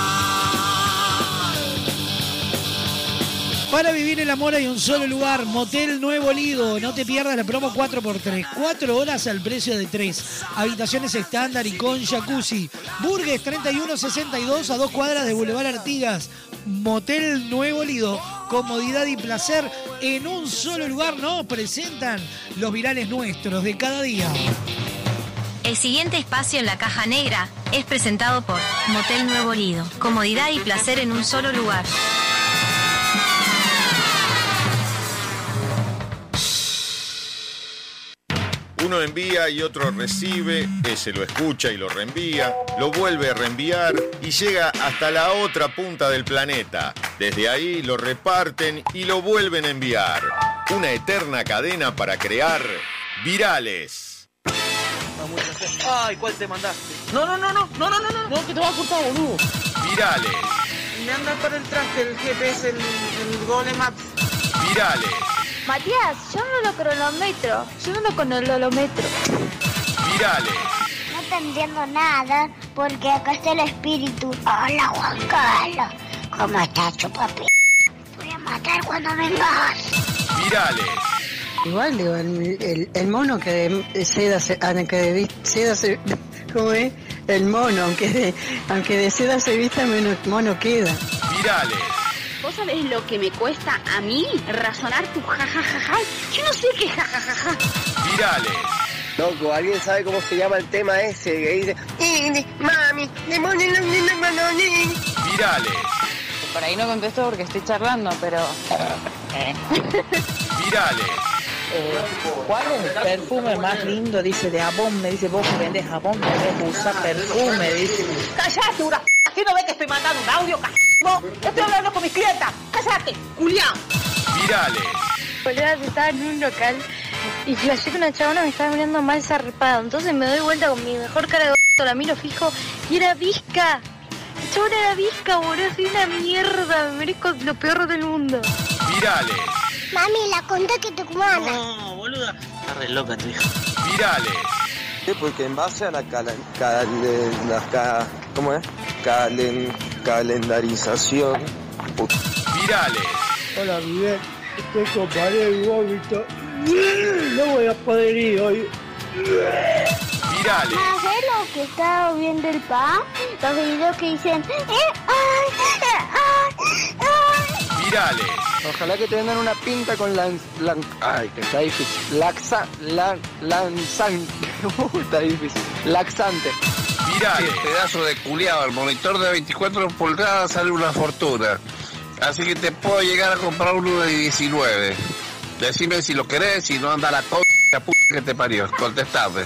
Para vivir el amor hay un solo lugar, Motel Nuevo Lido. No te pierdas la promo 4x3. 4 horas al precio de 3. Habitaciones estándar y con jacuzzi. Burgues 3162 a 2 cuadras de Boulevard Artigas. Motel Nuevo Lido. Comodidad y placer en un solo lugar. Nos presentan los virales nuestros de cada día. El siguiente espacio en la caja negra es presentado por Motel Nuevo Lido. Comodidad y placer en un solo lugar. Uno envía y otro recibe, ese lo escucha y lo reenvía, lo vuelve a reenviar y llega hasta la otra punta del planeta. Desde ahí lo reparten y lo vuelven a enviar. Una eterna cadena para crear virales. Ay, ¿cuál te mandaste? No, que te va a cortar, boludo. Virales. Me anda para el traste el GPS, el Google Maps. Virales. Matías, yo no lo cronometro, yo no lo cronometro. Virales. No te entiendo nada, porque acá está el espíritu. Hola, Juan Carlos. ¿Cómo estás, chupapi? Voy a matar cuando vengas. Virales. Igual, digo, el mono que de seda se... ¿Cómo es? El mono, aunque de seda se vista, menos mono queda. Virales. ¿Vos sabés lo que me cuesta a mí razonar tu jajajaja? Yo no sé qué jajajaja. Virales. Loco, ¿alguien sabe cómo se llama el tema ese que dice mami, virales? Por ahí no contesto porque estoy charlando, pero... Virales. ¿Cuál es el perfume más lindo? Dice de Avon, me dice vos que vendés Avon, que usar perfume, dice. ¡Cállate, una ¿Qué no ves que estoy mandando un audio, No, estoy hablando con mis clientas. ¡Cállate, Julián! Virales. Boluda, estaba en un local y flashé que una chabona me estaba mirando mal zarpado. Entonces me doy vuelta con mi mejor cara de la miro fijo y era visca. La chabona era visca, boludo. Soy una mierda. Me merezco lo peor del mundo. Virales. Mami, la conté que te cumana. No, boluda. Está re loca tu hija. Virales. Porque en base a la calendarización. Virales. Hola, Miguel. Estoy con pared y vómito. No voy a poder ir hoy. Virales. ¿Sabes lo que estaba viendo el pan? Los videos que dicen... Virales. Ojalá que te vendan una pinta con ay, que está difícil. Está difícil. Laxante. Virales. Sí, pedazo de culiado. El monitor de 24 pulgadas sale una fortuna. Así que te puedo llegar a comprar uno de 19. Decime si lo querés, si no anda la puta que te parió. Contestame.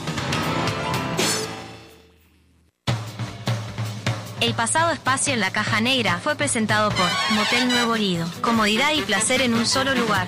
El pasado espacio en la caja negra fue presentado por Motel Nuevo Lido. Comodidad y placer en un solo lugar.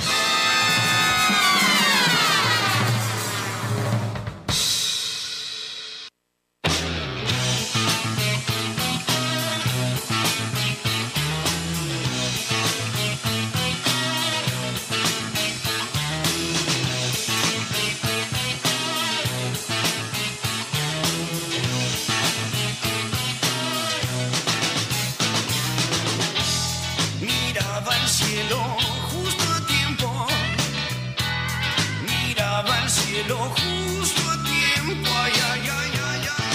Miraba el cielo justo a tiempo. Miraba el cielo justo a tiempo. Ay, ay, ay, ay, ay, ay.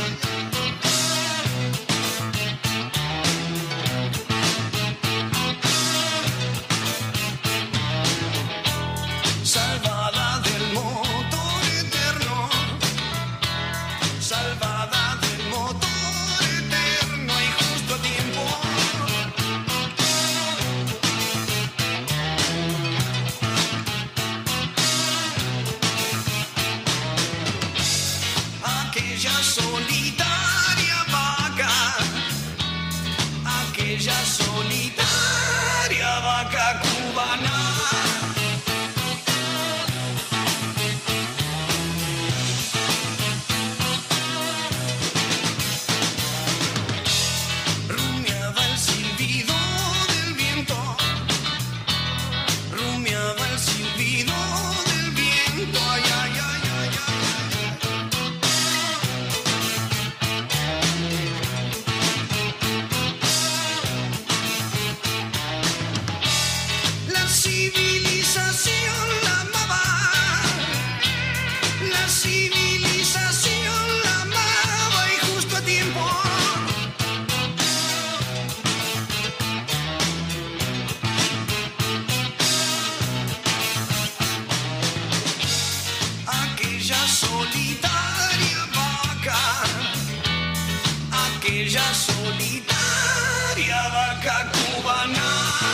Salvada del motor eterno. Salvada del motor eterno y justo a tiempo. Aquella solitaria vaca, aquella solitaria vaca cubana. Rumiaba el silbido del viento, rumiaba el silbido del viento, ay, ay, ay, ay, ay. La civilización la amaba, la civilización la amaba y justo a tiempo. Aquella solitaria vaca, aquella solitaria vaca cubana.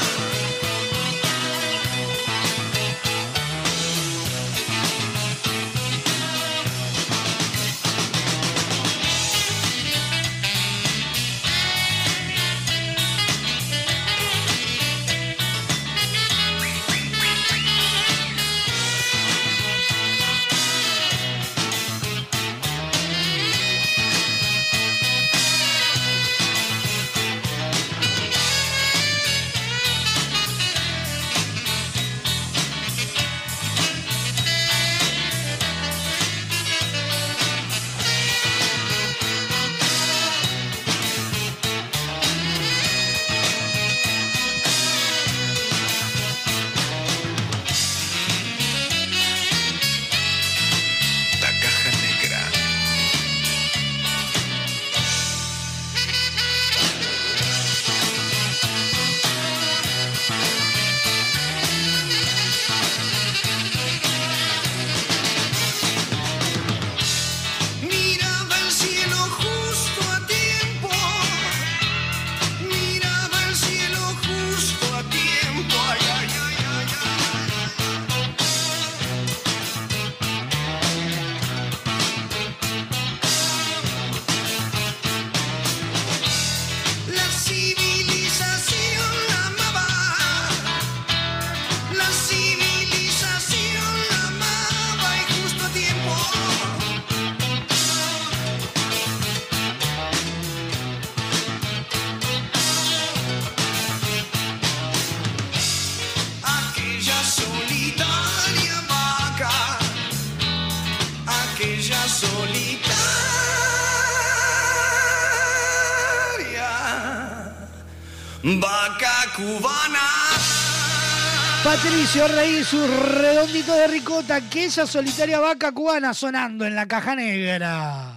La caja negra. Miraba el cielo justo a tiempo. Miraba el cielo justo a tiempo. Ay, ay, ay, ay, ay. La civilización la amaba, la civilización la amaba y justo a tiempo. Aquella solitaria vaca, aquella solitaria vaca cubana. Patricio Rey, su redondito de ricota, aquella solitaria vaca cubana sonando en la caja negra.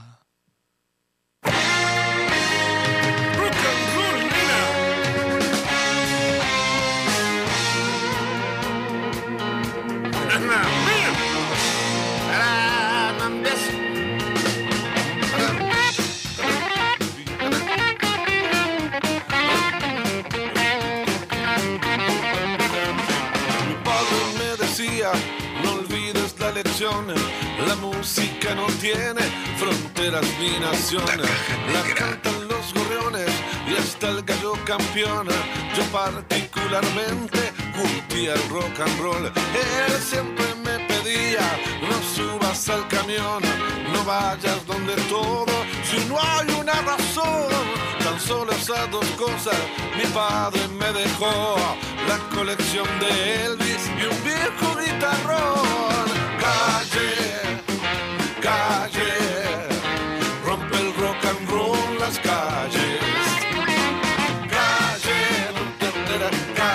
No olvides la lección, la música no tiene fronteras ni naciones. La cantan los gorriones y hasta el gallo campeón. Yo particularmente curtía el rock and roll. Él siempre me pedía, no subas al camión, no vayas donde todo, si no hay una razón. Tan solo esas dos cosas mi padre me dejó, la colección de Elvis y un viejo guitarrón. Calle, calle, rompe el rock and roll las calles. Calle, calle.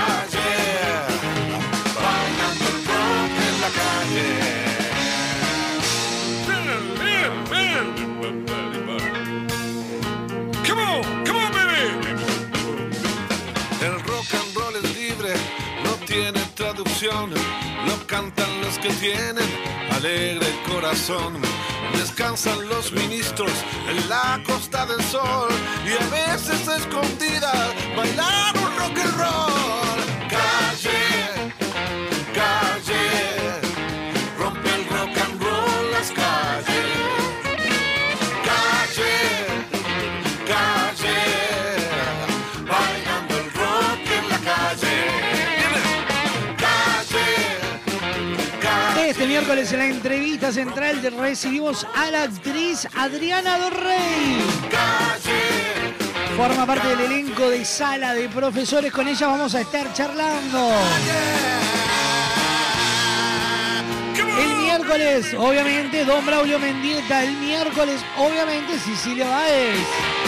tiene traducción, lo cantan los que tienen alegre corazón. Descansan los ministros en la Costa del Sol y a veces escondidas bailar un rock and roll. Calle, calle, rompe el rock and roll las calles. Calle, calle, bailando el rock en la calle. Este miércoles en la entrevista central recibimos a la actriz Adriana Dorrey. Forma parte del elenco de Sala de Profesores. Con ella vamos a estar charlando. El miércoles, obviamente, Don Braulio Mendieta. El miércoles, obviamente, Cecilia Báez.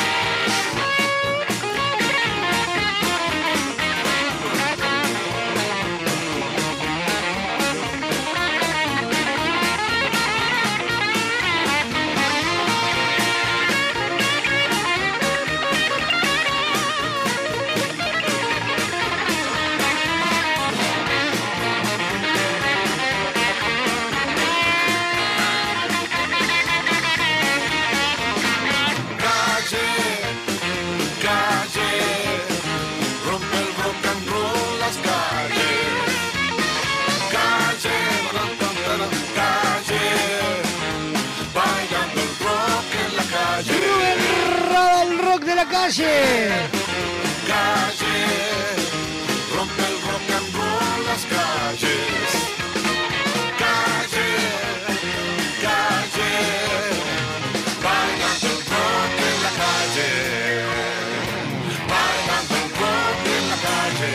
Calle, calle, rompe el rock and roll las calles. Calle, calle, bailando el rock en la calle. Bailando el rock en la calle.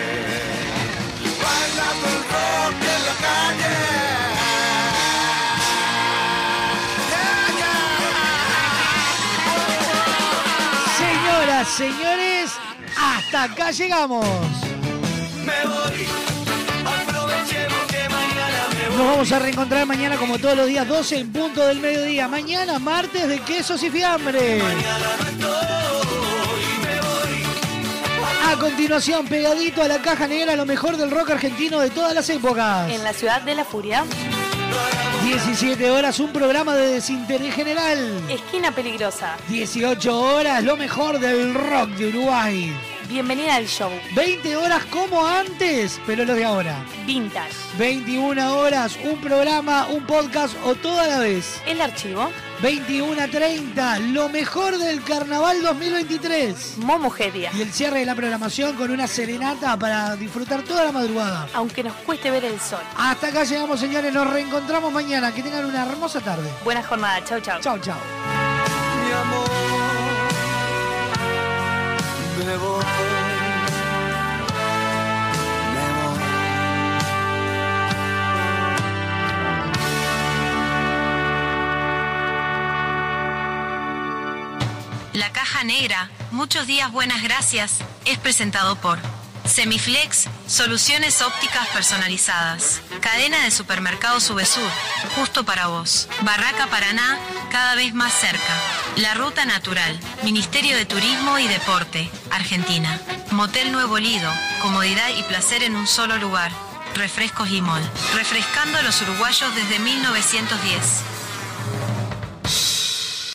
Bailando el rock en la calle. Señores, hasta acá llegamos. Me voy, aprovechemos que mañana me voy. Nos vamos a reencontrar mañana como todos los días, 12 en punto del mediodía. Mañana, martes de quesos y fiambres. Mañana no estoy, me voy. A continuación, pegadito a la caja negra, lo mejor del rock argentino de todas las épocas. En la ciudad de la furia. 17 horas, un programa de desinterés general. Esquina peligrosa. 18 horas, lo mejor del rock de Uruguay. Bienvenida al show. 20 horas como antes, pero lo de ahora. Vintage. 21 horas, un programa, un podcast o todo a la vez. El archivo. 21:30, lo mejor del carnaval 2023. Momo Gedia. Y el cierre de la programación con una serenata para disfrutar toda la madrugada. Aunque nos cueste ver el sol. Hasta acá llegamos, señores. Nos reencontramos mañana. Que tengan una hermosa tarde. Buena jornada. Chau, chau. Chau, chau. Mi amor, me voy. La Caja Negra, muchos días buenas gracias, es presentado por Semiflex, soluciones ópticas personalizadas. Cadena de supermercados Subesur, justo para vos. Barraca Paraná, cada vez más cerca. La Ruta Natural, Ministerio de Turismo y Deporte, Argentina. Motel Nuevo Lido, comodidad y placer en un solo lugar. Refrescos Imol, refrescando a los uruguayos desde 1910.